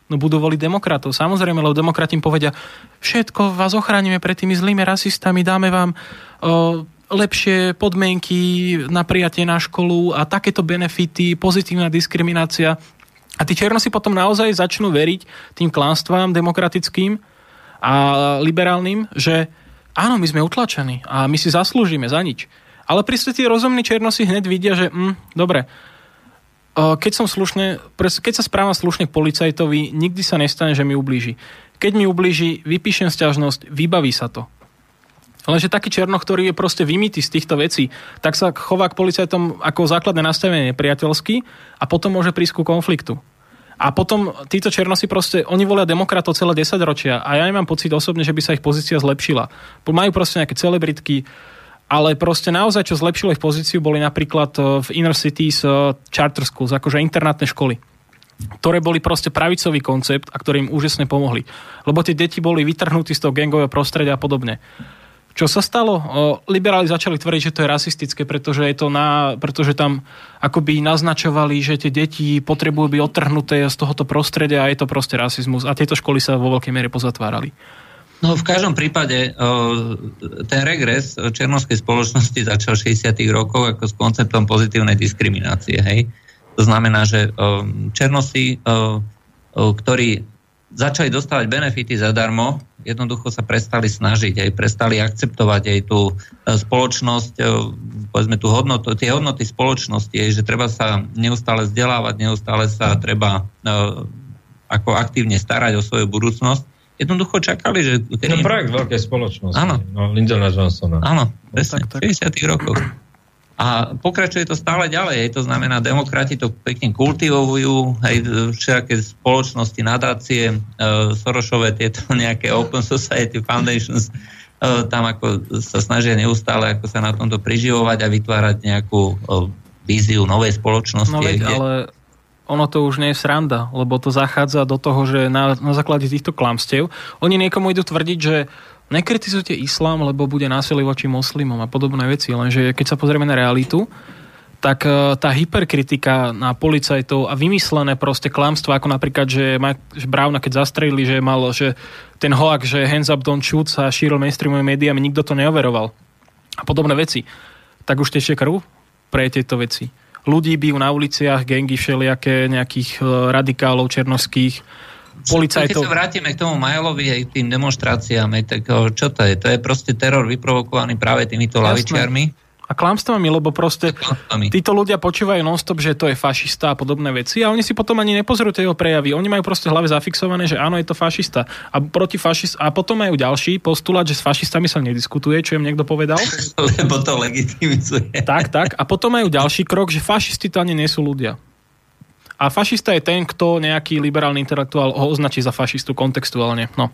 No budú voliť demokratov. Samozrejme, lebo demokrati im povedia, všetko vás ochránime pred tými zlými rasistami, dáme vám o, lepšie podmienky na prijatie na školu a takéto benefity, pozitívna diskriminácia. A tí černosi potom naozaj začnú veriť tým klanstvám demokratickým a liberálnym, že áno, my sme utlačení a my si zaslúžime za nič. Ale príste tí rozumní černosi hneď vidia, že hm, dobre, keď som slušne, keď sa správam slušne k policajtovi, nikdy sa nestane, že mi ublíži. Keď mi ublíži, vypíšem sťažnosť, vybaví sa to. Lenže taký černoch, ktorý je proste vymýtý z týchto vecí, tak sa chová k policajtom ako základné nastavenie priateľsky a potom môže prísť ku konfliktu. A potom títo černosi proste, oni volia demokratov celé desaťročia a ja nemám pocit osobne, že by sa ich pozícia zlepšila. Majú proste nejaké celebritky, ale proste naozaj, čo zlepšilo ich pozíciu, boli napríklad v inner cities charter schools, akože internátne školy, ktoré boli proste pravicový koncept a ktoré im úžasne pomohli. Lebo tie deti boli vytrhnutí z toho gangového prostredia a podobne. Čo sa stalo? Liberáli začali tvrdiť, že to je rasistické, pretože, je to na, pretože tam akoby naznačovali, že tie deti potrebujú byť odtrhnuté z tohoto prostredia a je to proste rasizmus. A tieto školy sa vo veľkej miere pozatvárali. No v každom prípade ten regres černovskej spoločnosti začal v šesťdesiatych rokoch ako s konceptom pozitívnej diskriminácie. Hej? To znamená, že černosi, ktorí začali dostávať benefity zadarmo, jednoducho sa prestali snažiť, aj prestali akceptovať aj tú spoločnosť, povedzme tú hodnotu, tie hodnoty spoločnosti, aj, že treba sa neustále vzdelávať, neustále sa treba ako aktívne starať o svoju budúcnosť. Jednoducho čakali, že... No projekt veľkej spoločnosti. Áno. No, Lyndona Johnsona. Áno, presne, v šesťdesiatych rokoch. A pokračuje to stále ďalej. To znamená, demokrati to pekne kultivujú, aj všaké spoločnosti, nadácie, uh, Sorošové, tieto nejaké Open Society Foundations, uh, tam ako sa snažia neustále ako sa na tomto priživovať a vytvárať nejakú uh, víziu novej spoločnosti. No veď, kde... ale... ono to už nie je sranda, lebo to zachádza do toho, že na, na základe týchto klamstiev oni niekomu idú tvrdiť, že nekritizujte islám, lebo bude násilie voči moslimom a podobné veci. Lenže keď sa pozrieme na realitu, tak tá hyperkritika na policajtov a vymyslené proste klamstvo, ako napríklad, že Mike Browna, keď zastrelili, že mal, že ten hoax, že hands up don't shoot sa šíril mainstreamovými médiami, nikto to neoveroval. A podobné veci. Tak už tečie krv pre tieto veci. Ľudí bijú na uliciach, gengy všelijaké, nejakých radikálov černovských, policajtov. Keď sa vrátime k tomu Majlovi aj tým demonštráciám, tak čo to je? To je proste teror vyprovokovaný práve týmito lavičiarmi. A klamstvami, lebo proste títo ľudia počúvajú non-stop, že to je fašista a podobné veci a oni si potom ani nepozrú tie jeho prejavy. Oni majú proste v hlave zafixované, že áno, je to fašista. A proti fašist... a potom majú ďalší postulát, že s fašistami sa nediskutuje, čo im niekto povedal. Lebo to legitimizuje. Tak, tak. A potom majú ďalší krok, že fašisti to ani nie sú ľudia. A fašista je ten, kto nejaký liberálny intelektuál ho označí za fašistu kontextuálne. No.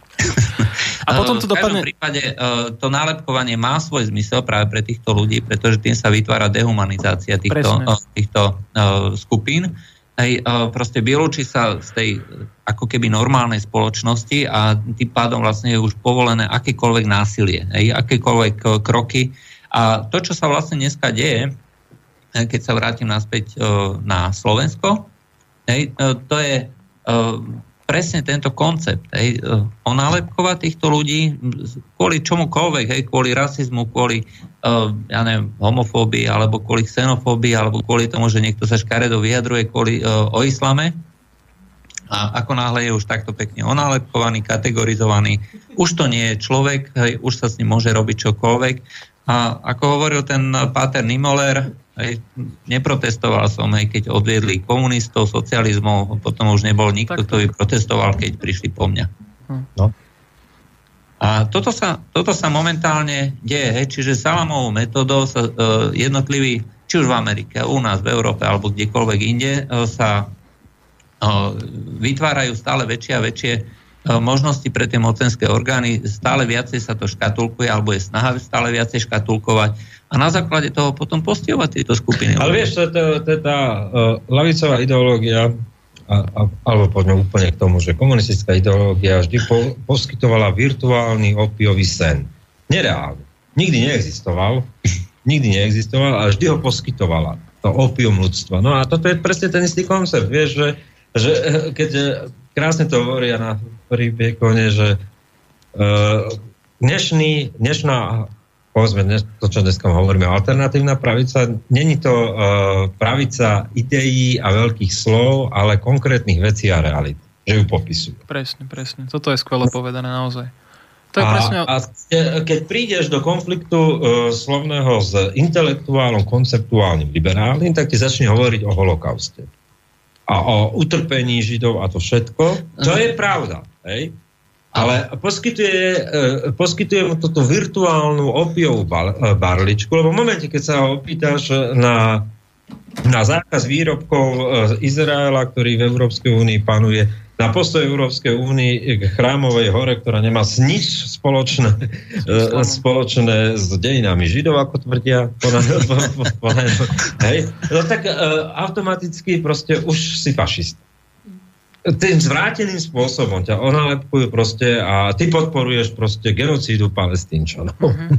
A potom to dopadne... V každom prípade to nálepkovanie má svoj zmysel práve pre týchto ľudí, pretože tým sa vytvára dehumanizácia týchto, týchto skupín. Hej, proste vylúči sa z tej ako keby normálnej spoločnosti a tým pádom vlastne je už povolené akékoľvek násilie, hej, akékoľvek kroky. A to, čo sa vlastne dneska deje, keď sa vrátim naspäť na Slovensko, hej, to je presne tento koncept. Hej, onálepkovať týchto ľudí kvôli čomukoľvek, hej, kvôli rasizmu, kvôli uh, ja neviem, homofóbii, alebo kvôli xenofóbii, alebo kvôli tomu, že niekto sa škaredo vyjadruje kvôli uh, o islame. A ako náhle je už takto pekne onálepkovaný, kategorizovaný, už to nie je človek, hej, už sa s ním môže robiť čokoľvek. A ako hovoril ten páter Niemöller, hej, neprotestoval som, hej, keď odviedli komunistov, socializmov, potom už nebol nikto, kto by protestoval, keď prišli po mňa. No. A toto sa, toto sa momentálne deje, hej, čiže salamovou metódou sa uh, jednotliví, či už v Amerike, u nás, v Európe, alebo kdekoľvek inde, uh, sa uh, vytvárajú stále väčšie a väčšie možnosti pre tie mocenské orgány, stále viacej sa to škatulkuje, alebo je snaha stále viacej škatulkovať a na základe toho potom postihovať tieto skupiny. Ale vieš, to, to, to je tá uh, lavicová ideológia, a, a, alebo poďme úplne k tomu, že komunistická ideológia vždy po, poskytovala virtuálny opiový sen. Nereálny. Nikdy neexistoval, nikdy neexistoval a vždy ho poskytovala. To opium ľudstva. No a toto je presne ten istý koncept, vieš, že, že keď krásne to hovoria na Príbekone, že uh, dnešný, dnešná, povedzme, dnes, to, čo dneska hovoríme, alternatívna pravica, není to uh, pravica ideí a veľkých slov, ale konkrétnych vecí a reality, že ju popisujú. Presne, presne. Toto je skvele povedané naozaj. To je a, presne... a keď prídeš do konfliktu uh, slovného s intelektuálom, konceptuálnym, liberálnym, tak ti začne hovoriť o holokauste. A o utrpení Židov a to všetko. To je pravda. Hej? Ale poskytuje, uh, poskytuje mu túto virtuálnu opiovú bar, uh, barličku, lebo v momente, keď sa ho opýtaš na, na zákaz výrobkov uh, z Izraela, ktorý v Európskej únii panuje, na postoj Európskej únii k Chrámovej hore, ktorá nemá nič spoločné, e, spoločné s dejinami Židov, ako tvrdia. Hej. No tak e, automaticky proste už si fašista. Tým zvráteným spôsobom ťa onalepkujú proste a ty podporuješ proste genocídu Palestínčanov.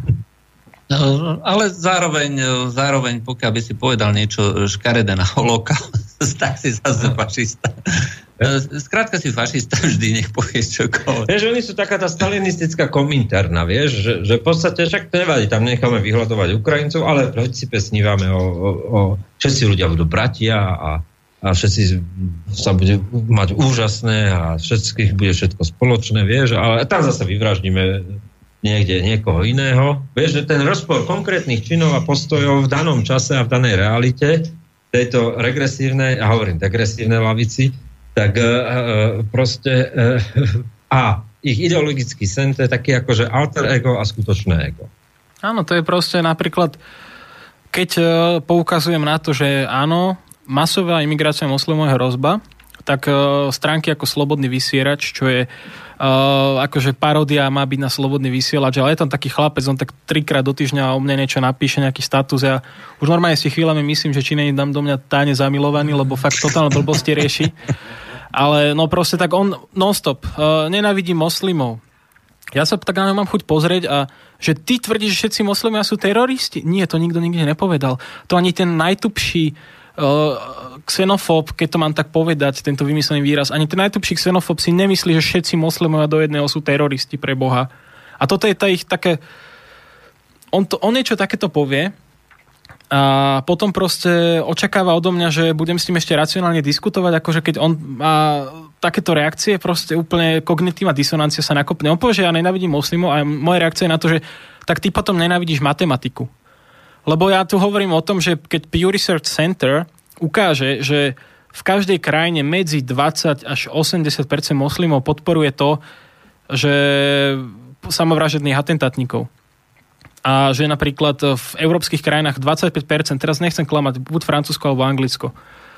No, ale zároveň, zároveň, pokiaľ by si povedal niečo škaredé na holokaust, tak si zase fašista. Skrátka si fašista, vždy nech povieš čokoľvek. Vieš, oni sú taká tá stalinistická kominterna, vieš, že, že v podstate však to nevadí, tam necháme vyhľadovať Ukrajincov, ale veď si pesnívame o, o, o všetci ľudia budú bratia a, a všetci sa bude mať úžasné a všetkých bude všetko spoločné, vieš, ale tam zase vyvraždíme niekde niekoho iného. Vieš, že ten rozpor konkrétnych činov a postojov v danom čase a v danej realite tejto regresívnej, a hovorím degresívnej lavici, tak uh, proste uh, a ich ideologický sen to je taký akože alter ego a skutočné ego. Áno, to je proste napríklad, keď uh, poukazujem na to, že áno, masová imigrácia moslimov je hrozba, tak uh, stránky ako Slobodný vysielač, čo je uh, akože paródia má byť na Slobodný vysielač, ale je tam taký chlapec, on tak trikrát do týždňa o mne niečo napíše, nejaký status, ja už normálne si chvíľami myslím, že či nie dám do mňa táne zamilovaný, lebo fakt totálne blbosti rieši. Ale no proste tak on non-stop uh, nenávidí moslimov. Ja sa tak na ňom mám chuť pozrieť a že ty tvrdíš, že všetci moslimovia sú teroristi? Nie, to nikto nikde nepovedal. To ani ten najtupší uh, xenofób, keď to mám tak povedať, tento vymyslený výraz, ani ten najtupší xenofób si nemyslí, že všetci moslimovia do jedného sú teroristi pre Boha. A toto je tá ich také... On, to, on niečo takéto povie a potom proste očakáva odo mňa, že budem s tým ešte racionálne diskutovať, akože keď on má takéto reakcie, proste úplne kognitívna disonancia sa nakopne. On povie, že ja nenávidím moslimov a moja reakcia je na to, že tak ty potom nenávidíš matematiku. Lebo ja tu hovorím o tom, že keď Pew Research Center ukáže, že v každej krajine medzi dvadsať až osemdesiat percent moslimov podporuje to, že samovražedných atentátnikov. A že napríklad v európskych krajinách dvadsaťpäť percent, teraz nechcem klamať, buď Francúzsko alebo Anglicko,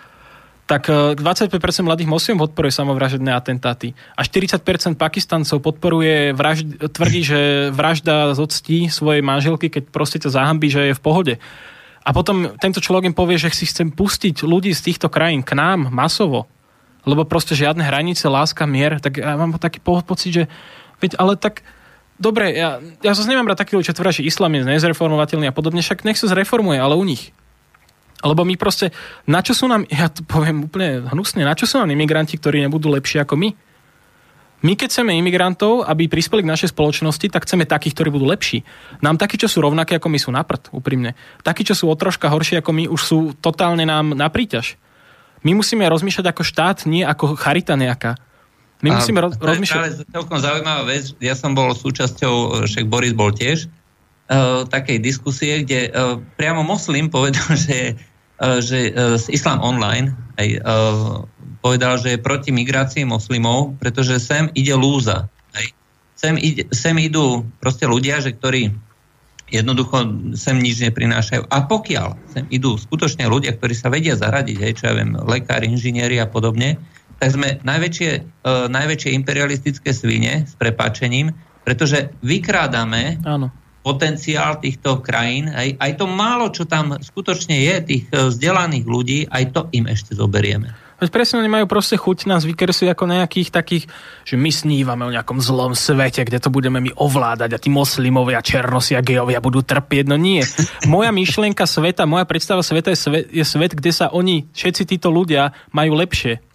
tak dvadsaťpäť percent mladých moslimov podporuje samovražedné atentáty. A štyridsať percent Pakistancov podporuje, vražd, tvrdí, že vražda z octí svojej manželky, keď proste ťa zahambí, že je v pohode. A potom tento človek im povie, že si chcem pustiť ľudí z týchto krajín k nám masovo, lebo proste žiadne hranice, láska, mier, tak ja mám taký pocit, že veď, ale tak dobre, ja, ja zase nemám rád taký ľudí, čo tvrdia, že islám je nezreformovateľný a podobne, však nech sa zreformuje, ale u nich. Lebo my proste, na čo sú nám, ja to poviem úplne hnusne, na čo sú nám imigranti, ktorí nebudú lepší ako my? My keď chceme imigrantov, aby prispeli k našej spoločnosti, tak chceme takých, ktorí budú lepší. Nám takí, čo sú rovnaké ako my, sú na prd, úprimne. Takí, čo sú o troška horší ako my, už sú totálne nám na príťaž. My musíme rozmýšľať ako štát, nie ako charita nejaká. My musíme roz, rozmýšľať... To je práve celkom zaujímavá vec. Ja som bol súčasťou, však Boris bol tiež, uh, takej diskusie, kde uh, priamo moslim povedal, že, uh, že uh, z Islam Online aj, uh, povedal, že je proti migrácii moslimov, pretože sem ide lúza. Hej. Sem, ide, sem idú proste ľudia, že ktorí jednoducho sem nič neprinášajú. A pokiaľ sem idú skutočne ľudia, ktorí sa vedia zaradiť, hej, čo ja viem, lekári, inžinieri a podobne, tak sme najväčšie, uh, najväčšie imperialistické svine s prepáčením, pretože vykrádame Áno. potenciál týchto krajín. Aj, aj to málo, čo tam skutočne je, tých uh, vzdelaných ľudí, aj to im ešte zoberieme. Veď presne oni majú proste chuť nás vykresliť ako nejakých takých, že my snívame o nejakom zlom svete, kde to budeme my ovládať a tí moslimovia, černosi a gejovia budú trpieť. No nie. Moja myšlienka sveta, moja predstava sveta je svet, je svet, kde sa oni, všetci títo ľudia majú lepšie.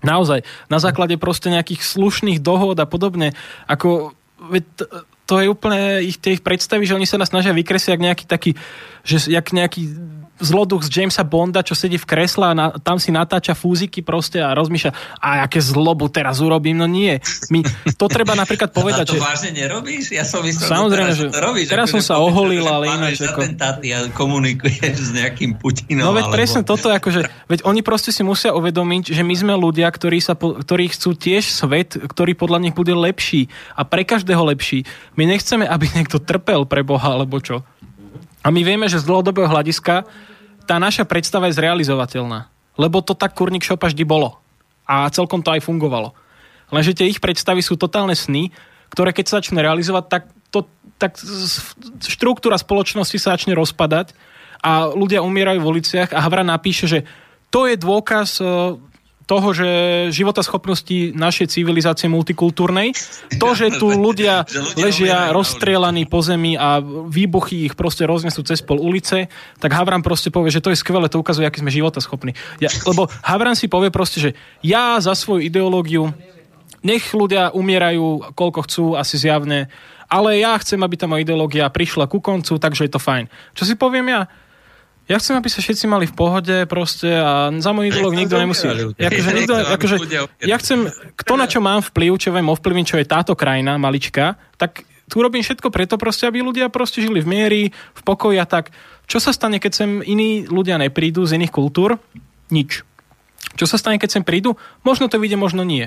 Naozaj, na základe proste nejakých slušných dohôd a podobne, ako veď to je úplne ich, tie ich predstavy, že oni sa nás snažia vykresliť jak nejaký taký, že jak nejaký zloduch z Jamesa Bonda, čo sedí v kresle a na, tam si natáča fúziky proste a rozmýšľa, a aké zlobu teraz urobím, no nie. My, to treba napríklad povedať, že... A to že... vážne nerobíš? Ja som myslel, samozrejme, že, že to robíš. Teraz som sa oholil, ale ináč. Ako... atentáty a komunikuješ s nejakým Putinom. No veď alebo... presne toto, akože, veď oni proste si musia uvedomiť, že my sme ľudia, ktorí, sa, ktorí chcú tiež svet, ktorý podľa nich bude lepší a pre každého lepší. My nechceme, aby niekto trpel pre Boha, alebo čo. A my vieme, že z dlhodobého hľadiska tá naša predstava je zrealizovateľná. Lebo to tak kurník šopa vždy bolo. A celkom to aj fungovalo. Lenže tie ich predstavy sú totálne sny, ktoré keď sa začnú realizovať, tak, to, tak štruktúra spoločnosti sa začne rozpadať a ľudia umierajú v uliciach a Havran napíše, že to je dôkaz toho, že životaschopnosti našej civilizácie multikultúrnej, to, že tu ľudia ležia rozstrielaní po zemi a výbuchy ich proste roznesú cez pol ulice, tak Havran proste povie, že to je skvelé, to ukazuje, aký sme životaschopní. Ja, lebo Havran si povie proste, že ja za svoju ideológiu, nech ľudia umierajú, koľko chcú, asi zjavne, ale ja chcem, aby tá moja ideológia prišla ku koncu, takže je to fajn. Čo si poviem ja? Ja chcem, aby sa všetci mali v pohode proste a za môj ideológ nikto nemusí. Akože nikto, akože, ja chcem, kto na čo mám vplyv, čo viem ovplyvniť, čo je táto krajina malička, tak tu robím všetko preto proste, aby ľudia proste žili v miery, v pokoji a tak. Čo sa stane, keď sem iní ľudia neprídu z iných kultúr? Nič. Čo sa stane, keď sem prídu? Možno to vyjde, možno nie.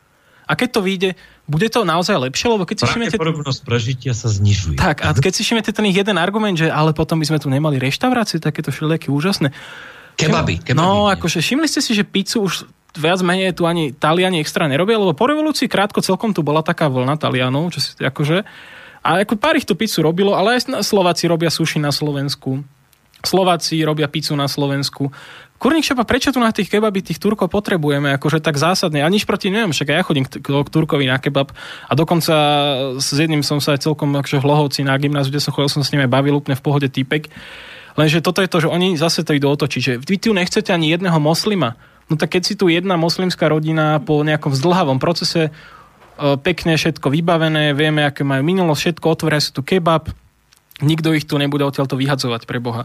A keď to vyjde, bude to naozaj lepšie, lebo keď si všimnete... Pravdepodobnosť prežitia sa znižuje. Tak, a keď si všimnete ten ich jeden argument, že ale potom by sme tu nemali reštaurácie, takéto všelijaké úžasné. Kebaby, kebaby. No, akože všimli ste si, že pizzu už viac menej tu ani Taliani extra nerobia, lebo po revolúcii krátko celkom tu bola taká vlna Talianov, čo si akože... A ako pár ich tu pizzu robilo, ale aj Slováci robia sushi na Slovensku. Slováci robia pizzu na Slovensku. Kurník šopa, prečo tu na tých kebaby tých Turkov potrebujeme, akože tak zásadne? A nič proti neviem, však ja chodím k, k Turkovi na kebab a dokonca s jedným som sa aj celkom akože v Hlohovci na gymnáziu, kde som chodil, som s ním aj bavil úplne v pohode týpek. Lenže toto je to, že oni zase to idú otočiť, že vy tu nechcete ani jedného moslima. No tak keď si tu jedna moslimská rodina po nejakom zdĺhavom procese pekne všetko vybavené, vieme, aké majú minulosť, všetko, otvoria si tu kebab, nikto ich tu nebude odtiaľto vyhadzovať pre Boha.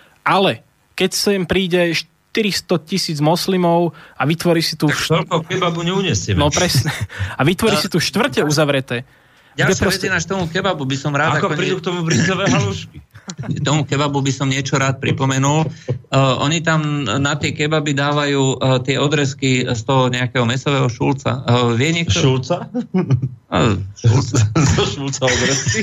Ale keď sem príde štyristo tisíc moslimov a vytvorí si tu... Tak toľko kebabu neunesieme. No presne. A vytvorí si tu štvrte uzavreté. Ďalšia proste... vec je, tomu kebabu by som rád... Ako, ako prídu ne... k tomu brinzové halušky. Tomu kebabu by som niečo rád pripomenul. Uh, oni tam na tie kebaby dávajú uh, tie odrezky z toho nejakého mäsového šulca. Uh, vie niekto... Šulca? Uh, šulca. To šulca odrezky?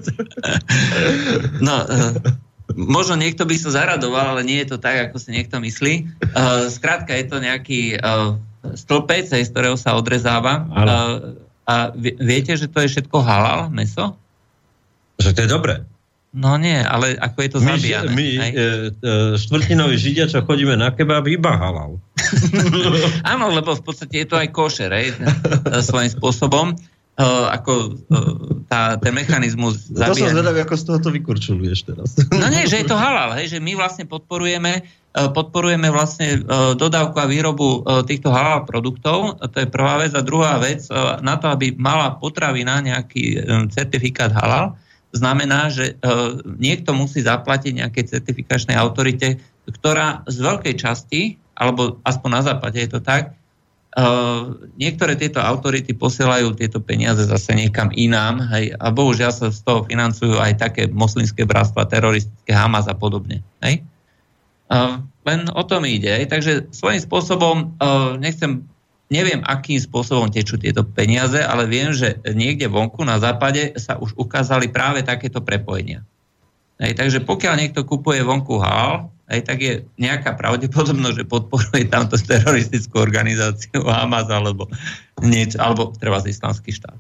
No... Uh, Možno niekto by sa zaradoval, ale nie je to tak, ako si niekto myslí. Uh, skrátka je to nejaký uh, stĺpec, z ktorého sa odrezáva. Uh, a viete, že to je všetko halal, mäso? Že to je dobré. No nie, ale ako je to my, zabíjane. My e, e, štvrtinoví židia, čo chodíme na kebab, iba halal. Áno, lebo v podstate je to aj košer, svojím spôsobom. Uh, ako uh, tá, ten mechanizmus zabíjania. To som zvedavý, ako z toho to vykurčuluješ teraz. No nie, že je to halal, hej, že my vlastne podporujeme uh, podporujeme vlastne uh, dodávku a výrobu uh, týchto halal produktov, to je prvá vec. A druhá vec, uh, na to, aby mala potravina nejaký um, certifikát halal, znamená, že uh, niekto musí zaplatiť nejakej certifikačnej autorite, ktorá z veľkej časti, alebo aspoň na západe je to tak, Uh, niektoré tieto autority posielajú tieto peniaze zase niekam inám, hej, a bohužiaľ sa z toho financujú aj také moslimské bratstva, teroristické, Hamas a podobne. Hej. Uh, len o tom ide. Hej. Takže svojím spôsobom uh, nechcem, neviem, akým spôsobom tečú tieto peniaze, ale viem, že niekde vonku na západe sa už ukázali práve takéto prepojenia. Hej, takže pokiaľ niekto kupuje vonku halal, hej, tak je nejaká pravdepodobnosť, že podporuje tamto teroristickú organizáciu Hamas alebo niečo, alebo treba z islamský štát.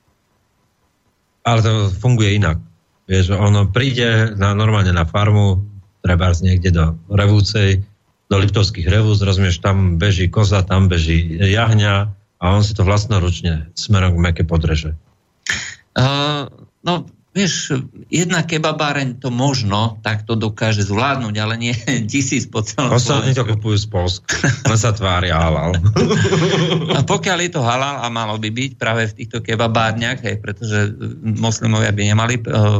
Ale to funguje inak. Vieš, ono príde na, normálne na farmu, treba niekde do Revúcej, do Liptovských Revúc, rozumieš, tam beží koza, tam beží jahňa a on si to vlastnoručne smerom k Meke podreže. Uh, no, vieš, jedna kebabáreň to možno takto dokáže zvládnuť, ale nie tisíc po celom Slovensku. Ostatní to kupujú z Polska. Len sa tvária halal. A pokiaľ je to halal a malo by byť práve v týchto kebabárniach, hej, pretože moslimovia by nemali uh,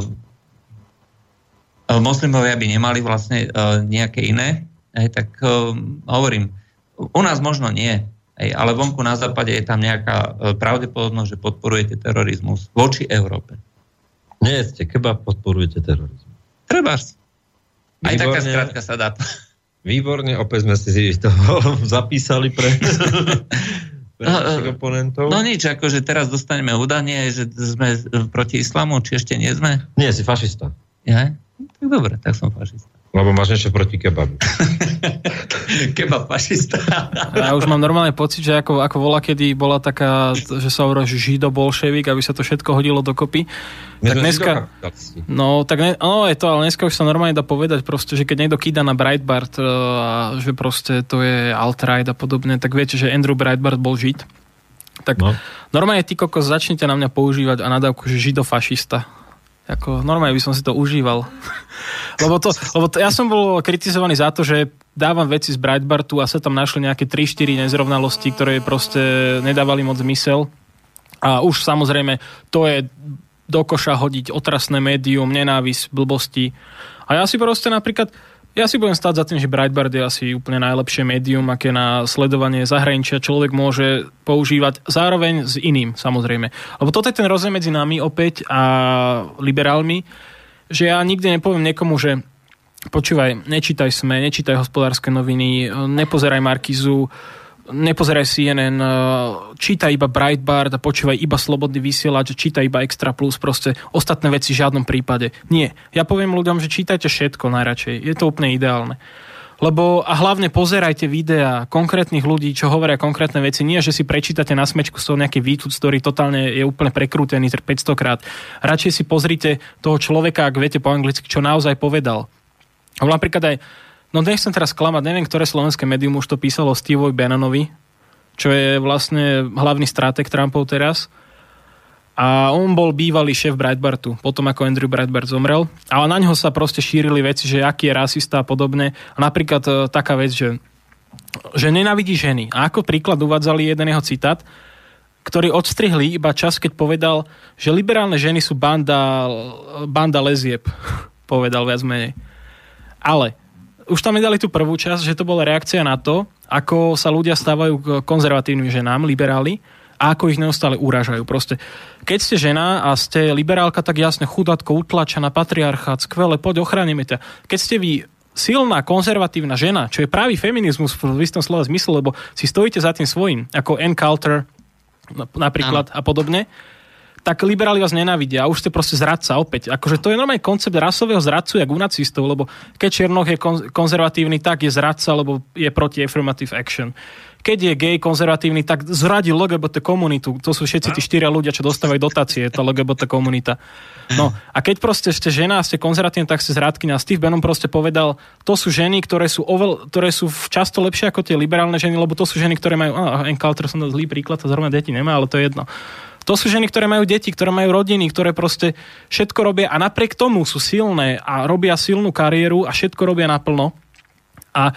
moslimovia by nemali vlastne uh, nejaké iné, hej, tak uh, hovorím, u nás možno nie, hej, ale vonku na západe je tam nejaká uh, pravdepodobnosť, že podporujete terorizmus voči Európe. Nie ste kebab, podporujete terorizmus. Trebárs. Aj taká skratka sa dá. Výborne, opäť sme si to zapísali pre, pre našich oponentov. No nič, akože teraz dostaneme údanie, že sme proti islamu, či ešte nie sme? Nie, si fašista. Ja? Tak dobre, tak som fašista. Lebo máš niečo proti kebabu. Kebab fašista. Ja už mám normálne pocit, že ako, ako vola, kedy bola taká, že sa hovorí žido-bolševik, aby sa to všetko hodilo dokopy. My tak dneska, no, tak ne, no, je to, ale dneska už sa normálne dá povedať proste, že keď niekto kýda na Breitbart a že proste to je alt-right a podobne, tak viete, že Andrew Breitbart bol žid. Tak no. Normálne ty kokos začnite na mňa používať a nadávku, že žido-fašista. Ako, normálne by som si to užíval. lebo, to, lebo to, ja som bol kritizovaný za to, že dávam veci z Breitbartu a sa tam našli nejaké tri štyri nezrovnalosti, ktoré proste nedávali moc zmysel. A už samozrejme to je do koša hodiť otrasné médium, nenávisť, blbosti. A ja si proste napríklad Ja si budem stáť za tým, že Breitbart je asi úplne najlepšie médium, aké na sledovanie zahraničia človek môže používať zároveň s iným, samozrejme. Lebo toto je ten rozdiel medzi nami opäť a liberálmi, že ja nikdy nepoviem niekomu, že počúvaj, nečítaj SME, nečítaj Hospodárske noviny, nepozeraj Markízu, nepozeraj C N N, čítaj iba Breitbart a počúvaj iba Slobodný vysielač, čítaj iba Extra Plus, proste ostatné veci v žiadnom prípade. Nie. Ja poviem ľuďom, že čítajte všetko najradšej. Je to úplne ideálne. Lebo a hlavne pozerajte videá konkrétnych ľudí, čo hovoria konkrétne veci. Nie, že si prečítate na smečku z toho nejaký výtud, ktorý totálne je úplne prekrútený päťsto krát. Radšej si pozrite toho človeka, ak viete po anglicky, čo naozaj povedal. A napríklad aj No nechcem teraz klamať, neviem, ktoré slovenské médium už to písalo o Steveovi Bannonovi, čo je vlastne hlavný stratég Trumpov teraz. A on bol bývalý šéf Breitbartu, potom ako Andrew Breitbart zomrel. A na ňo sa proste šírili veci, že aký je rasista a podobne. A napríklad e, taká vec, že, že nenávidí ženy. A ako príklad uvádzali jeden jeho citát, ktorý odstrihli iba čas, keď povedal, že liberálne ženy sú banda, banda lezieb. Povedal viac menej. Ale už tam nedali tú prvú časť, že to bola reakcia na to, ako sa ľudia stávajú k konzervatívnym ženám, liberáli, a ako ich neustále urážajú. Proste, keď ste žena a ste liberálka, tak jasne chudátko, utlačená, patriarchát, skvelé, poď, ochránime ťa. Keď ste vy silná, konzervatívna žena, čo je pravý feminizmus v istom slova zmysle, lebo si stojíte za tým svojím, ako Ann Coulter napríklad a podobne, tak liberáli vás nenávidia a už ste proste zradca opäť. Akože to je normálny koncept rasového zradcu, jak u nacistov, lebo keď Černoch je konzervatívny, tak je zradca, lebo je proti affirmative action. Keď je gay konzervatívny, tak zradí el gé bé té komunitu. To sú všetci tí štyria ľudia, čo dostávajú dotácie, tá el gé bé té komunita. No a keď proste ste žena a ste konzervatívna, tak ste zradkyňa. Steve Bannon proste povedal, to sú ženy, ktoré sú, oveľ, ktoré sú často lepšie ako tie liberálne ženy, lebo to sú ženy, ktoré majú... Ann Coulter som dal zlý príklad, to zrovna deti nemá, ale to je jedno. To sú ženy, ktoré majú deti, ktoré majú rodiny, ktoré proste všetko robia a napriek tomu sú silné a robia silnú kariéru a všetko robia naplno. A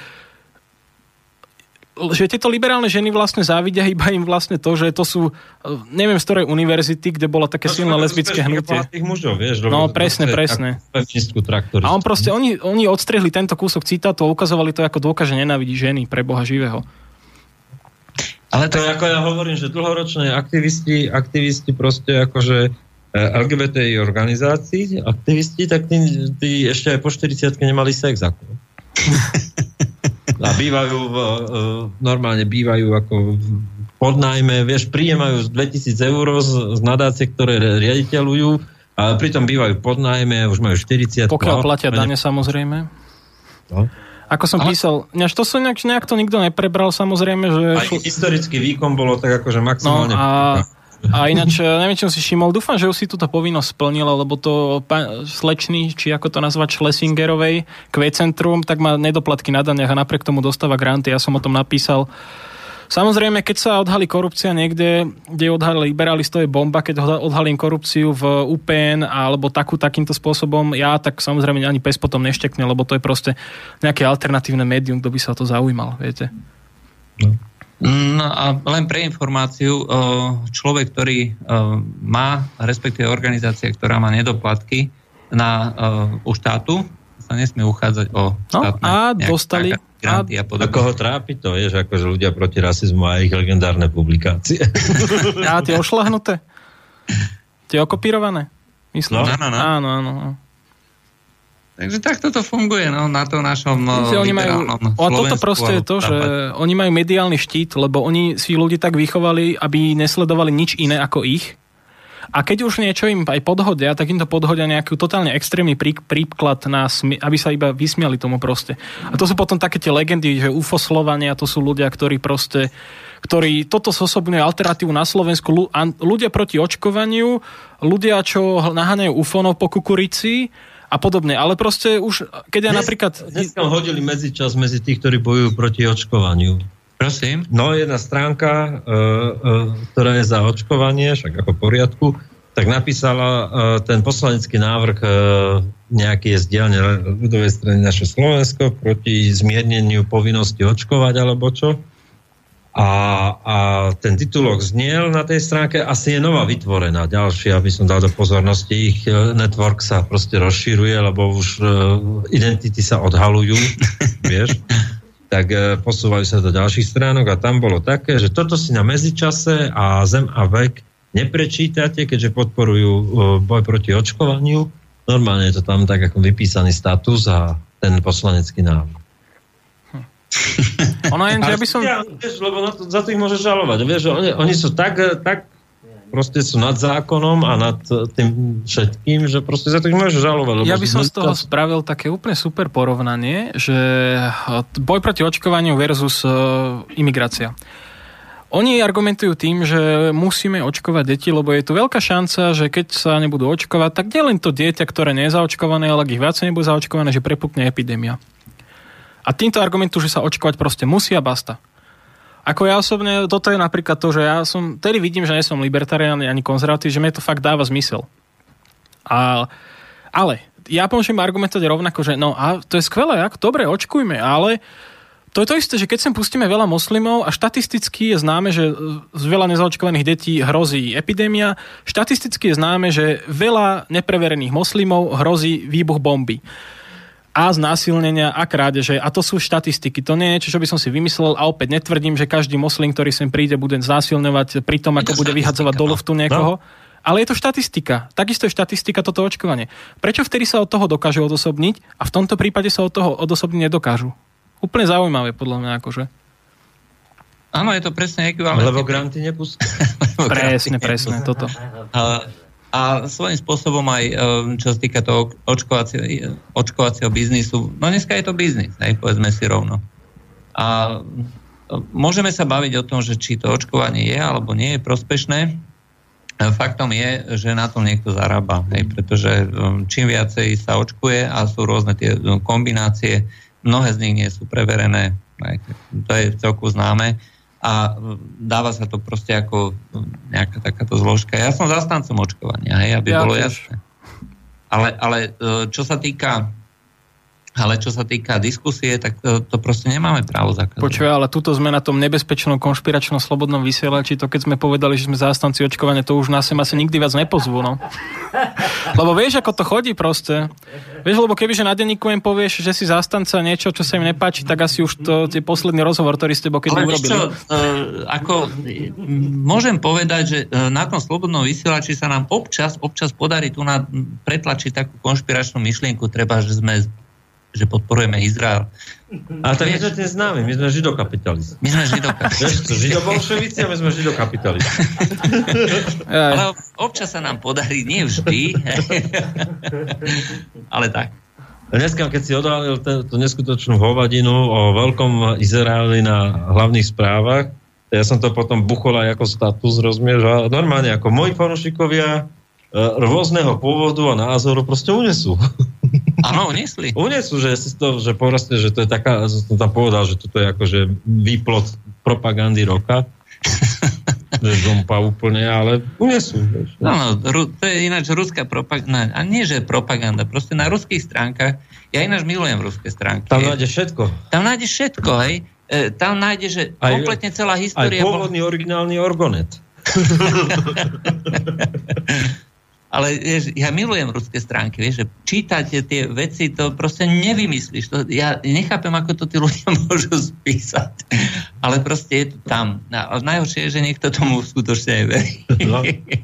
že tieto liberálne ženy vlastne závidia iba im vlastne to, že to sú, neviem z ktorej univerzity, kde bola také silné lesbické hnutie. Mužov, vieš, no presne, presne. A on proste, oni, oni odstrihli tento kúsok citátu a ukazovali to ako dôkaz, že nenávidí ženy pre Boha živého. Ale to je ako ja hovorím, že dlhoročné aktivisti, aktivisti proste akože el gé bé té í organizácií, aktivisti, tak tí, tí ešte aj po štyridsiatke nemali sex ako. A bývajú, normálne bývajú ako podnájme, vieš, príjemajú z dvetisíc eur z, z nadácie, ktoré riaditeľujú, a pritom bývajú podnájme, už majú štyridsať. Pokiaľ platia dane, samozrejme. No. Ako som ale... písal, než to sa nejak, nejak to nikto neprebral, samozrejme, že... Aj historický výkon bolo tak akože maximálne... No a, a ináč, neviem, čo si všimol, dúfam, že už si túto povinnosť splnila, lebo to pa, slečný, či ako to nazvať, Schlesingerovej Q-centrum, tak má nedoplatky na daniach a napriek tomu dostáva granty. Ja som o tom napísal, Samozrejme, keď sa odhalí korupcia niekde, kde odhalí liberálistov je bomba, keď odhalím korupciu v ú pé en alebo takú, takýmto spôsobom, ja tak samozrejme ani pes potom neštekne, lebo to je proste nejaké alternatívne médium, kto by sa o to zaujímal, viete. No a len pre informáciu, človek, ktorý má, respektíve organizácia, ktorá má nedoplatky na, u štátu, sa nesmie uchádzať o štátne no, a dostali granty a podobne. Ako ho trápi to, je, že akože ľudia proti rasizmu a ich legendárne publikácie. A tie ošľahnuté? Tie okopírované? Myslím? No, áno, áno. Áno, áno. Takže takto to funguje, no, na to našom Víte, oni majú, a toto proste je to, že oni majú mediálny štít, lebo oni si ľudí tak vychovali, aby nesledovali nič iné ako ich. A keď už niečo im aj podhodia, tak im to podhodia nejaký totálne extrémny prí, príklad, na smi- aby sa iba vysmiali tomu proste. A to sú potom také tie legendy, že ufoslovania, to sú ľudia, ktorí proste, ktorí toto zosobňujú alternatívu na Slovensku. Ľudia proti očkovaniu, ľudia, čo naháňajú ufonov po kukurici a podobne. Ale proste už, keď ja Dnes, napríklad... Dneska hodili medzičas medzi tých, ktorí bojujú proti očkovaniu. Prosím? No, jedna stránka, e, e, ktorá je za očkovanie, však ako v poriadku, tak napísala e, ten poslanecký návrh e, nejaký je z dielne ľudovej strany naše Slovensko proti zmierneniu povinnosti očkovať, alebo čo. A, a ten titulok zniel na tej stránke, asi je nová vytvorená. Ďalšia, aby som dal do pozornosti, ich network sa proste rozširuje, lebo už e, identity sa odhalujú, vieš. Tak posúvajú sa do ďalších stránok a tam bolo také, že toto si na medzičase a Zem a vek neprečítate, keďže podporujú boj proti očkovaniu. Normálne je to tam tak ako vypísaný status a ten poslanecký návrh. Hm. Ono je, že ja by som... Ja, vieš, lebo na to, za to ich môžeš žalovať. Vieš, oni, oni sú tak, tak proste sú nad zákonom a nad tým všetkým, že proste za to ich môžeš žalovať. Ja by som z toho spravil také úplne super porovnanie, že boj proti očkovaniu versus uh, imigrácia. Oni argumentujú tým, že musíme očkovať deti, lebo je tu veľká šanca, že keď sa nebudú očkovať, tak nielen to dieťa, ktoré nie je zaočkované, ale ak ich viacej nebudú zaočkované, že prepukne epidémia. A týmto argumentujú, že sa očkovať proste musí a basta. Ako ja osobne, toto je napríklad to, že ja som, tedy vidím, že nie som libertarián ani konzervatív, že mi to fakt dáva zmysel. A, ale ja môžem argumentovať rovnako, že no a to je skvelé, ak, dobre, očkujme, ale to je to isté, že keď sem pustíme veľa moslimov a štatisticky je známe, že z veľa nezaočkovaných detí hrozí epidémia, štatisticky je známe, že veľa nepreverených moslimov hrozí výbuch bomby. A znásilnenia a krádeže. A to sú štatistiky. To nie je niečo, čo by som si vymyslel a opäť netvrdím, že každý moslim, ktorý sem príde, bude znásilňovať pri tom, ako bude vyhadzovať do luftu niekoho. No. Ale je to štatistika. Takisto je štatistika toto očkovanie. Prečo vtedy sa od toho dokážu odosobniť a v tomto prípade sa od toho odosobniť nedokážu? Úplne zaujímavé, podľa mňa, akože. Áno, je to presne ekvivalentné. Lebo granty nepustia. Presne, presne, toto. A, a svojím spôsobom aj, čo sa týka toho očkovacieho, očkovacieho biznisu, no dneska je to biznis, hej, povedzme si rovno. A môžeme sa baviť o tom, že či to očkovanie je alebo nie je prospešné. Faktom je, že na tom niekto zarába, hej, pretože čím viacej sa očkuje a sú rôzne tie kombinácie, mnohé z nich nie sú preverené, to je celku známe a dáva sa to proste ako nejaká takáto zložka. Ja som zastancom očkovania, hej, aby ja bolo tiež jasné. Ale, ale čo sa týka ale čo sa týka diskusie, tak to, to proste nemáme právo zakázať. Počuj, ale tuto sme na tom nebezpečnom konšpiračnom slobodnom vysielači, to keď sme povedali, že sme zástanci očkovania, to už nás sem asi nikdy viac nepozvú, no. Lebo vieš, ako to chodí proste. Vieš, lebo kebyže na denníku im povieš, že si zástanca niečo, čo sa im nepáči, tak asi už to je posledný rozhovor, ktorý s tebou keď urobili. Ale čo, uh, ako môžem povedať, že na tom slobodnom vysielači sa nám občas, občas podarí tu na pretlačiť takú konšpiračnú myšlienku, treba, že sme že podporujeme Izrael. A tak my sme tým známi, my sme židokapitalisti. My sme židokapitalisti. Židobolševici a my sme židokapitalisti. Ale občas sa nám podarí, nie vždy. Ale tak. Dneska, keď si odhalil tú neskutočnú hovadinu o veľkom Izraeli na hlavných správach, ja som to potom buchol aj ako status, rozumieš, a normálne ako moji fanúšikovia rôzneho pôvodu a názoru proste unesú. Áno, unesli. Unesú, že si to, že porastie, že to je taká, som tam povedal, že toto je akože výplod propagandy roka. Zompa úplne, ale unesú. No, no, to je ináč ruská propaganda. A nie, že propaganda. Proste na ruských stránkach, ja ináč milujem ruské stránky. Tam nájdeš všetko. Tam nájdeš všetko, hej. E, tam nájdeš, že aj, kompletne celá história... Aj pôvodný bol... originálny orgonet. Ale vieš, ja milujem ruské stránky, vieš, že čítať tie veci, to proste nevymyslíš. To, ja nechápem, ako to tí ľudia môžu spísať. Ale proste je to tam. A najhoršie je, že niekto tomu skutočne aj verí. No.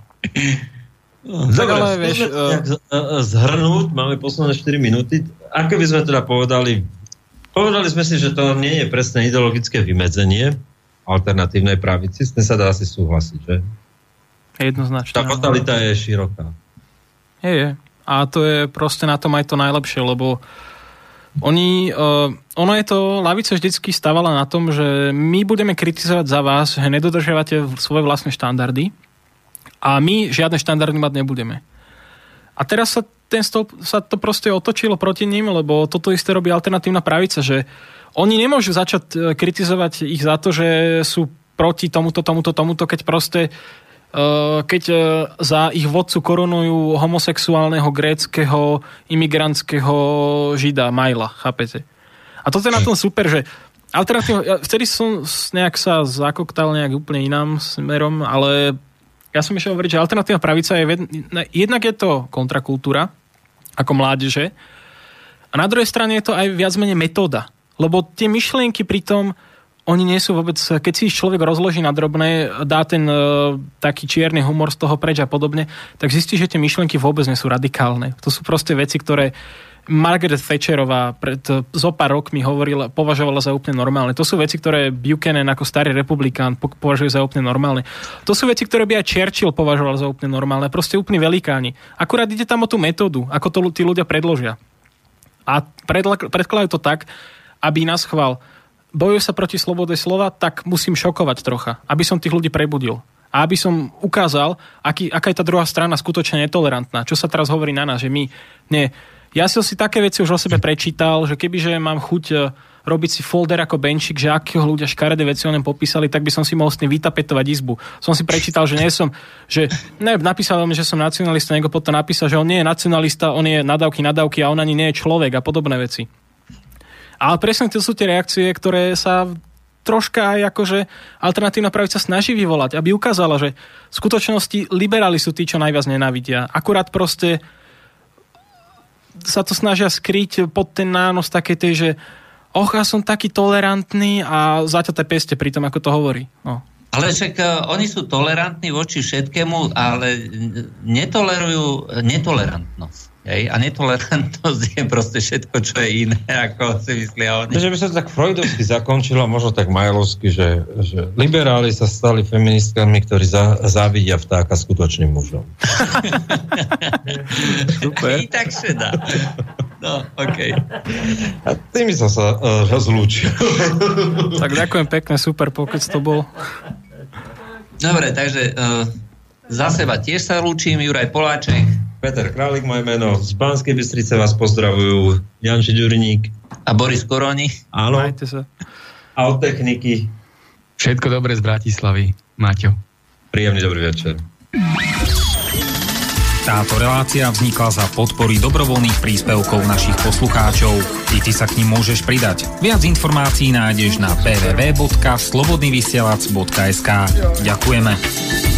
Dobre, ale vieš, uh... zhrnúť, máme posledné štyri minúty. Ako by sme teda povedali, povedali sme si, že to nie je presne ideologické vymedzenie alternatívnej pravici, s tým sa dá asi súhlasiť, že? Jednoznačne. Tá totalita je široká. Je, je. A to je proste na tom aj to najlepšie, lebo oni, uh, ono je to, lavica vždycky stávala na tom, že my budeme kritizovať za vás, že nedodržiavate svoje vlastné štandardy a my žiadne štandardy mať nebudeme. A teraz sa, ten stôl, sa to proste otočilo proti ním, lebo toto isté robí alternatívna pravica, že oni nemôžu začať kritizovať ich za to, že sú proti tomuto, tomuto, tomuto, keď proste keď za ich vodcu korunujú homosexuálneho gréckeho imigrantského žida Majla, chápete? A toto je na tom super, že alternatíva, vtedy som nejak sa zakoktal nejak úplne inám smerom, ale ja som ešte hovoriť, že alternatívna pravica je, jednak je to kontrakultúra, ako mládeže, a na druhej strane je to aj viac menej metóda, lebo tie myšlienky pri tom oni nie sú vôbec, keď si človek rozloží na drobné, dá ten uh, taký čierny humor z toho preč a podobne, tak zistí, že tie myšlienky vôbec nie sú radikálne. To sú proste veci, ktoré Margaret Thatcherová pred zo pár rokmi hovorila, považovala za úplne normálne. To sú veci, ktoré Buchanan ako starý republikán považuje za úplne normálne. To sú veci, ktoré by aj Churchill považoval za úplne normálne. Proste úplne velikáni. Akurát ide tam o tú metódu, ako to tí ľudia predložia. A predkladajú to tak, aby nás chval bojujú sa proti slobode slova, tak musím šokovať trocha, aby som tých ľudí prebudil. A aby som ukázal, aký, aká je tá druhá strana skutočne netolerantná. Čo sa teraz hovorí na nás, že my... Nie. Ja som si také veci už o sebe prečítal, že kebyže mám chuť robiť si folder ako benčík, že akého ľudia škaredé veci o ňom popísali, tak by som si mohol s tým vytapetovať izbu. Som si prečítal, že nie som... Že, ne, napísal on, že som nacionalista, niekto potom napísal, že on nie je nacionalista, on je nadávky, nadávky a on ani nie je človek a podobné veci. Ale presne to sú tie reakcie, ktoré sa troška aj akože alternatívna pravica snaží vyvolať, aby ukázala, že v skutočnosti liberáli sú tí, čo najviac nenávidia. Akurát proste sa to snažia skryť pod ten nános takej tej, že och, ja som taký tolerantný a zaťaté peste pri tom, ako to hovorí. No. Ale však uh, oni sú tolerantní voči všetkému, ale netolerujú netolerantnosť. Hej? A netolerantnosť je proste všetko, čo je iné, ako si myslia oni. Že by sa to tak freudovsky zakončilo, možno tak majlovsky, že, že liberáli sa stali feministkami, ktorí za, závidia vtáka skutočným mužom. Super. I tak šedá. No, okej. Okay. A tým som sa uh, rozlúčil. Tak ďakujem pekne, super pokec to bol. Dobre, takže uh, za seba tiež sa lúčim, Juraj Poláček. Peter Králik, moje meno. Z Banskej Bystrice vás pozdravujú Janči Ďuriník. A Boris Koroni. Áno. Majte sa. A od techniky. Všetko dobré z Bratislavy. Maťo. Príjemný dobrý večer. Táto relácia vznikla za podpory dobrovoľných príspevkov našich poslucháčov. I ty sa k nim môžeš pridať. Viac informácií nájdeš na w w w bodka slobodnyvysielac bodka es ka. Ďakujeme.